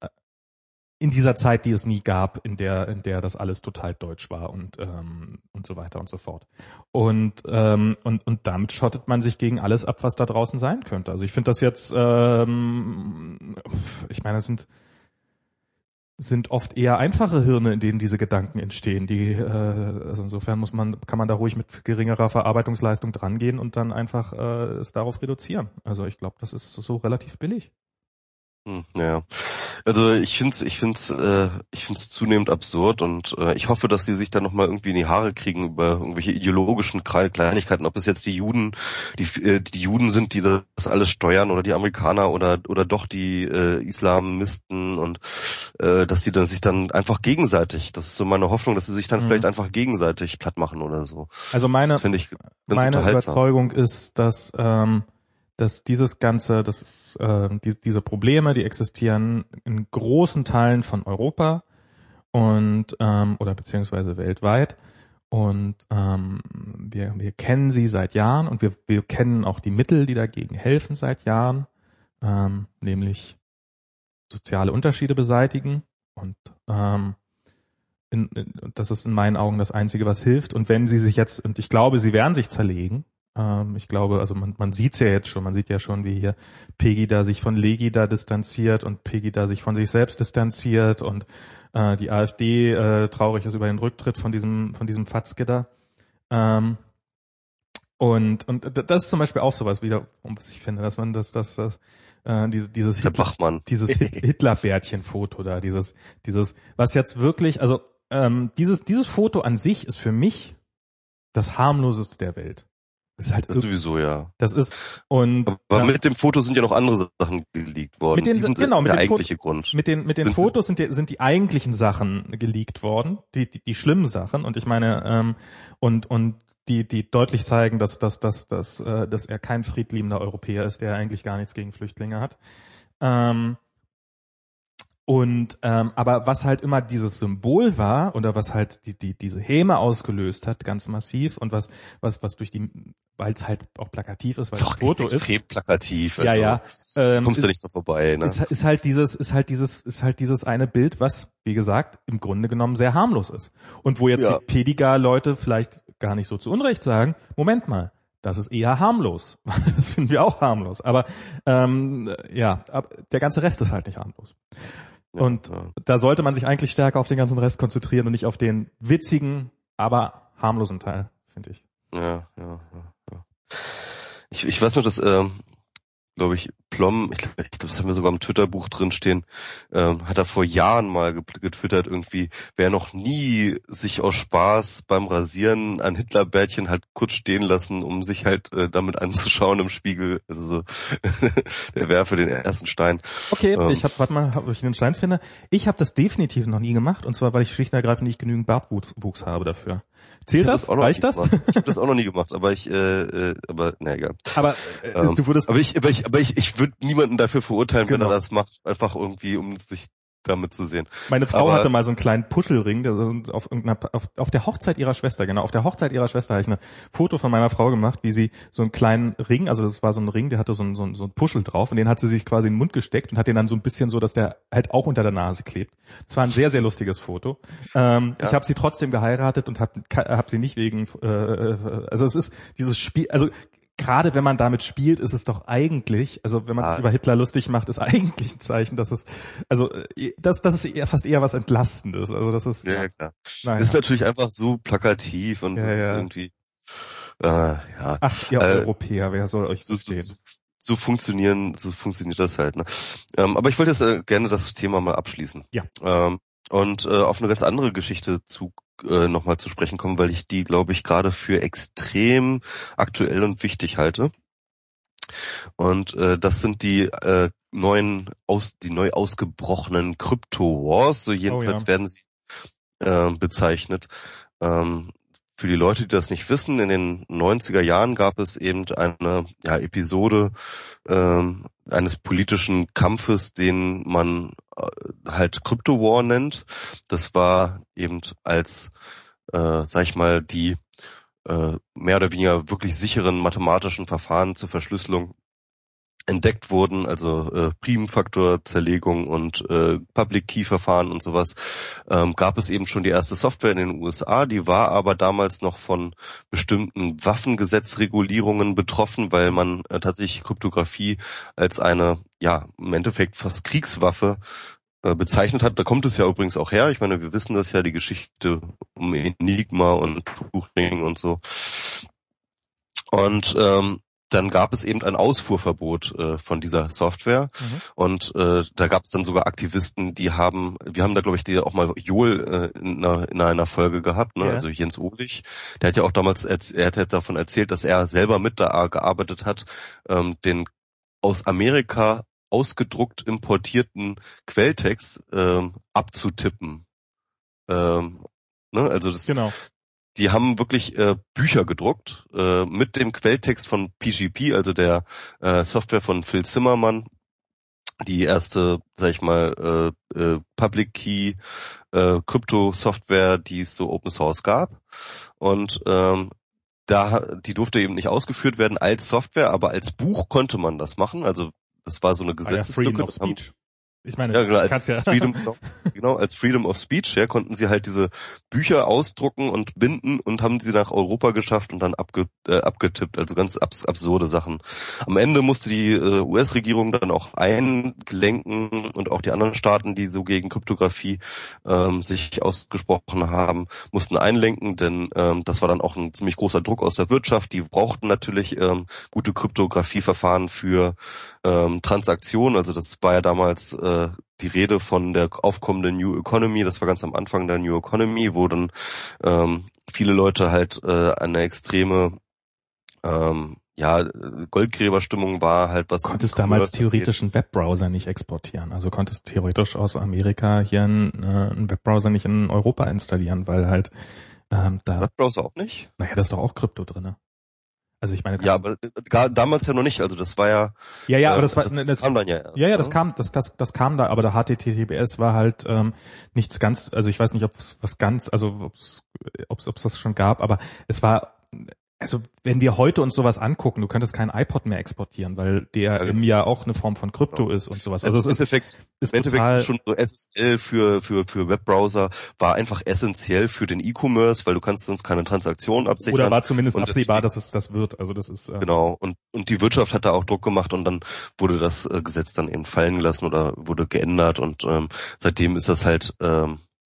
in dieser Zeit, die es nie gab, in der in der das alles total deutsch war und ähm, und so weiter und so fort. Und ähm, und und damit schottet man sich gegen alles ab, was da draußen sein könnte. Also ich finde das jetzt, ähm, ich meine, das sind sind oft eher einfache Hirne, in denen diese Gedanken entstehen. Die äh, also insofern muss man kann man da ruhig mit geringerer Verarbeitungsleistung drangehen und dann einfach äh, es darauf reduzieren. Also ich glaube, das ist so relativ billig. Hm, ja, also ich find's, ich find's, äh, ich find's zunehmend absurd und äh, ich hoffe, dass sie sich da noch mal irgendwie in die Haare kriegen über irgendwelche ideologischen Kleinigkeiten, ob es jetzt die Juden, die äh, die Juden sind, die das alles steuern oder die Amerikaner oder oder doch die äh, Islamisten und äh, dass sie dann sich dann einfach gegenseitig, das ist so meine Hoffnung, dass sie sich dann mhm. vielleicht einfach gegenseitig platt machen oder so. Also meine meine Überzeugung ist, dass ähm, dass dieses Ganze, das ist, äh, die, diese Probleme, die existieren in großen Teilen von Europa und ähm, oder beziehungsweise weltweit und ähm, wir wir kennen sie seit Jahren und wir wir kennen auch die Mittel, die dagegen helfen seit Jahren, ähm, nämlich soziale Unterschiede beseitigen und ähm, in, in, das ist in meinen Augen das Einzige, was hilft. Und wenn sie sich jetzt, und ich glaube, sie werden sich zerlegen. Ich glaube, also man, man sieht's ja jetzt schon, man sieht ja schon, wie hier Pegida sich von Legida distanziert und Pegida sich von sich selbst distanziert und äh, die AfD äh, traurig ist über den Rücktritt von diesem von diesem Fatzke da. Ähm, und und das ist zum Beispiel auch sowas wieder, was ich finde, dass man das das das äh, diese, dieses Hitler, dieses Hitlerbärtchen-Foto da, dieses dieses was jetzt wirklich, also ähm, dieses dieses Foto an sich ist für mich das harmloseste der Welt. Das ist halt das sowieso, ja. Das ist und aber ja. mit dem Foto sind ja noch andere Sachen geleakt worden. Mit den, die sind genau, mit der den eigentliche Fo- Grund. Mit den mit den sind Fotos sind die, sind die eigentlichen Sachen geleakt worden, die die, die schlimmen Sachen. Und ich meine ähm, und und die die deutlich zeigen, dass dass dass dass äh, dass er kein friedliebender Europäer ist, der eigentlich gar nichts gegen Flüchtlinge hat. Ähm, Und ähm, aber was halt immer dieses Symbol war oder was halt die die diese Häme ausgelöst hat, ganz massiv und was was was durch die, weil es halt auch plakativ ist, weil es ein Foto ist, extrem plakativ. Ja, also, ja. Ähm, kommst du nicht so vorbei. Ne? Ist, ist halt dieses ist halt dieses ist halt dieses eine Bild, was wie gesagt im Grunde genommen sehr harmlos ist und wo jetzt ja. die Pediga-Leute vielleicht gar nicht so zu Unrecht sagen, Moment mal. Das ist eher harmlos. Das finden wir auch harmlos. Aber ähm, ja, der ganze Rest ist halt nicht harmlos. Ja, und ja. da sollte man sich eigentlich stärker auf den ganzen Rest konzentrieren und nicht auf den witzigen, aber harmlosen Teil, finde ich. Ja, ja, ja. ja. Ich, ich weiß nur, dass äh, glaube ich, Plom, ich glaube, glaub, das haben wir sogar im Twitter-Buch drin stehen, ähm, hat er vor Jahren mal getwittert irgendwie, wer noch nie sich aus Spaß beim Rasieren ein Hitlerbärtchen halt kurz stehen lassen, um sich halt äh, damit anzuschauen im Spiegel, also so, der werfe den ersten Stein. Okay, ähm, ich hab, warte mal, ob ich den Stein finde. Ich habe das definitiv noch nie gemacht, und zwar, weil ich schlicht und ergreifend nicht genügend Bartwuchs habe dafür. Zählt das? das Reicht das? Ich habe das auch noch nie gemacht, aber ich, äh, äh, aber na egal. Aber äh, ähm, du würdest, aber ich, aber ich, aber ich, ich würde niemanden dafür verurteilen, genau. wenn er das macht, einfach irgendwie, um sich damit zu sehen. Meine Frau aber, hatte mal so einen kleinen Puschelring, der so auf irgendeiner, auf, auf der Hochzeit ihrer Schwester, genau, auf der Hochzeit ihrer Schwester habe ich ein Foto von meiner Frau gemacht, wie sie so einen kleinen Ring, also das war so ein Ring, der hatte so ein, so ein, so ein Puschel drauf, und den hat sie sich quasi in den Mund gesteckt und hat den dann so ein bisschen so, dass der halt auch unter der Nase klebt. Das war ein sehr, sehr lustiges Foto. Ähm, ja. Ich habe sie trotzdem geheiratet und habe hab sie nicht wegen, äh, also es ist dieses Spiel, also gerade wenn man damit spielt, ist es doch eigentlich, also wenn man sich ah. über Hitler lustig macht, ist eigentlich ein Zeichen, dass es, also das, das ist eher, fast eher was Entlastendes. Also das ist, ja, ja klar. Naja. Das ist natürlich einfach so plakativ und ja, das ja. ist irgendwie, äh, ja. Ach, ihr äh, Europäer, wer soll euch so sehen? So, so funktionieren, so funktioniert das halt. Ne? Ähm, aber ich wollte jetzt äh, gerne das Thema mal abschließen. Ja. Ähm, und äh, auf eine ganz andere Geschichte zu äh, nochmal zu sprechen kommen, weil ich die, glaube ich, gerade für extrem aktuell und wichtig halte. Und äh, das sind die äh, neuen, aus, die neu ausgebrochenen Crypto-Wars, so jedenfalls oh, ja. werden sie äh, bezeichnet. Ähm, für die Leute, die das nicht wissen, in den neunziger Jahren gab es eben eine ja, Episode ähm, eines politischen Kampfes, den man äh, halt Crypto War nennt. Das war eben als, äh, sag ich mal, die äh, mehr oder weniger wirklich sicheren mathematischen Verfahren zur Verschlüsselung entdeckt wurden, also äh, Primfaktorzerlegung und äh, Public-Key-Verfahren und sowas, ähm, gab es eben schon die erste Software in den U S A, die war aber damals noch von bestimmten Waffengesetzregulierungen betroffen, weil man äh, tatsächlich Kryptographie als eine, ja, im Endeffekt fast Kriegswaffe äh, bezeichnet hat. Da kommt es ja übrigens auch her. Ich meine, wir wissen das ja, die Geschichte um Enigma und Turing und so. Und ähm, dann gab es eben ein Ausfuhrverbot äh, von dieser Software mhm. und äh, da gab es dann sogar Aktivisten, die haben, wir haben da glaube ich die auch mal Joel äh, in, einer, in einer Folge gehabt, ne? Ja. Also Jens Uhlich, der hat ja auch damals, er hat ja davon erzählt, dass er selber mit da gearbeitet hat, ähm, den aus Amerika ausgedruckt importierten Quelltext ähm, abzutippen. Ähm, ne? Also das genau. Die haben wirklich äh, Bücher gedruckt äh, mit dem Quelltext von P G P, also der äh, Software von Phil Zimmermann, die erste, sag ich mal, äh, äh, Public Key äh, Krypto-Software, die es so Open Source gab. Und ähm, da, die durfte eben nicht ausgeführt werden als Software, aber als Buch konnte man das machen. Also das war so eine Gesetzeslücke. Ah, ja, Ich meine, ja, genau, als kannst ja. Freedom, genau, als Freedom of Speech, ja, konnten sie halt diese Bücher ausdrucken und binden und haben sie nach Europa geschafft und dann abge, äh, abgetippt, also ganz abs- absurde Sachen. Am Ende musste die äh, U S-Regierung dann auch einlenken und auch die anderen Staaten, die so gegen Kryptographie ähm, sich ausgesprochen haben, mussten einlenken, denn ähm, das war dann auch ein ziemlich großer Druck aus der Wirtschaft. Die brauchten natürlich ähm, gute Kryptografieverfahren für ähm, Transaktionen, also das war ja damals äh, die Rede von der aufkommenden New Economy, das war ganz am Anfang der New Economy, wo dann ähm, viele Leute halt äh, eine extreme ähm, ja, Goldgräberstimmung war halt was. Du konntest damals theoretisch einen Webbrowser nicht exportieren, also konntest theoretisch aus Amerika hier einen, äh, einen Webbrowser nicht in Europa installieren, weil halt ähm, da... Webbrowser auch nicht? Naja, da ist doch auch Krypto drinne. Also ich meine, ja, aber gar, damals ja noch nicht. Also das war ja. Ja, ja, aber äh, das war. Das, das, das kam dann ja. Ja, ja, das kam, das, das, das kam da. Aber der H T T P S war halt ähm, nichts ganz. Also ich weiß nicht, ob es was ganz, also ob es, ob es das schon gab. Aber es war. Also wenn wir heute uns sowas angucken, du könntest kein iPod mehr exportieren, weil D R M ja, ja auch eine Form von Krypto ja. ist und sowas. Also, also es ist, Endeffekt, ist im Endeffekt schon so S S L für für für Webbrowser war einfach essentiell für den E-Commerce, weil du kannst sonst keine Transaktionen absichern. Oder war zumindest und absehbar, das, dass es das wird. Also das ist äh genau. Und und die Wirtschaft hat da auch Druck gemacht und dann wurde das äh, Gesetz dann eben fallen gelassen oder wurde geändert und ähm, seitdem ist das halt ähm,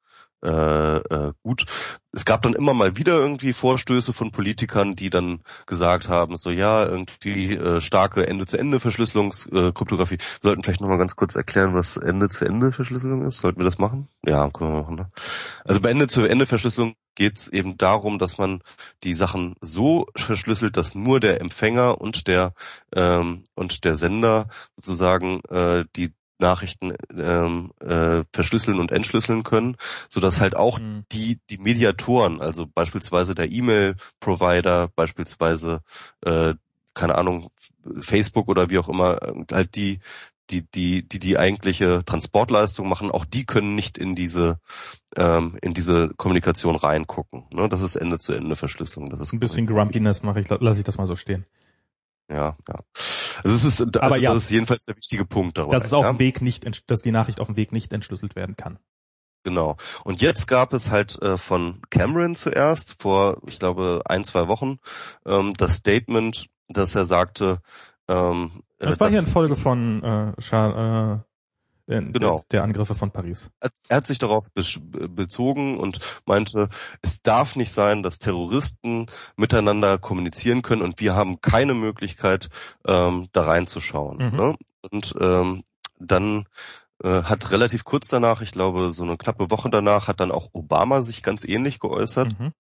äh, äh, gut. Es gab dann immer mal wieder irgendwie Vorstöße von Politikern, die dann gesagt haben, so ja, irgendwie äh, starke Ende-zu-Ende-Verschlüsselungskryptographie. Wir sollten vielleicht nochmal ganz kurz erklären, was Ende-zu-Ende-Verschlüsselung ist. Sollten wir das machen? Ja, können wir machen. Ne? Also bei Ende-zu-Ende-Verschlüsselung geht es eben darum, dass man die Sachen so verschlüsselt, dass nur der Empfänger und der ähm, und der Sender sozusagen äh, die Nachrichten ähm, äh, verschlüsseln und entschlüsseln können, so dass halt auch mhm. die die Mediatoren, also beispielsweise der E-Mail-Provider, beispielsweise äh, keine Ahnung Facebook oder wie auch immer, halt die die die die die eigentliche Transportleistung machen, auch die können nicht in diese ähm, in diese Kommunikation reingucken. Ne? Das ist Ende-zu-Ende-Verschlüsselung. Das ist ein bisschen Grumpiness, mache ich, lasse ich das mal so stehen. Ja, ja. Also es ist, also aber ja, das ist jedenfalls der wichtige Punkt darüber. Dass es auf ja? dem Weg nicht, dass die Nachricht auf dem Weg nicht entschlüsselt werden kann. Genau. Und jetzt gab es halt äh, von Cameron zuerst vor, ich glaube, ein, zwei Wochen ähm, das Statement, dass er sagte, ähm, das war hier in Folge von äh, Schar, äh, genau. der Angriffe von Paris. Er hat sich darauf bezogen und meinte, es darf nicht sein, dass Terroristen miteinander kommunizieren können und wir haben keine Möglichkeit, ähm, da reinzuschauen. Mhm. Ne? Und ähm, dann äh, hat relativ kurz danach, ich glaube so eine knappe Woche danach, hat dann auch Obama sich ganz ähnlich geäußert. Mhm.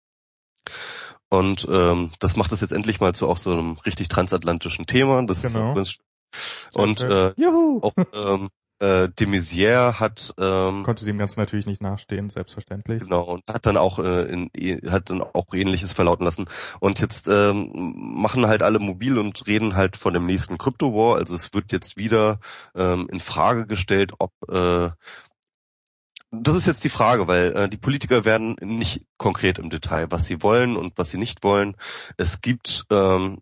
Und ähm, das macht es jetzt endlich mal zu auch so einem richtig transatlantischen Thema. Das genau. ist und äh, Juhu. auch ähm, Äh, de Maizière hat ähm, konnte dem Ganzen natürlich nicht nachstehen, selbstverständlich. Genau, und hat dann auch äh, in, hat dann auch Ähnliches verlauten lassen. Und jetzt ähm, machen halt alle mobil und reden halt von dem nächsten Crypto War. Also es wird jetzt wieder ähm, in Frage gestellt, ob äh, das ist jetzt die Frage, weil äh, die Politiker werden nicht konkret im Detail, was sie wollen und was sie nicht wollen. Es gibt ähm,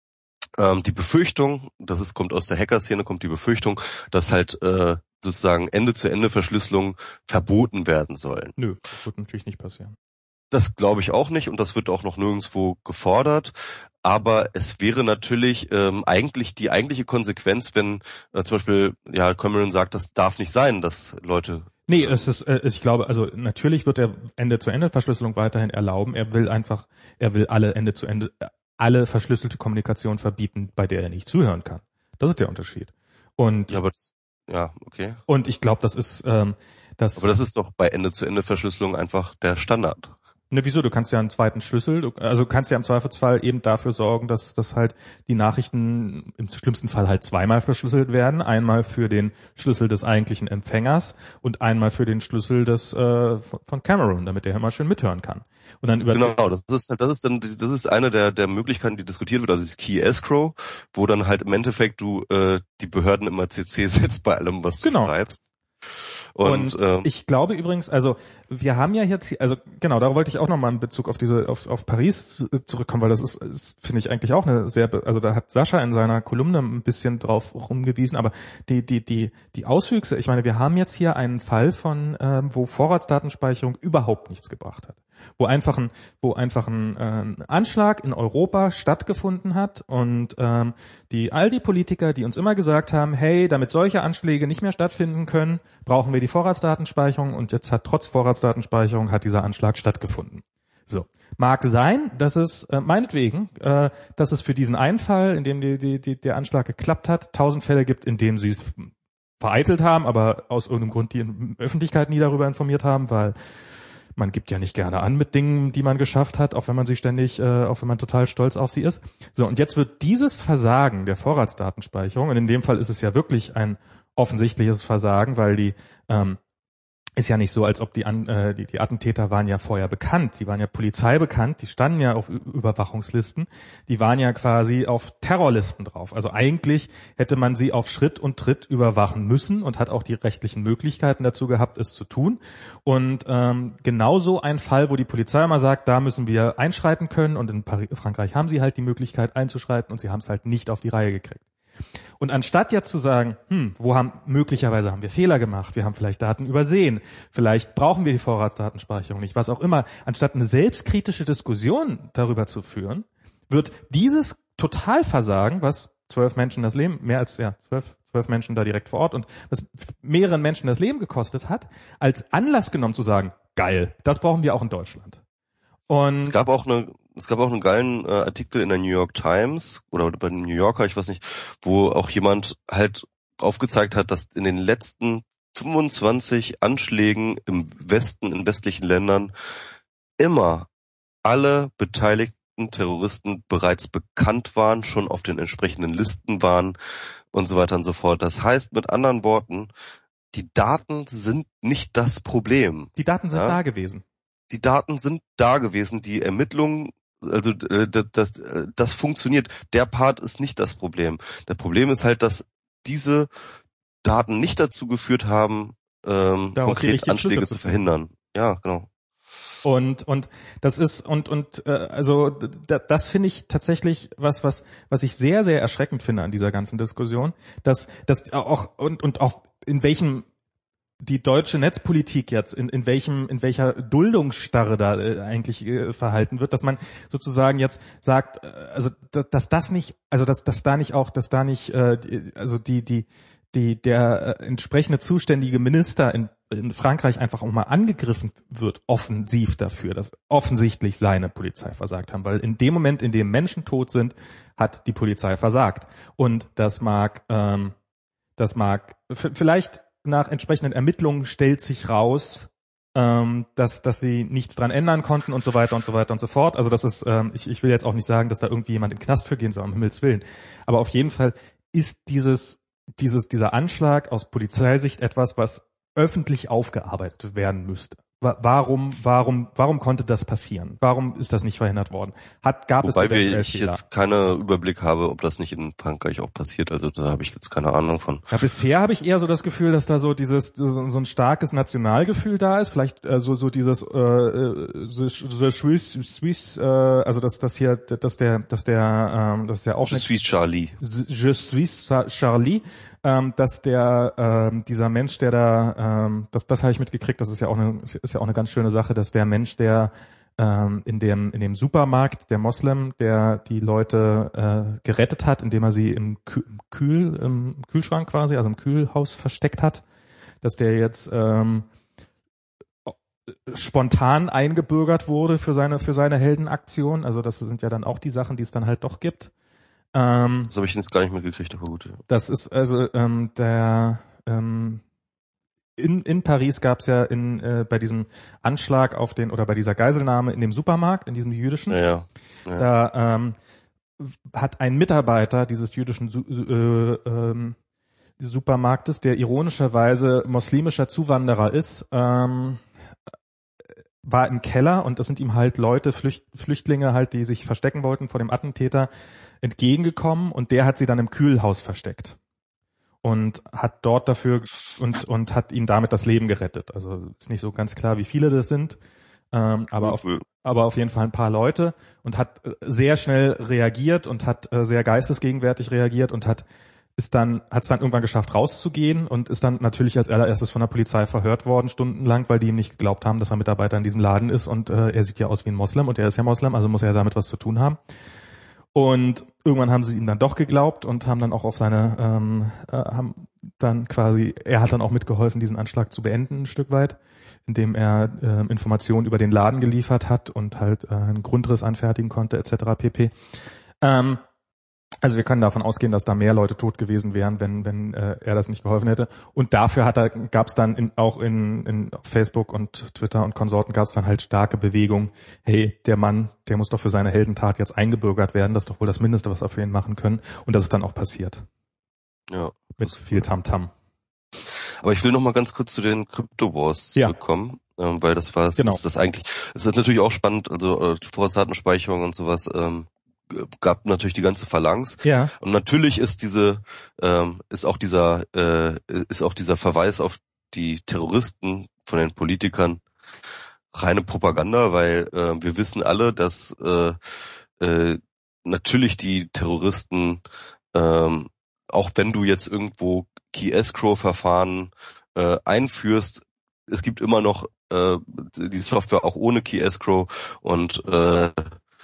Ähm, die Befürchtung, das ist, kommt aus der Hacker-Szene, kommt die Befürchtung, dass halt äh, sozusagen Ende-zu-Ende-Verschlüsselung verboten werden sollen. Nö, das wird natürlich nicht passieren. Das glaube ich auch nicht und das wird auch noch nirgendwo gefordert. Aber es wäre natürlich ähm, eigentlich die eigentliche Konsequenz, wenn äh, zum Beispiel ja Cameron sagt, das darf nicht sein, dass Leute... Nee, es ist, äh, ich glaube, also natürlich wird er Ende-zu-Ende-Verschlüsselung weiterhin erlauben. Er will einfach, er will alle Ende-zu-Ende... alle verschlüsselte Kommunikation verbieten, bei der er nicht zuhören kann. Das ist der Unterschied. Und ja, aber das, ja, okay. Und ich glaube, das ist ähm, das. Aber das ist doch bei Ende-zu-Ende-Verschlüsselung einfach der Standard. Ne, wieso? Du kannst ja einen zweiten Schlüssel, du, also kannst ja im Zweifelsfall eben dafür sorgen, dass dass halt die Nachrichten im schlimmsten Fall halt zweimal verschlüsselt werden, einmal für den Schlüssel des eigentlichen Empfängers und einmal für den Schlüssel des äh, von Cameron, damit der immer schön mithören kann. Und dann über genau, das ist das ist dann das ist eine der der Möglichkeiten, die diskutiert wird, also das Key Escrow, wo dann halt im Endeffekt du äh, die Behörden immer C C setzt bei allem, was du genau. schreibst. Und, und ähm, ich glaube übrigens, also wir haben ja jetzt, also genau, da wollte ich auch nochmal in Bezug auf diese, auf, auf Paris zurückkommen, weil das ist, ist finde ich eigentlich auch eine sehr, also da hat Sascha in seiner Kolumne ein bisschen drauf rumgewiesen, aber die, die, die, die Auswüchse, ich meine, wir haben jetzt hier einen Fall von, ähm, wo Vorratsdatenspeicherung überhaupt nichts gebracht hat. Wo einfach ein, wo einfach ein äh, Anschlag in Europa stattgefunden hat und ähm, die all die Politiker, die uns immer gesagt haben, hey, damit solche Anschläge nicht mehr stattfinden können, brauchen wir die Vorratsdatenspeicherung und jetzt hat trotz Vorratsdatenspeicherung hat dieser Anschlag stattgefunden. So, mag sein, dass es äh, meinetwegen, äh, dass es für diesen einen Fall, in dem die, die, die, der Anschlag geklappt hat, tausend Fälle gibt, in dem sie es vereitelt haben, aber aus irgendeinem Grund die Öffentlichkeit nie darüber informiert haben, weil man gibt ja nicht gerne an mit Dingen, die man geschafft hat, auch wenn man sie ständig, äh, auch wenn man total stolz auf sie ist. So, und jetzt wird dieses Versagen der Vorratsdatenspeicherung, und in dem Fall ist es ja wirklich ein offensichtliches Versagen, weil die ähm, ist ja nicht so, als ob die, An, äh, die die Attentäter waren ja vorher bekannt, die waren ja Polizei bekannt, die standen ja auf Ü- Überwachungslisten, die waren ja quasi auf Terrorlisten drauf. Also eigentlich hätte man sie auf Schritt und Tritt überwachen müssen und hat auch die rechtlichen Möglichkeiten dazu gehabt, es zu tun. Und ähm, genauso ein Fall, wo die Polizei mal sagt, da müssen wir einschreiten können, und in Paris, Frankreich haben sie halt die Möglichkeit einzuschreiten und sie haben es halt nicht auf die Reihe gekriegt. Und anstatt jetzt zu sagen, hm, wo haben, möglicherweise haben wir Fehler gemacht, wir haben vielleicht Daten übersehen, vielleicht brauchen wir die Vorratsdatenspeicherung nicht, was auch immer, anstatt eine selbstkritische Diskussion darüber zu führen, wird dieses Totalversagen, was zwölf Menschen das Leben, mehr als, ja, zwölf, zwölf Menschen da direkt vor Ort und was mehreren Menschen das Leben gekostet hat, als Anlass genommen zu sagen, geil, das brauchen wir auch in Deutschland. Und es gab auch eine, es gab auch einen geilen äh, Artikel in der New York Times oder bei dem New Yorker, ich weiß nicht, wo auch jemand halt aufgezeigt hat, dass in den letzten fünfundzwanzig Anschlägen im Westen, in westlichen Ländern immer alle beteiligten Terroristen bereits bekannt waren, schon auf den entsprechenden Listen waren und so weiter und so fort. Das heißt mit anderen Worten, die Daten sind nicht das Problem. Die Daten sind ja? da gewesen. Die Daten sind da gewesen, die Ermittlungen, also das, das, das funktioniert. Der Part ist nicht das Problem. Das Problem ist halt, dass diese Daten nicht dazu geführt haben, ähm, konkret Anschläge zu verhindern. Ja, genau. Und und das ist und und äh, also da, das finde ich tatsächlich was was was ich sehr sehr erschreckend finde an dieser ganzen Diskussion, dass dass auch und und auch in welchem die deutsche Netzpolitik jetzt in in welchem in welcher Duldungsstarre da äh, eigentlich äh, verhalten wird, dass man sozusagen jetzt sagt, äh, also dass, dass das nicht, also dass dass da nicht auch, dass da nicht äh, die, also die die die der äh, entsprechende zuständige Minister in, in Frankreich einfach auch mal angegriffen wird, offensiv dafür, dass offensichtlich seine Polizei versagt haben, weil in dem Moment, in dem Menschen tot sind, hat die Polizei versagt. Und das mag, ähm, das mag f- vielleicht nach entsprechenden Ermittlungen stellt sich raus, ähm, dass dass sie nichts dran ändern konnten und so weiter und so weiter und so fort. Also das ist, ähm, ich, ich will jetzt auch nicht sagen, dass da irgendwie jemand in den Knast für gehen soll, um Himmels Willen. Aber auf jeden Fall ist dieses dieses dieser Anschlag aus Polizeisicht etwas, was öffentlich aufgearbeitet werden müsste. Warum, warum, warum konnte das passieren? Warum ist das nicht verhindert worden? Hat, gab Wobei es eventuell wir, ich Fehler? jetzt keinen Überblick habe, ob das nicht in Frankreich auch passiert. Also da habe ich jetzt keine Ahnung von. Ja, bisher habe ich eher so das Gefühl, dass da so dieses so, so ein starkes Nationalgefühl da ist. Vielleicht äh, so so dieses äh, the, the Swiss, Swiss äh, also dass das hier, dass der, dass der, ähm, dass der auch Je suis Charlie. Je suis Charlie. Ähm, dass der ähm, dieser Mensch, der da, ähm, das das habe ich mitgekriegt, das ist ja auch eine ist ja auch eine ganz schöne Sache, dass der Mensch, der ähm, in dem in dem Supermarkt, der Moslem, der die Leute äh, gerettet hat, indem er sie im Kühl, Kühl im Kühlschrank quasi, also im Kühlhaus versteckt hat, dass der jetzt ähm, spontan eingebürgert wurde für seine für seine Heldenaktion. Also das sind ja dann auch die Sachen, die es dann halt doch gibt. Ähm, das habe ich jetzt gar nicht mehr gekriegt, aber gut. Ja. Das ist also ähm, der ähm, in in Paris gab es ja in äh, bei diesem Anschlag auf den oder bei dieser Geiselnahme in dem Supermarkt, in diesem jüdischen, ja, ja. Ja. da ähm, hat ein Mitarbeiter dieses jüdischen äh, ähm, Supermarktes, der ironischerweise muslimischer Zuwanderer ist, ähm, war im Keller und das sind ihm halt Leute, Flücht, Flüchtlinge halt, die sich verstecken wollten vor dem Attentäter, entgegengekommen und der hat sie dann im Kühlhaus versteckt und hat dort dafür und und hat ihm damit das Leben gerettet. Also ist nicht so ganz klar, wie viele das sind, ähm, aber auf, aber auf jeden Fall ein paar Leute und hat sehr schnell reagiert und hat äh, sehr geistesgegenwärtig reagiert und hat ist dann, hat es dann irgendwann geschafft, rauszugehen und ist dann natürlich als allererstes von der Polizei verhört worden, stundenlang, weil die ihm nicht geglaubt haben, dass er Mitarbeiter in diesem Laden ist und äh, er sieht ja aus wie ein Moslem und er ist ja Moslem, also muss er damit was zu tun haben. Und irgendwann haben sie ihm dann doch geglaubt und haben dann auch auf seine, ähm, äh, haben dann quasi, er hat dann auch mitgeholfen, diesen Anschlag zu beenden, ein Stück weit, indem er äh, Informationen über den Laden geliefert hat und halt äh, einen Grundriss anfertigen konnte, et cetera pp. Ähm, Also wir können davon ausgehen, dass da mehr Leute tot gewesen wären, wenn wenn äh, er das nicht geholfen hätte. Und dafür hat er gab es dann in, auch in, in Facebook und Twitter und Konsorten gab es dann halt starke Bewegungen. Hey, der Mann, der muss doch für seine Heldentat jetzt eingebürgert werden. Das ist doch wohl das Mindeste, was wir für ihn machen können. Und das ist dann auch passiert. Ja. Mit viel Tamtam. Aber ich will noch mal ganz kurz zu den Crypto Wars zurückkommen, ja. ähm, weil das war genau. das, das eigentlich. Es ist natürlich auch spannend, also äh, Vorratsdatenspeicherung und sowas. Ähm, gab natürlich die ganze Phalanx. Ja. Und natürlich ist diese, ähm, ist auch dieser, äh, ist auch dieser Verweis auf die Terroristen von den Politikern reine Propaganda, weil äh, wir wissen alle, dass äh, äh, natürlich die Terroristen, ähm, auch wenn du jetzt irgendwo Key-Escrow-Verfahren äh, einführst, es gibt immer noch äh, die Software auch ohne Key-Escrow und äh,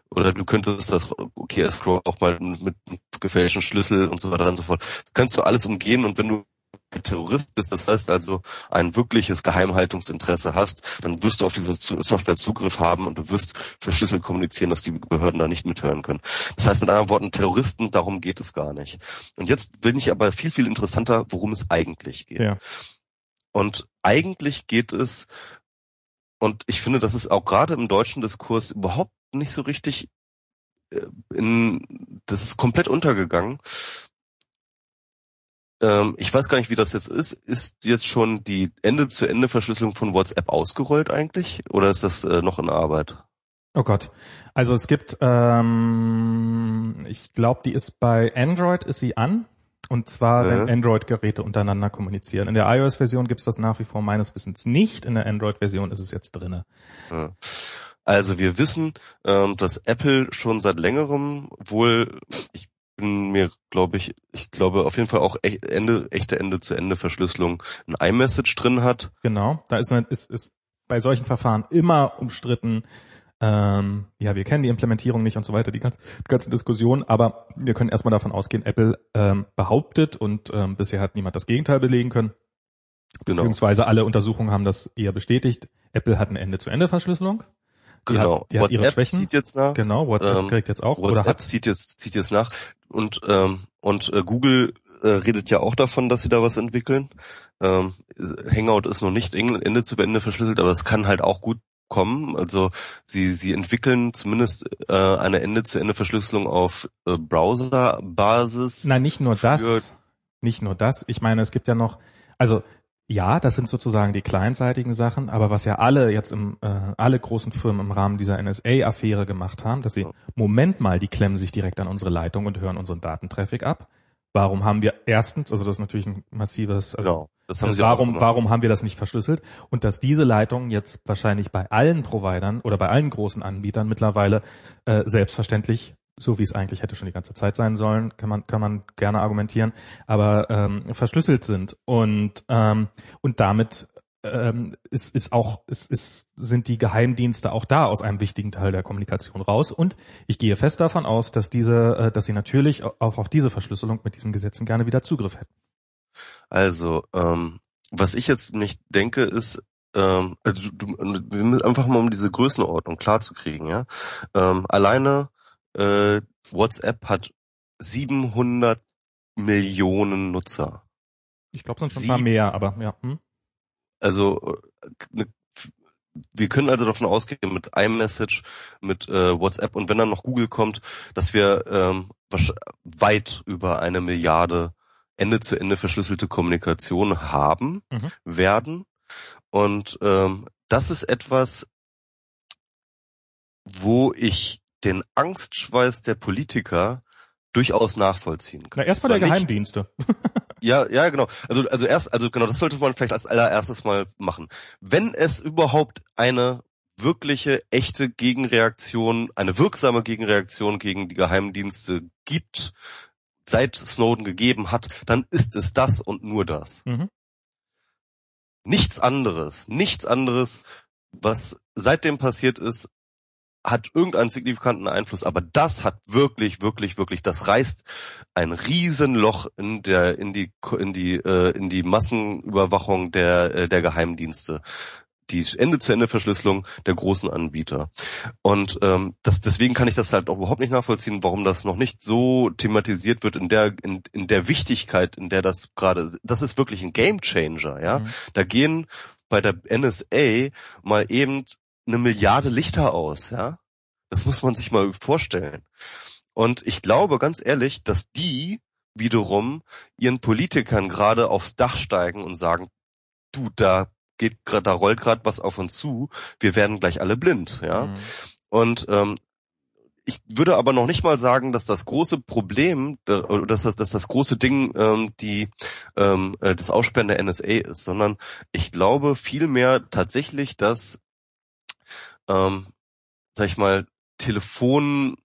oder du könntest das O K S Scroll auch mal mit gefälschten Schlüssel und so weiter und so fort. Das kannst du alles umgehen, und wenn du Terrorist bist, das heißt also ein wirkliches Geheimhaltungsinteresse hast, dann wirst du auf diese Software Zugriff haben und du wirst verschlüsselt kommunizieren, dass die Behörden da nicht mithören können. Das heißt mit anderen Worten, Terroristen, darum geht es gar nicht. Und jetzt bin ich aber viel, viel interessanter, worum es eigentlich geht. Ja. Und eigentlich geht es, und ich finde, das ist auch gerade im deutschen Diskurs überhaupt nicht so richtig, in, das ist komplett untergegangen. Ähm, ich weiß gar nicht, wie das jetzt ist. Ist jetzt schon die Ende-zu-Ende-Verschlüsselung von WhatsApp ausgerollt eigentlich? Oder ist das äh, noch in Arbeit? Oh Gott. Also es gibt, ähm, ich glaube, die ist bei Android, ist sie an. Und zwar, wenn äh. Android-Geräte untereinander kommunizieren. In der iOS-Version gibt es das nach wie vor meines Wissens nicht. In der Android-Version ist es jetzt drinne. Ja. Also wir wissen, ähm, dass Apple schon seit längerem wohl, ich bin mir, glaube ich, ich glaube auf jeden Fall auch Ende, echte Ende-zu-Ende-Verschlüsselung ein iMessage drin hat. Genau, da ist, eine, ist, ist bei solchen Verfahren immer umstritten. Ähm, ja, wir kennen die Implementierung nicht und so weiter, die, ganze, die ganzen Diskussionen, aber wir können erstmal davon ausgehen, Apple ähm, behauptet, und ähm, bisher hat niemand das Gegenteil belegen können, genau. Beziehungsweise alle Untersuchungen haben das eher bestätigt. Apple hat eine Ende-zu-Ende-Verschlüsselung. Die genau. Hat, die hat ihre Schwächen. Zieht jetzt nach. Genau, WhatsApp ähm, kriegt jetzt auch. WhatsApp oder hat zieht jetzt, zieht jetzt nach. Und, ähm, und äh, Google äh, redet ja auch davon, dass sie da was entwickeln. Ähm, Hangout ist noch nicht Ende zu Ende verschlüsselt, aber es kann halt auch gut kommen. Also sie sie entwickeln zumindest äh, eine Ende-zu-Ende-Verschlüsselung auf äh, Browser-Basis. Nein, nicht nur das. Nicht nur das. Ich meine, es gibt ja noch, also ja, das sind sozusagen die kleinseitigen Sachen, aber was ja alle jetzt im äh, alle großen Firmen im Rahmen dieser N S A-Affäre gemacht haben, dass sie, Moment mal, die klemmen sich direkt an unsere Leitung und hören unseren Datentraffic ab. Warum haben wir erstens, also das ist natürlich ein massives, also genau, das haben sie warum, auch gemacht. warum haben wir das nicht verschlüsselt? Und dass diese Leitungen jetzt wahrscheinlich bei allen Providern oder bei allen großen Anbietern mittlerweile äh, selbstverständlich, so wie es eigentlich hätte schon die ganze Zeit sein sollen, kann man kann man gerne argumentieren, aber ähm, verschlüsselt sind und ähm, und damit ähm, ist ist auch ist, ist sind die Geheimdienste auch da aus einem wichtigen Teil der Kommunikation raus, und ich gehe fest davon aus, dass diese äh, dass sie natürlich auch auf diese Verschlüsselung mit diesen Gesetzen gerne wieder Zugriff hätten. Also ähm, was ich jetzt nicht denke ist, ähm, also du, wir müssen einfach mal um diese Größenordnung klar zu kriegen, ja. Ähm, alleine äh, WhatsApp hat siebenhundert Millionen Nutzer. Ich glaube, sonst ein paar mehr, aber ja. Hm? Also ne, wir können also davon ausgehen, mit iMessage, mit äh, WhatsApp und wenn dann noch Google kommt, dass wir ähm, weit über eine Milliarde Ende-zu-Ende verschlüsselte Kommunikation haben mhm. werden. Und ähm, das ist etwas, wo ich den Angstschweiß der Politiker durchaus nachvollziehen kann. Na, erstmal der Geheimdienste. Ja, ja, genau. Also, also erst, also genau, das sollte man vielleicht als allererstes mal machen. Wenn es überhaupt eine wirkliche, echte Gegenreaktion, eine wirksame Gegenreaktion gegen die Geheimdienste gibt, seit Snowden gegeben hat, dann ist es das und nur das. Mhm. Nichts anderes, nichts anderes, was seitdem passiert ist, hat irgendeinen signifikanten Einfluss, aber das hat wirklich, wirklich, wirklich, das reißt ein Riesenloch in der, in die, in die, äh, in die Massenüberwachung der, äh, der Geheimdienste. Die Ende-zu-Ende-Verschlüsselung der großen Anbieter. Und ähm, das, deswegen kann ich das halt auch überhaupt nicht nachvollziehen, warum das noch nicht so thematisiert wird in der in, in der Wichtigkeit, in der das gerade, das ist wirklich ein Gamechanger, ja. Mhm. Da gehen bei der N S A mal eben eine Milliarde Lichter aus, ja. Das muss man sich mal vorstellen. Und ich glaube, ganz ehrlich, dass die wiederum ihren Politikern gerade aufs Dach steigen und sagen, du, da geht gerade, da rollt gerade was auf uns zu, wir werden gleich alle blind, ja. Mhm. Und ähm, ich würde aber noch nicht mal sagen, dass das große Problem, dass das, dass das große Ding ähm, die ähm, das Aussperren der N S A ist, sondern ich glaube vielmehr tatsächlich, dass, ähm, sag ich mal, Telefon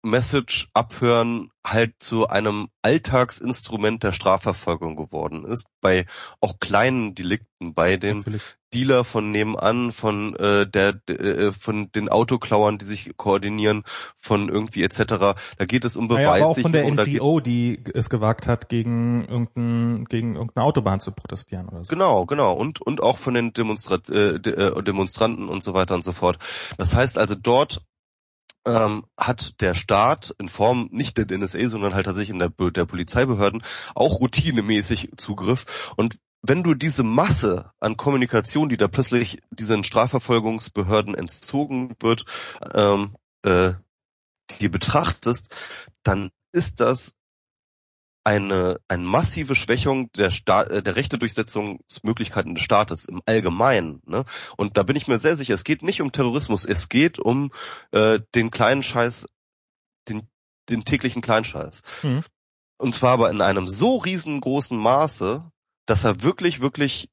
Message abhören halt zu einem Alltagsinstrument der Strafverfolgung geworden ist, bei auch kleinen Delikten, bei dem Natürlich. Dealer von nebenan, von äh, der äh, von den Autoklauern, die sich koordinieren, von irgendwie et cetera. Da geht es um Beweis. Ja, aber auch von der N G O, die es gewagt hat, gegen irgendein, gegen irgendeine Autobahn zu protestieren oder so. Genau, genau. Und und auch von den Demonstra- äh, Demonstranten und so weiter und so fort. Das heißt also, dort Ähm, hat der Staat in Form nicht der N S A, sondern halt tatsächlich in der, der Polizeibehörden auch routinemäßig Zugriff. Und wenn du diese Masse an Kommunikation, die da plötzlich diesen Strafverfolgungsbehörden entzogen wird, ähm, äh, die betrachtest, dann ist das eine eine massive Schwächung der Staat, der Rechtedurchsetzungsmöglichkeiten des Staates im Allgemeinen, ne? Und da bin ich mir sehr sicher, es geht nicht um Terrorismus, es geht um äh, den kleinen Scheiß, den den täglichen Kleinscheiß. Mhm. Und zwar aber in einem so riesengroßen Maße, dass er wirklich wirklich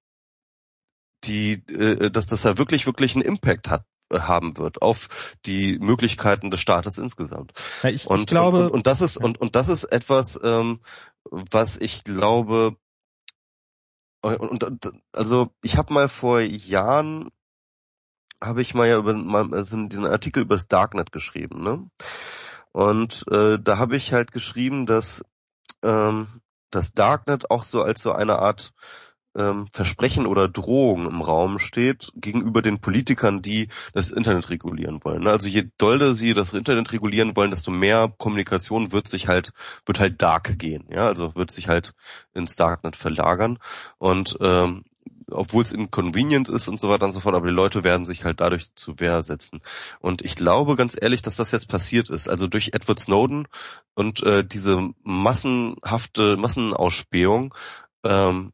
die äh, dass dass er wirklich wirklich einen Impact hat haben wird auf die Möglichkeiten des Staates insgesamt. Ja, ich, und, ich glaube, und, und das ist und und das ist etwas, ähm, was ich glaube. Und, und also ich habe mal vor Jahren habe ich mal ja über mal also den Artikel über das Darknet geschrieben, ne? Und äh, da habe ich halt geschrieben, dass ähm, das Darknet auch so als so eine Art Ähm, Versprechen oder Drohung im Raum steht gegenüber den Politikern, die das Internet regulieren wollen. Also je doller sie das Internet regulieren wollen, desto mehr Kommunikation wird sich halt wird halt dark gehen, ja, also wird sich halt ins Darknet verlagern und ähm, obwohl es inconvenient ist und so weiter und so fort, aber die Leute werden sich halt dadurch zur Wehr setzen. Und ich glaube ganz ehrlich, dass das jetzt passiert ist. Also durch Edward Snowden und äh, diese massenhafte Massenausspähung ähm,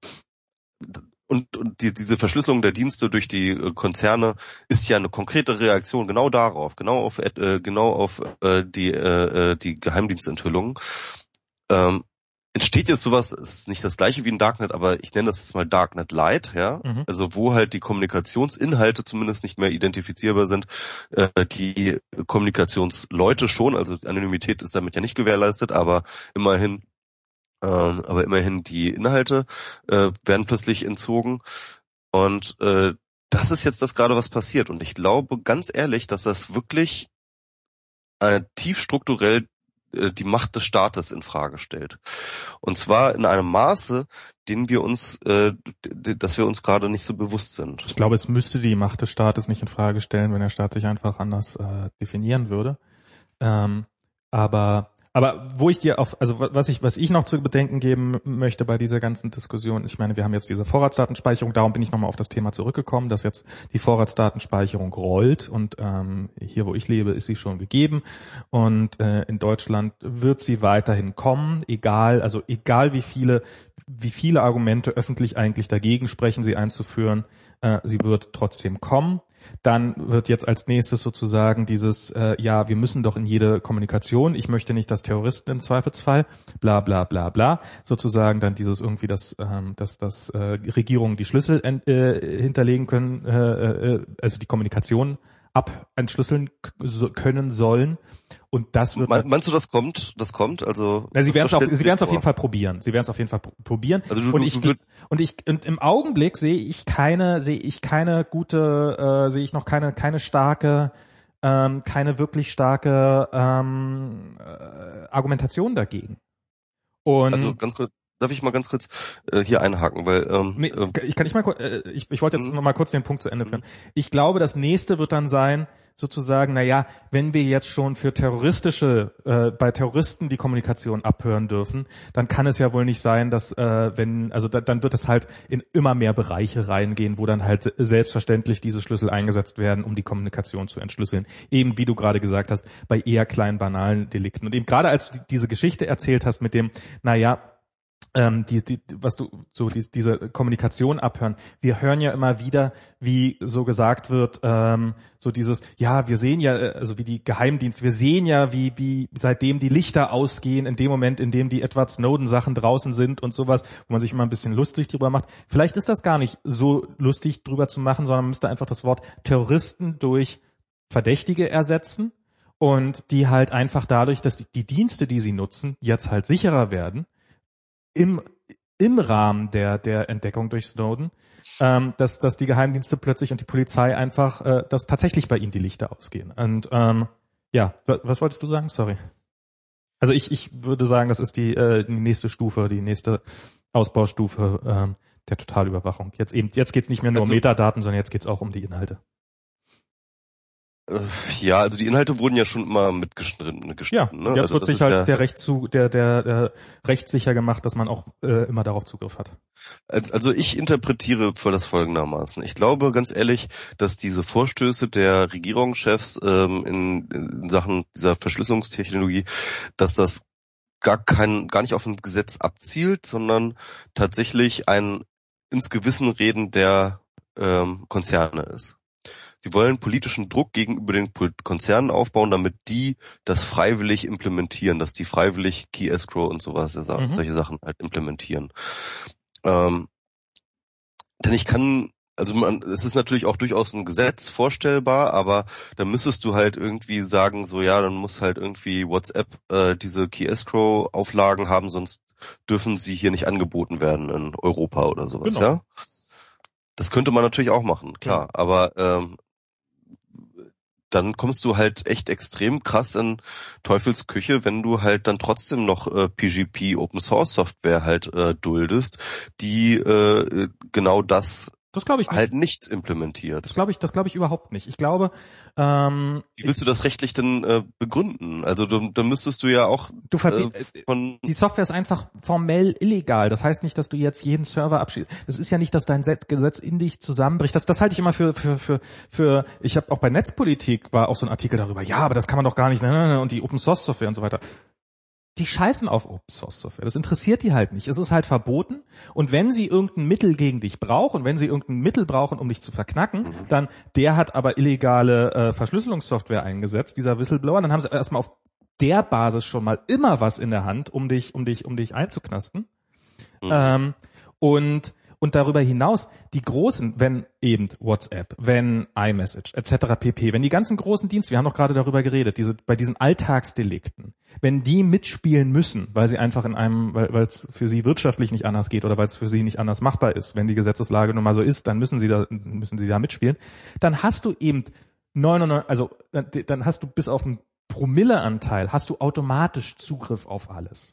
Und, und die, diese Verschlüsselung der Dienste durch die äh, Konzerne ist ja eine konkrete Reaktion genau darauf, genau auf äh, genau auf äh, die äh, die Geheimdienstenthüllungen. Ähm, entsteht jetzt sowas, ist nicht das gleiche wie ein Darknet, aber ich nenne das jetzt mal Darknet Light, ja, mhm. Also wo halt die Kommunikationsinhalte zumindest nicht mehr identifizierbar sind, äh, die Kommunikationsleute schon, also die Anonymität ist damit ja nicht gewährleistet, aber immerhin Ähm, aber immerhin die Inhalte äh, werden plötzlich entzogen und äh, das ist jetzt das gerade, was passiert und ich glaube ganz ehrlich, dass das wirklich äh, tief strukturell äh, die Macht des Staates in Frage stellt und zwar in einem Maße, den wir uns, äh, d- dass wir uns gerade nicht so bewusst sind. Ich glaube, es müsste die Macht des Staates nicht in Frage stellen, wenn der Staat sich einfach anders äh, definieren würde. Ähm, aber Aber wo ich dir auf, also was ich, was ich noch zu bedenken geben möchte bei dieser ganzen Diskussion, ich meine, wir haben jetzt diese Vorratsdatenspeicherung, darum bin ich nochmal auf das Thema zurückgekommen, dass jetzt die Vorratsdatenspeicherung rollt und ähm, hier, wo ich lebe, ist sie schon gegeben und äh, in Deutschland wird sie weiterhin kommen, egal, also egal wie viele, wie viele Argumente öffentlich eigentlich dagegen sprechen, sie einzuführen, äh, sie wird trotzdem kommen. Dann wird jetzt als nächstes sozusagen dieses, äh, ja, wir müssen doch in jede Kommunikation, ich möchte nicht, dass Terroristen im Zweifelsfall, bla bla bla bla, sozusagen dann dieses irgendwie, dass, ähm, dass, dass äh, Regierungen die Schlüssel ent, äh, hinterlegen können, äh, äh, also die Kommunikation abentschlüsseln können sollen. Und das wird. Meinst du, das kommt? Das kommt? Also. Na, sie werden es auf, sie werden es auf jeden Fall probieren. Sie werden es auf jeden Fall probieren. Also du, und ich, du, und ich, und im Augenblick sehe ich keine, sehe ich keine gute, äh, sehe ich noch keine, keine starke, ähm, keine wirklich starke ähm, äh, Argumentation dagegen. Und also ganz kurz. Darf ich mal ganz kurz äh, hier einhaken, weil ähm, nee, ich kann nicht mal äh, ich, ich wollte jetzt noch mal kurz den Punkt zu Ende führen. Ich glaube, das nächste wird dann sein, sozusagen, na ja, wenn wir jetzt schon für terroristische äh, bei Terroristen die Kommunikation abhören dürfen, dann kann es ja wohl nicht sein, dass äh, wenn also da, dann wird es halt in immer mehr Bereiche reingehen, wo dann halt selbstverständlich diese Schlüssel eingesetzt werden, um die Kommunikation zu entschlüsseln. Eben wie du gerade gesagt hast, bei eher kleinen banalen Delikten. Und eben gerade als du diese Geschichte erzählt hast mit dem, na ja, Ähm, die, die, was du so die, diese Kommunikation abhören. Wir hören ja immer wieder, wie so gesagt wird, ähm, so dieses, ja, wir sehen ja, also wie die Geheimdienste, wir sehen ja, wie wie seitdem die Lichter ausgehen, in dem Moment, in dem die Edward Snowden Sachen draußen sind und sowas, wo man sich immer ein bisschen lustig drüber macht. Vielleicht ist das gar nicht so lustig drüber zu machen, sondern man müsste einfach das Wort Terroristen durch Verdächtige ersetzen. und die halt einfach dadurch, dass die, die Dienste, die sie nutzen, jetzt halt sicherer werden, im im Rahmen der der Entdeckung durch Snowden, ähm, dass dass die Geheimdienste plötzlich und die Polizei einfach, äh, dass tatsächlich bei ihnen die Lichter ausgehen. Und ähm, ja, was, was wolltest du sagen? Sorry. Also ich ich würde sagen, das ist die, äh, die nächste Stufe, die nächste Ausbaustufe ähm, der Totalüberwachung. Jetzt eben jetzt geht's nicht mehr nur also, um Metadaten, sondern jetzt geht's auch um die Inhalte. Ja, also die Inhalte wurden ja schon immer mitgeschnitten. Ja, ne? jetzt also wird sich halt ja der Recht zu, der, der, der rechtssicher gemacht, dass man auch äh, immer darauf Zugriff hat. Also ich interpretiere für das folgendermaßen. Ich glaube ganz ehrlich, dass diese Vorstöße der Regierungschefs ähm, in, in Sachen dieser Verschlüsselungstechnologie, dass das gar kein, gar nicht auf ein Gesetz abzielt, sondern tatsächlich ein ins Gewissen reden der ähm, Konzerne ist. Sie wollen politischen Druck gegenüber den Konzernen aufbauen, damit die das freiwillig implementieren, dass die freiwillig Key Escrow und sowas, mhm. solche Sachen halt implementieren. Ähm, denn ich kann, also man, es ist natürlich auch durchaus ein Gesetz vorstellbar, aber da müsstest du halt irgendwie sagen, so ja, dann muss halt irgendwie WhatsApp äh, diese Key Escrow Auflagen haben, sonst dürfen sie hier nicht angeboten werden in Europa oder sowas, genau. Ja? Das könnte man natürlich auch machen, klar, ja. aber ähm, dann kommst du halt echt extrem krass in Teufels Küche, wenn du halt dann trotzdem noch äh, P G P Open Source Software halt äh, duldest, die äh, genau das Das glaube ich nicht. halt nicht implementiert. Das glaube ich, das glaube ich überhaupt nicht. Ich glaube, ähm, wie willst du das rechtlich denn äh, begründen? Also dann da müsstest du ja auch du verbi- äh, von die Software ist einfach formell illegal. Das heißt nicht, dass du jetzt jeden Server abschließt. Das ist ja nicht, dass dein Gesetz in dich zusammenbricht. Das das halte ich immer für für für für ich habe auch bei Netzpolitik war auch so ein Artikel darüber. Ja, aber das kann man doch gar nicht, ne, und die Open Source Software und so weiter. Die scheißen auf Open Source Software. Das interessiert die halt nicht. Es ist halt verboten. Und wenn sie irgendein Mittel gegen dich brauchen, wenn sie irgendein Mittel brauchen, um dich zu verknacken, dann der hat aber illegale äh, Verschlüsselungssoftware eingesetzt, dieser Whistleblower. Dann haben sie erstmal auf der Basis schon mal immer was in der Hand, um dich, um dich, um dich einzuknasten. Mhm. Ähm, und Und darüber hinaus, die großen, wenn eben WhatsApp, wenn iMessage, et cetera pp., wenn die ganzen großen Dienste, wir haben doch gerade darüber geredet, diese bei diesen Alltagsdelikten, wenn die mitspielen müssen, weil sie einfach in einem, weil weil es für sie wirtschaftlich nicht anders geht oder weil es für sie nicht anders machbar ist, wenn die Gesetzeslage nun mal so ist, dann müssen sie da müssen sie da mitspielen, dann hast du eben neunundneunzig, also dann hast du bis auf einen Promilleanteil, hast du automatisch Zugriff auf alles.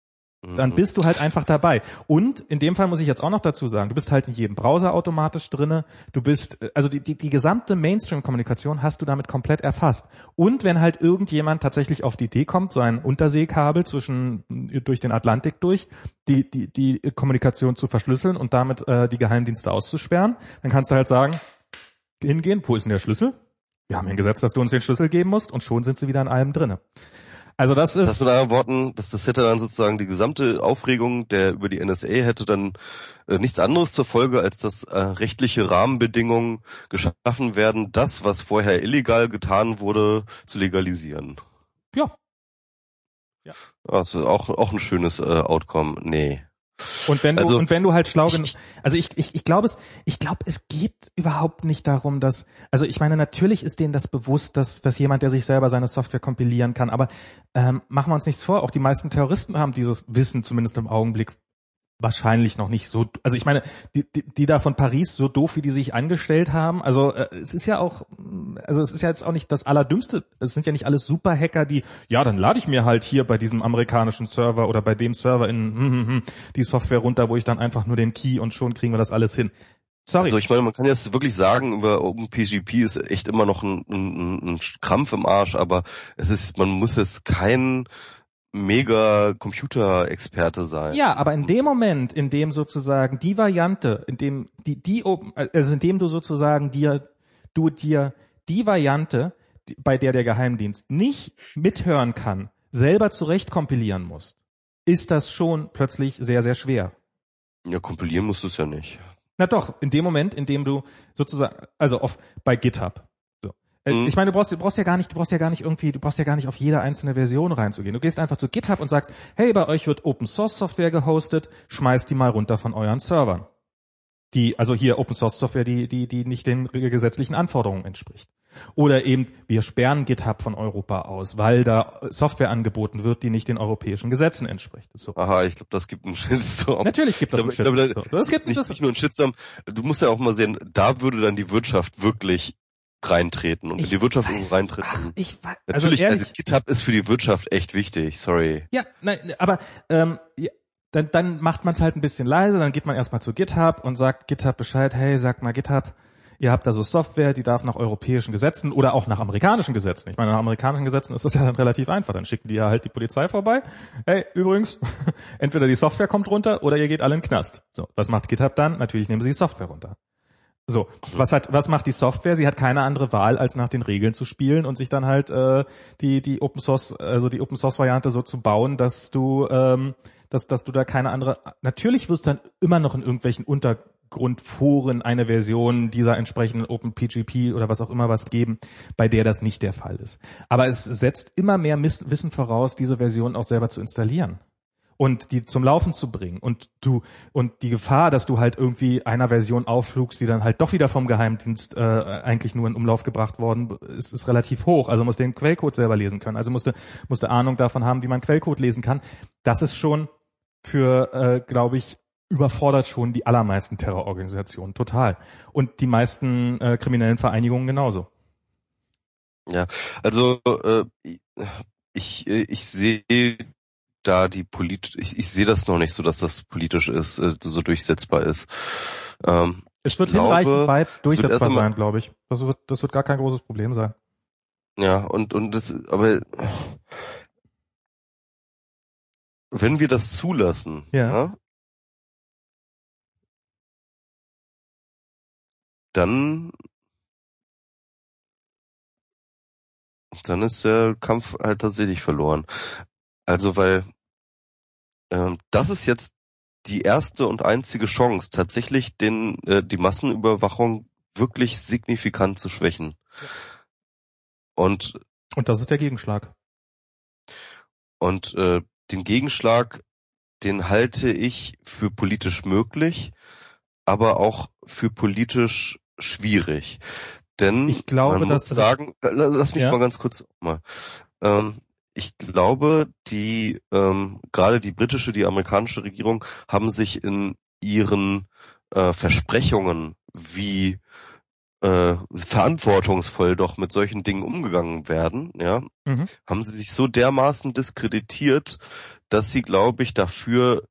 Dann bist du halt einfach dabei. Und in dem Fall muss ich jetzt auch noch dazu sagen, du bist halt in jedem Browser automatisch drinne. Du bist, also die, die, die gesamte Mainstream-Kommunikation hast du damit komplett erfasst. Und wenn halt irgendjemand tatsächlich auf die Idee kommt, so ein Unterseekabel zwischen, durch den Atlantik durch, die, die, die Kommunikation zu verschlüsseln und damit äh, die Geheimdienste auszusperren, dann kannst du halt sagen, hingehen, wo ist denn der Schlüssel? Wir haben ein Gesetz, dass du uns den Schlüssel geben musst und schon sind sie wieder in allem drinne. Also das ist. Das hast du in anderen Worten, dass das hätte dann sozusagen die gesamte Aufregung der über die N S A hätte dann äh, nichts anderes zur Folge, als dass äh, rechtliche Rahmenbedingungen geschaffen werden, das, was vorher illegal getan wurde, zu legalisieren. Ja. Ja. Also auch auch ein schönes äh, Outcome. Nee. Und wenn du also, und wenn du halt schlau genug, also ich ich ich glaube es ich glaube es geht überhaupt nicht darum, dass, also ich meine, natürlich ist denen das bewusst, dass dass jemand, der sich selber seine Software kompilieren kann, aber ähm, machen wir uns nichts vor, auch die meisten Terroristen haben dieses Wissen zumindest im Augenblick wahrscheinlich noch nicht so, also ich meine, die, die, die da von Paris, so doof wie die sich angestellt haben, also äh, es ist ja auch, also es ist ja jetzt auch nicht das Allerdümmste, es sind ja nicht alles Superhacker, die, ja, dann lade ich mir halt hier bei diesem amerikanischen Server oder bei dem Server in hm, hm, hm, die Software runter, wo ich dann einfach nur den Key und schon kriegen wir das alles hin. Sorry. Also ich meine, man kann jetzt wirklich sagen, über OpenPGP ist echt immer noch ein, ein, ein Krampf im Arsch, aber es ist, man muss jetzt kein mega Computerexperte sein. Ja, aber in dem Moment, in dem sozusagen die Variante, in dem die die also in dem du sozusagen dir du dir die Variante, die, bei der der Geheimdienst nicht mithören kann, selber zurecht kompilieren musst, ist das schon plötzlich sehr sehr schwer. Ja, kompilieren musst du es ja nicht. Na doch, in dem Moment, in dem du sozusagen, also auf bei GitHub. Mhm. Ich meine, du brauchst, du brauchst ja gar nicht, du brauchst ja gar nicht irgendwie, du brauchst ja gar nicht auf jede einzelne Version reinzugehen. Du gehst einfach zu GitHub und sagst, hey, bei euch wird Open Source Software gehostet, schmeißt die mal runter von euren Servern. die, also hier Open Source Software, die, die, die nicht den gesetzlichen Anforderungen entspricht. Oder eben, wir sperren GitHub von Europa aus, weil da Software angeboten wird, die nicht den europäischen Gesetzen entspricht. So. Aha, ich glaube, das gibt einen Shitstorm. Natürlich gibt das einen Shitstorm. Ich glaube, da, das gibt nicht, nicht nur einen Shitstorm. Du musst ja auch mal sehen, da würde dann die Wirtschaft wirklich reintreten und ich in die Wirtschaft weiß, reintreten. Ach, ich weiß, also natürlich, ehrlich, also GitHub ist für die Wirtschaft echt wichtig, sorry. Ja, nein, aber ähm, ja, dann, dann macht man es halt ein bisschen leise, dann geht man erstmal zu GitHub und sagt GitHub Bescheid, hey, sagt mal GitHub, ihr habt da so Software, die darf nach europäischen Gesetzen oder auch nach amerikanischen Gesetzen. Ich meine, nach amerikanischen Gesetzen ist das ja dann relativ einfach. Dann schicken die ja halt die Polizei vorbei. Hey, übrigens, entweder die Software kommt runter oder ihr geht alle in den Knast. So, was macht GitHub dann? Natürlich nehmen sie die Software runter. So, was hat, was macht die Software? Sie hat keine andere Wahl, als nach den Regeln zu spielen und sich dann halt äh, die die Open Source, also die Open Source Variante so zu bauen, dass du, ähm, dass dass du da keine andere. Natürlich wird es dann immer noch in irgendwelchen Untergrundforen eine Version dieser entsprechenden OpenPGP oder was auch immer was geben, bei der das nicht der Fall ist. Aber es setzt immer mehr Miss- Wissen voraus, diese Version auch selber zu installieren und die zum Laufen zu bringen. Und du und die Gefahr, dass du halt irgendwie einer Version aufflugst, die dann halt doch wieder vom Geheimdienst äh, eigentlich nur in Umlauf gebracht worden ist, ist relativ hoch. Also musst du den Quellcode selber lesen können. Also musst du musst du Ahnung davon haben, wie man Quellcode lesen kann. Das ist schon für, äh, glaube ich, überfordert schon die allermeisten Terrororganisationen total. Und die meisten äh, kriminellen Vereinigungen genauso. Ja, also äh, ich ich sehe da die polit ich, ich sehe das noch nicht so, dass das politisch ist, äh, so durchsetzbar ist. Ähm, es wird glaube, hinreichend weit durchsetzbar wird sein, glaube ich. Das wird das wird gar kein großes Problem sein. Ja, und und das aber wenn wir das zulassen, ja. ja, dann dann ist der Kampf halt tatsächlich verloren. Also weil ähm, das ist jetzt die erste und einzige Chance, tatsächlich den äh, die Massenüberwachung wirklich signifikant zu schwächen. Ja. Und und das ist der Gegenschlag. Und äh, den Gegenschlag, den halte ich für politisch möglich, aber auch für politisch schwierig. Denn ich glaube, man muss dass sagen, lass mich ja. mal ganz kurz mal. Ähm, ich glaube, die ähm, gerade die britische, die amerikanische Regierung haben sich in ihren äh, Versprechungen, wie äh, verantwortungsvoll doch mit solchen Dingen umgegangen werden, ja, mhm. haben sie sich so dermaßen diskreditiert, dass sie, glaube ich, dafür,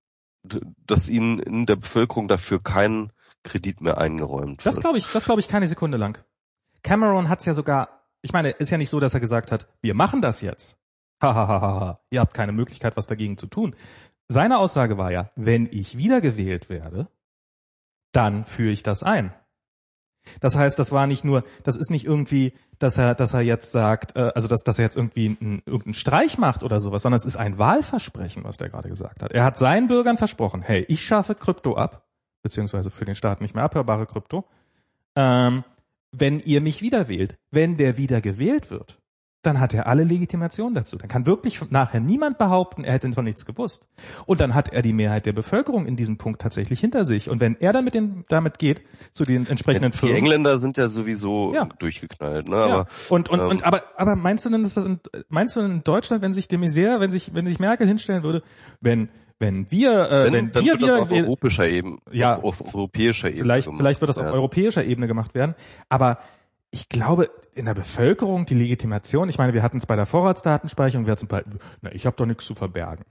dass ihnen in der Bevölkerung dafür kein Kredit mehr eingeräumt wird. Das glaube ich, das glaube ich keine Sekunde lang. Cameron hat's ja sogar, ich meine, ist ja nicht so, dass er gesagt hat, wir machen das jetzt. Hahaha, ihr habt keine Möglichkeit, was dagegen zu tun. Seine Aussage war ja, wenn ich wiedergewählt werde, dann führe ich das ein. Das heißt, das war nicht nur, das ist nicht irgendwie, dass er, dass er jetzt sagt, äh, also dass, dass er jetzt irgendwie einen, irgendeinen Streich macht oder sowas, sondern es ist ein Wahlversprechen, was der gerade gesagt hat. Er hat seinen Bürgern versprochen, hey, ich schaffe Krypto ab, beziehungsweise für den Staat nicht mehr abhörbare Krypto, ähm, wenn ihr mich wiederwählt. Wenn der wieder gewählt wird, dann hat er alle Legitimation dazu. Dann kann wirklich nachher niemand behaupten, er hätte von nichts gewusst. Und dann hat er die Mehrheit der Bevölkerung in diesem Punkt tatsächlich hinter sich. Und wenn er dann mit den, damit geht, zu den entsprechenden die Firmen. Die Engländer sind ja sowieso ja. durchgeknallt, ne? Ja. Aber, und, und, ähm, und, aber, aber meinst du denn, dass das in, meinst du denn in Deutschland, wenn sich de Maizière, wenn sich, wenn sich Merkel hinstellen würde, wenn, wenn wir, äh, wenn, wenn dann wir wird wieder, das auf europäischer Ebene, ja, auf, auf europäischer Ebene vielleicht, gemacht. vielleicht wird das ja. auf europäischer Ebene gemacht werden. Aber ich glaube, in der Bevölkerung die Legitimation, ich meine, wir hatten es bei der Vorratsdatenspeicherung, wir hatten es bei, na, ich habe doch nichts zu verbergen.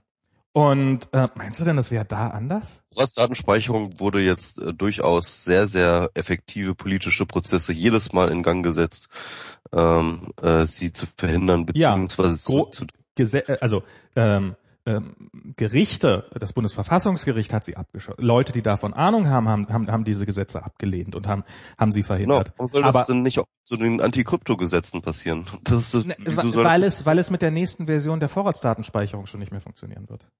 Und äh, meinst du denn, das wäre da anders? Vorratsdatenspeicherung wurde jetzt äh, durchaus sehr, sehr effektive politische Prozesse jedes Mal in Gang gesetzt, ähm, äh, sie zu verhindern, beziehungsweise ja, gro- zu, zu Gese- also ähm, ähm, Gerichte, das Bundesverfassungsgericht hat sie abgeschaut. Leute, die davon Ahnung haben, haben, haben, haben diese Gesetze abgelehnt und haben, haben sie verhindert. Genau. Warum soll Aber das denn nicht auch zu den Anti-Krypto-Gesetzen passieren? Das ist das, ne, weil, weil es, weil es mit der nächsten Version der Vorratsdatenspeicherung schon nicht mehr funktionieren wird.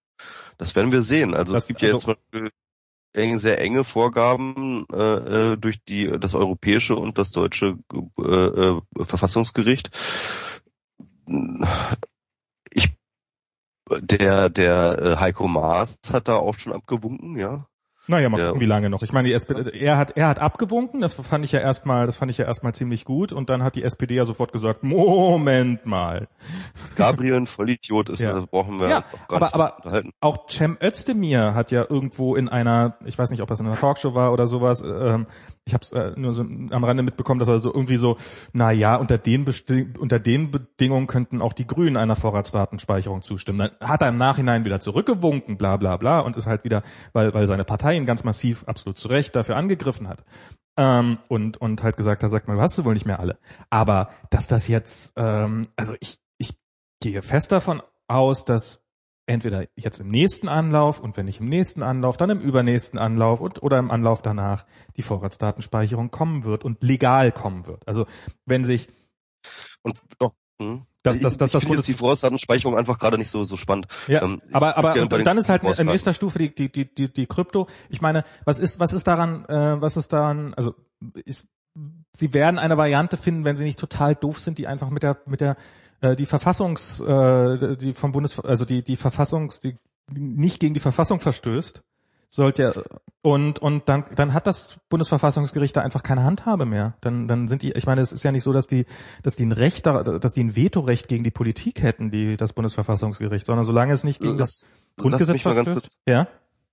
Das werden wir sehen. Also das, es gibt ja also, jetzt zum Beispiel sehr enge Vorgaben äh, durch die das europäische und das deutsche äh, äh, Verfassungsgericht. Ich Der, der äh, Heiko Maas hat da auch schon abgewunken, ja. Naja, mal gucken, wie lange noch. Ich meine, die S P D, er hat, er hat abgewunken, das fand ich ja erstmal, das fand ich ja erstmal ziemlich gut, und dann hat die S P D ja sofort gesagt, Moment mal. Dass Gabriel ein Vollidiot ist, ja. Das brauchen wir ja, auch gar aber, nicht aber unterhalten. Auch Cem Özdemir hat ja irgendwo in einer, ich weiß nicht, ob das in einer Talkshow war oder sowas, ähm, ich habe es äh, nur so am Rande mitbekommen, dass er so irgendwie so, na ja, unter den Besti- unter den Bedingungen könnten auch die Grünen einer Vorratsdatenspeicherung zustimmen. Dann hat er im Nachhinein wieder zurückgewunken, bla bla bla, und ist halt wieder, weil weil seine Partei ihn ganz massiv, absolut zu Recht, dafür angegriffen hat. Ähm, und und halt gesagt, da sagt man, du hast du wohl nicht mehr alle. Aber dass das jetzt, ähm, also ich ich gehe fest davon aus, dass entweder jetzt im nächsten Anlauf, und wenn nicht im nächsten Anlauf, dann im übernächsten Anlauf und oder im Anlauf danach die Vorratsdatenspeicherung kommen wird und legal kommen wird. Also wenn sich und doch, hm. Das, das, das, ich das finde jetzt die Vorratsdatenspeicherung einfach gerade nicht so so spannend. Ja, ähm, aber aber und, und dann ist halt in nächster Stufe die die die die die Krypto. Ich meine, was ist was ist daran äh, was ist daran? Also ist, sie werden eine Variante finden, wenn sie nicht total doof sind, die einfach mit der mit der äh, die Verfassungs äh, die vom Bundes also die die Verfassungs die nicht gegen die Verfassung verstößt. Sollte und und dann dann hat das Bundesverfassungsgericht da einfach keine Handhabe mehr. Dann dann sind die, ich meine, es ist ja nicht so, dass die dass die ein Recht, dass die ein Vetorecht gegen die Politik hätten, die das Bundesverfassungsgericht, sondern solange es nicht gegen das, das Grundgesetz verstößt. Ja.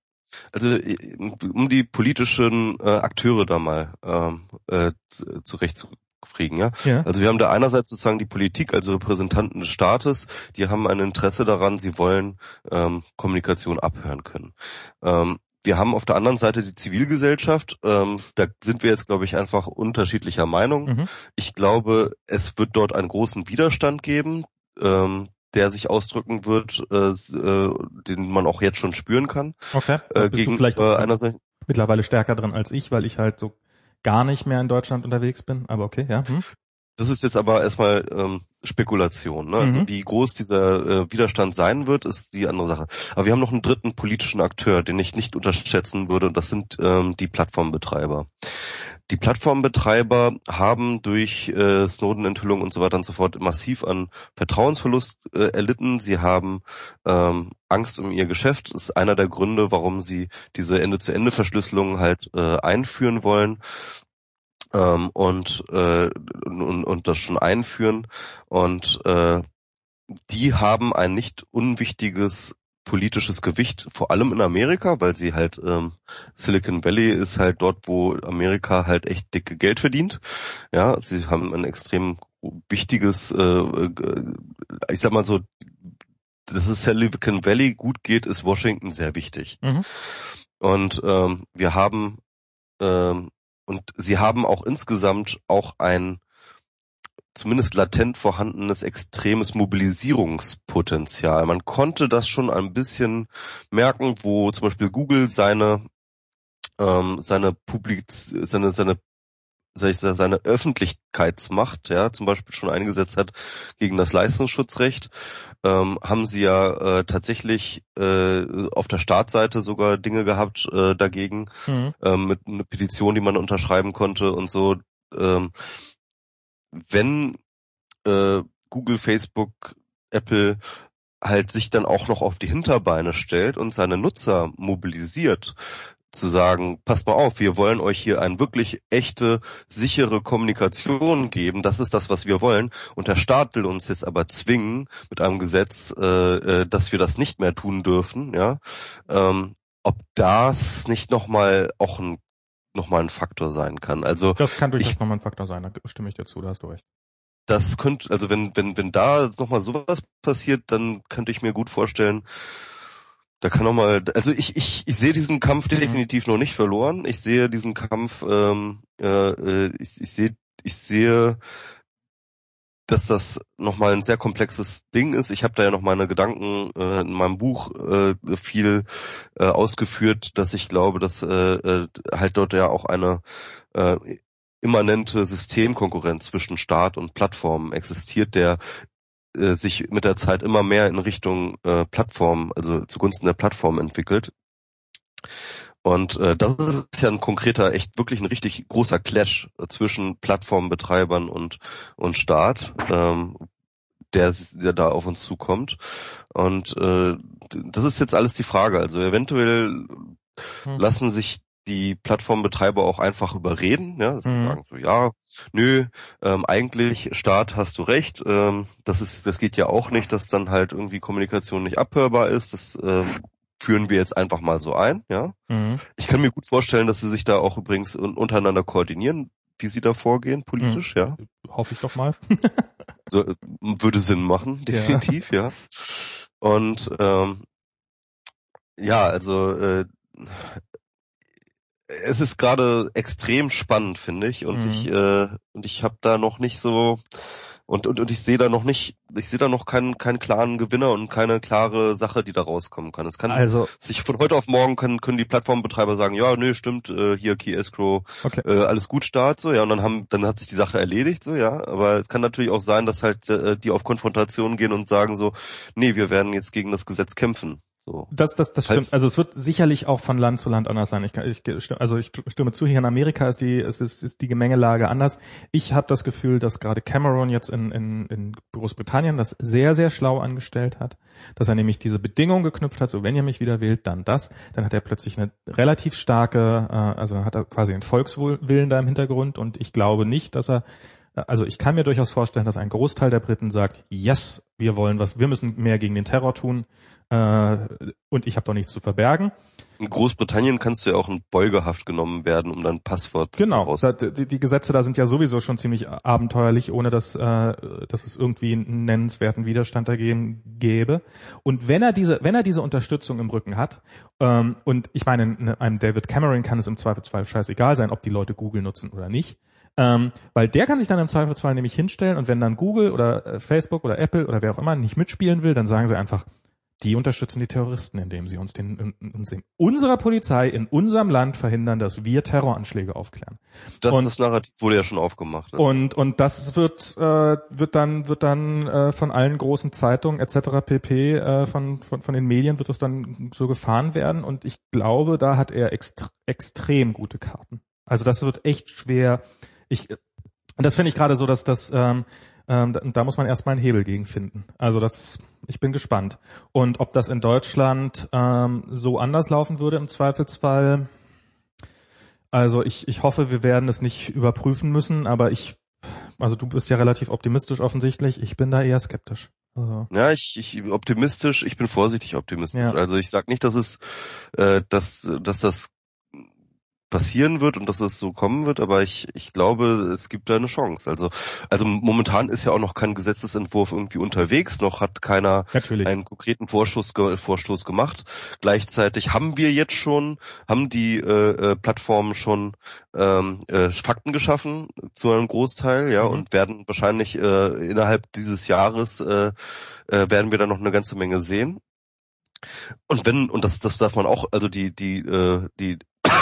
Also um die politischen äh, Akteure da mal ähm, äh, zurechtzukriegen, ja? ja. Also wir haben da einerseits sozusagen die Politik, also Repräsentanten des Staates, die haben ein Interesse daran, sie wollen ähm, Kommunikation abhören können. Ähm, Wir haben auf der anderen Seite die Zivilgesellschaft. Ähm, da sind wir jetzt, glaube ich, einfach unterschiedlicher Meinung. Mhm. Ich glaube, es wird dort einen großen Widerstand geben, ähm, der sich ausdrücken wird, äh, äh, den man auch jetzt schon spüren kann. Okay. Äh, gegen, du vielleicht äh, einerseits mittlerweile stärker drin als ich, weil ich halt so gar nicht mehr in Deutschland unterwegs bin. Aber okay, ja. Hm. Das ist jetzt aber erstmal ähm, Spekulation, ne? Also mhm. wie groß dieser äh, Widerstand sein wird, ist die andere Sache. Aber wir haben noch einen dritten politischen Akteur, den ich nicht unterschätzen würde, und das sind ähm, die Plattformbetreiber. Die Plattformbetreiber haben durch äh, Snowden-Enthüllung und so weiter und so fort massiv an Vertrauensverlust äh, erlitten. Sie haben ähm, Angst um ihr Geschäft. Das ist einer der Gründe, warum sie diese Ende-zu-Ende-Verschlüsselung halt äh, einführen wollen. Ähm, und, äh, und und das schon einführen, und äh, die haben ein nicht unwichtiges politisches Gewicht, vor allem in Amerika, weil sie halt ähm, Silicon Valley ist halt dort, wo Amerika halt echt dicke Geld verdient. Ja, sie haben ein extrem wichtiges, äh, ich sag mal so, dass es Silicon Valley gut geht, ist Washington sehr wichtig. Mhm. Und ähm, wir haben ähm, Und sie haben auch insgesamt auch ein zumindest latent vorhandenes extremes Mobilisierungspotenzial. Man konnte das schon ein bisschen merken, wo zum Beispiel Google seine ähm, seine Publiz seine seine sag ich, seine Öffentlichkeitsmacht, ja, zum Beispiel schon eingesetzt hat gegen das Leistungsschutzrecht, ähm, haben sie ja äh, tatsächlich äh, auf der Startseite sogar Dinge gehabt äh, dagegen, mhm. ähm, mit einer Petition, die man unterschreiben konnte und so. Ähm, wenn äh, Google, Facebook, Apple halt sich dann auch noch auf die Hinterbeine stellt und seine Nutzer mobilisiert, zu sagen, passt mal auf, wir wollen euch hier eine wirklich echte, sichere Kommunikation geben, das ist das, was wir wollen, und der Staat will uns jetzt aber zwingen mit einem Gesetz, äh, dass wir das nicht mehr tun dürfen, ja, ähm, ob das nicht nochmal auch ein nochmal ein Faktor sein kann. Also das kann durchaus nochmal ein Faktor sein, da stimme ich dir zu, da hast du recht. Das könnte, also wenn wenn wenn da nochmal sowas passiert, dann könnte ich mir gut vorstellen, da kann noch mal, also ich ich ich sehe diesen Kampf definitiv noch nicht verloren. Ich sehe diesen Kampf, ähm, äh, ich ich sehe ich sehe, dass das noch mal ein sehr komplexes Ding ist. Ich habe da ja noch meine Gedanken äh, in meinem Buch äh, viel äh, ausgeführt, dass ich glaube, dass äh, halt dort ja auch eine äh, immanente Systemkonkurrenz zwischen Staat und Plattformen existiert, der äh, sich mit der Zeit immer mehr in Richtung äh, Plattform, also zugunsten der Plattform entwickelt. Und äh, das ist ja ein konkreter, echt wirklich ein richtig großer Clash zwischen Plattformbetreibern und und Staat, ähm, der, der da auf uns zukommt. Und äh, das ist jetzt alles die Frage. Also eventuell hm. lassen sich die Plattformbetreiber auch einfach überreden, ja, dass mhm. sie sagen so, ja, nö, ähm, eigentlich, Staat, hast du recht, ähm, das ist, das geht ja auch nicht, dass dann halt irgendwie Kommunikation nicht abhörbar ist, das ähm, führen wir jetzt einfach mal so ein, ja. Mhm. Ich kann mir gut vorstellen, dass sie sich da auch übrigens untereinander koordinieren, wie sie da vorgehen, politisch, mhm. ja. Hoffe ich doch mal. So, äh, würde Sinn machen, definitiv, ja. ja. Und ähm, ja, also äh, es ist gerade extrem spannend, finde ich, und mhm. ich äh, und ich habe da noch nicht so und und und ich sehe da noch nicht, ich sehe da noch keinen keinen klaren Gewinner und keine klare Sache, die da rauskommen kann. Es kann also sich von heute auf morgen können können die Plattformbetreiber sagen, ja, nö, stimmt, äh, hier Key Escrow, okay. äh, alles gut, Start, so, ja, und dann haben dann hat sich die Sache erledigt, so, ja, aber es kann natürlich auch sein, dass halt äh, die auf Konfrontation gehen und sagen so, nee, wir werden jetzt gegen das Gesetz kämpfen. So. Das, das, das stimmt. Also es wird sicherlich auch von Land zu Land anders sein. Ich, ich, also ich stimme zu. Hier in Amerika ist die, ist, ist, ist die Gemengelage anders. Ich habe das Gefühl, dass gerade Cameron jetzt in, in, in Großbritannien das sehr, sehr schlau angestellt hat, dass er nämlich diese Bedingung geknüpft hat: So, wenn ihr mich wieder wählt, dann das. Dann hat er plötzlich eine relativ starke, äh, also dann hat er quasi einen Volkswillen da im Hintergrund. Und ich glaube nicht, dass er Also ich kann mir durchaus vorstellen, dass ein Großteil der Briten sagt, yes, wir wollen was, wir müssen mehr gegen den Terror tun, äh, und ich habe doch nichts zu verbergen. In Großbritannien kannst du ja auch in Beugehaft genommen werden, um dein Passwort genau, raus. Genau, die, die Gesetze da sind ja sowieso schon ziemlich abenteuerlich, ohne dass, äh, dass es irgendwie einen nennenswerten Widerstand dagegen gäbe. Und wenn er diese, wenn er diese Unterstützung im Rücken hat, ähm, und ich meine, einem David Cameron kann es im Zweifelsfall scheißegal sein, ob die Leute Google nutzen oder nicht. Ähm, weil der kann sich dann im Zweifelsfall nämlich hinstellen, und wenn dann Google oder äh, Facebook oder Apple oder wer auch immer nicht mitspielen will, dann sagen sie einfach, die unterstützen die Terroristen, indem sie uns, den, uns in unserer Polizei, in unserem Land verhindern, dass wir Terroranschläge aufklären. Das, und, das Narrativ wurde ja schon aufgemacht. Also. Und und das wird äh, wird dann wird dann äh, von allen großen Zeitungen et cetera pp. Äh, von von von den Medien wird das dann so gefahren werden, und ich glaube, da hat er extre- extrem gute Karten. Also das wird echt schwer. Ich, das finde ich gerade so, dass das, ähm, ähm, da, da muss man erstmal einen Hebel gegen finden. Also das, ich bin gespannt. Und ob das in Deutschland ähm, so anders laufen würde im Zweifelsfall, also ich, ich hoffe, wir werden es nicht überprüfen müssen, aber ich, also du bist ja relativ optimistisch offensichtlich, ich bin da eher skeptisch. Also. Ja, ich, ich optimistisch, ich bin vorsichtig optimistisch. Ja. Also ich sag nicht, dass es, äh, dass, dass das passieren wird und dass es so kommen wird, aber ich ich glaube, es gibt da eine Chance. Also also momentan ist ja auch noch kein Gesetzesentwurf irgendwie unterwegs, noch hat keiner Natürlich. einen konkreten Vorschuss, Vorstoß gemacht. Gleichzeitig haben wir jetzt schon, haben die äh, Plattformen schon ähm, äh, Fakten geschaffen zu einem Großteil, ja, mhm. und werden wahrscheinlich äh, innerhalb dieses Jahres äh, äh, werden wir da noch eine ganze Menge sehen. Und wenn, und das das darf man auch, also die die äh, die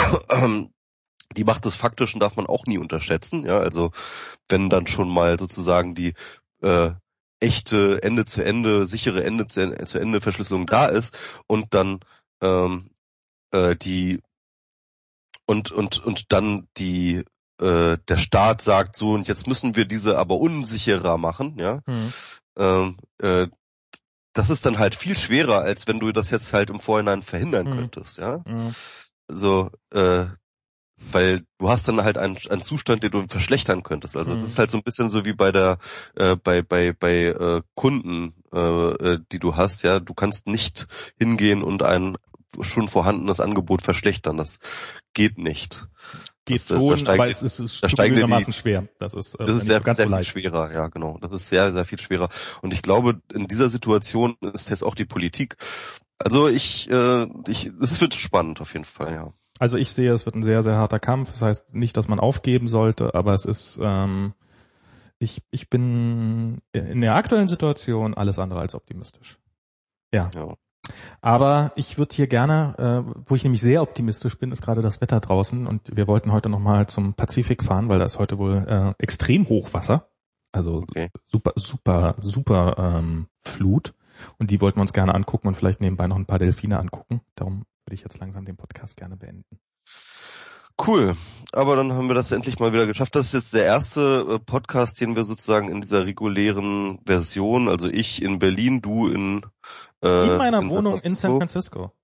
die Macht des Faktischen darf man auch nie unterschätzen, ja, also wenn dann schon mal sozusagen die äh, echte Ende zu Ende, sichere Ende zu Ende, zu Ende Verschlüsselung da ist und dann ähm, äh, die und und und dann die äh, der Staat sagt so, und jetzt müssen wir diese aber unsicherer machen, ja, mhm. ähm, äh, das ist dann halt viel schwerer, als wenn du das jetzt halt im Vorhinein verhindern mhm. könntest, ja. Mhm. So, äh, weil du hast dann halt einen, einen Zustand, den du verschlechtern könntest. Also mhm. das ist halt so ein bisschen so wie bei der, äh, bei bei bei äh, Kunden, äh, die du hast. Ja, du kannst nicht hingehen und ein schon vorhandenes Angebot verschlechtern. Das geht nicht. Geht das, schon, da aber es ist, es ist einigermaßen schwer. Das ist, äh, das ist sehr, sehr viel schwerer. Ja, genau. Das ist sehr, sehr viel schwerer. Und ich glaube, in dieser Situation ist jetzt auch die Politik. Also ich, äh, ich, es wird spannend auf jeden Fall, ja. Also ich sehe, es wird ein sehr, sehr harter Kampf. Das heißt nicht, dass man aufgeben sollte, aber es ist, ähm, ich, ich bin in der aktuellen Situation alles andere als optimistisch. Ja. ja. Aber ich würde hier gerne, äh, wo ich nämlich sehr optimistisch bin, ist gerade das Wetter draußen, und wir wollten heute nochmal zum Pazifik fahren, weil da ist heute wohl äh, extrem Hochwasser. Also okay. super, super, super ähm, Flut. Und die wollten wir uns gerne angucken und vielleicht nebenbei noch ein paar Delfine angucken. Darum würde ich jetzt langsam den Podcast gerne beenden. Cool, aber dann haben wir das endlich mal wieder geschafft. Das ist jetzt der erste Podcast, den wir sozusagen in dieser regulären Version, also ich in Berlin, du in äh, in meiner in Wohnung in San Francisco.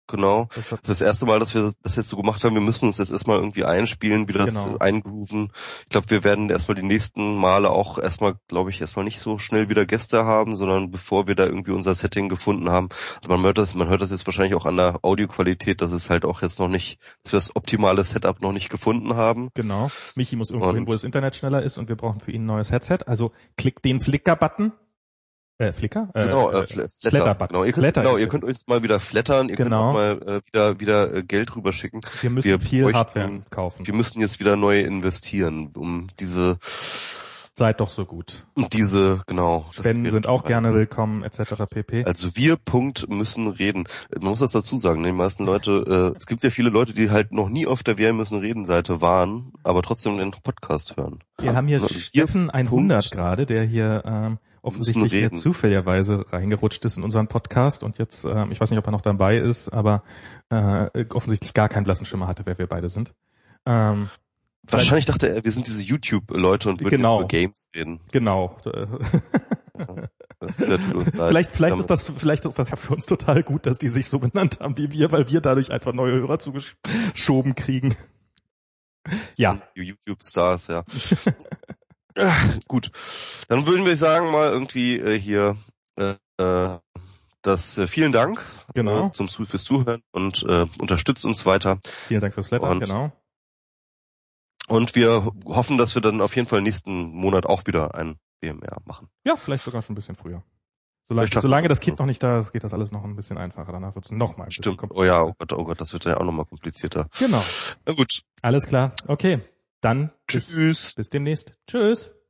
Genau. Das ist das erste Mal, dass wir das jetzt so gemacht haben. Wir müssen uns jetzt erstmal irgendwie einspielen, wieder genau. eingrooven. Ich glaube, wir werden erstmal die nächsten Male auch erstmal, glaube ich, erstmal nicht so schnell wieder Gäste haben, sondern bevor wir da irgendwie unser Setting gefunden haben. Also man hört das, man hört das jetzt wahrscheinlich auch an der Audioqualität, dass es halt auch jetzt noch nicht, dass wir das optimale Setup noch nicht gefunden haben. Genau. Michi muss irgendwo und hin, wo das Internet schneller ist und wir brauchen für ihn ein neues Headset. Also klickt den Flickr-Button. Äh, Flickr? Äh, genau, äh, Fl Flatter. Genau, ihr könnt, genau, ihr könnt uns mal wieder flattern, ihr genau. könnt auch mal äh, wieder wieder äh, Geld rüberschicken. Wir müssen wir viel bräuchten, Hardware kaufen. Wir müssen jetzt wieder neu investieren, um diese Seid doch so gut. Und diese, genau. Spenden sind auch gerne willkommen, et cetera pp. Also wir, Punkt, müssen reden. Man muss das dazu sagen, die meisten Leute, äh, es gibt ja viele Leute, die halt noch nie auf der Wir müssen reden Seite waren, aber trotzdem den Podcast hören. Wir haben hier also Steffen hundert gerade, der hier ähm, offensichtlich mir zufälligerweise reingerutscht ist in unseren Podcast und jetzt, ähm, ich weiß nicht, ob er noch dabei ist, aber äh, offensichtlich gar keinen blassen Schimmer hatte, wer wir beide sind. Ähm, Wahrscheinlich dachte er, wir sind diese YouTube-Leute und würden genau. über Games reden. Genau. vielleicht, vielleicht ist das, vielleicht ist das ja für uns total gut, dass die sich so benannt haben wie wir, weil wir dadurch einfach neue Hörer zugeschoben kriegen. Ja. YouTube-Stars, ja. Gut. Dann würden wir sagen mal irgendwie äh, hier äh, das äh, vielen Dank genau. äh, zum fürs Zuhören und äh, unterstützt uns weiter. Vielen Dank fürs Flattern, genau. Und wir hoffen, dass wir dann auf jeden Fall nächsten Monat auch wieder ein W M R machen. Ja, vielleicht sogar schon ein bisschen früher. Solange, solange das Kind noch nicht da ist, geht das alles noch ein bisschen einfacher. Danach wird es noch mal ein Stimmt. bisschen komplizierter. Oh ja, oh Gott, oh Gott, das wird ja auch noch mal komplizierter. Genau. Na gut. Alles klar. Okay, dann tschüss. Bis, bis demnächst. Tschüss.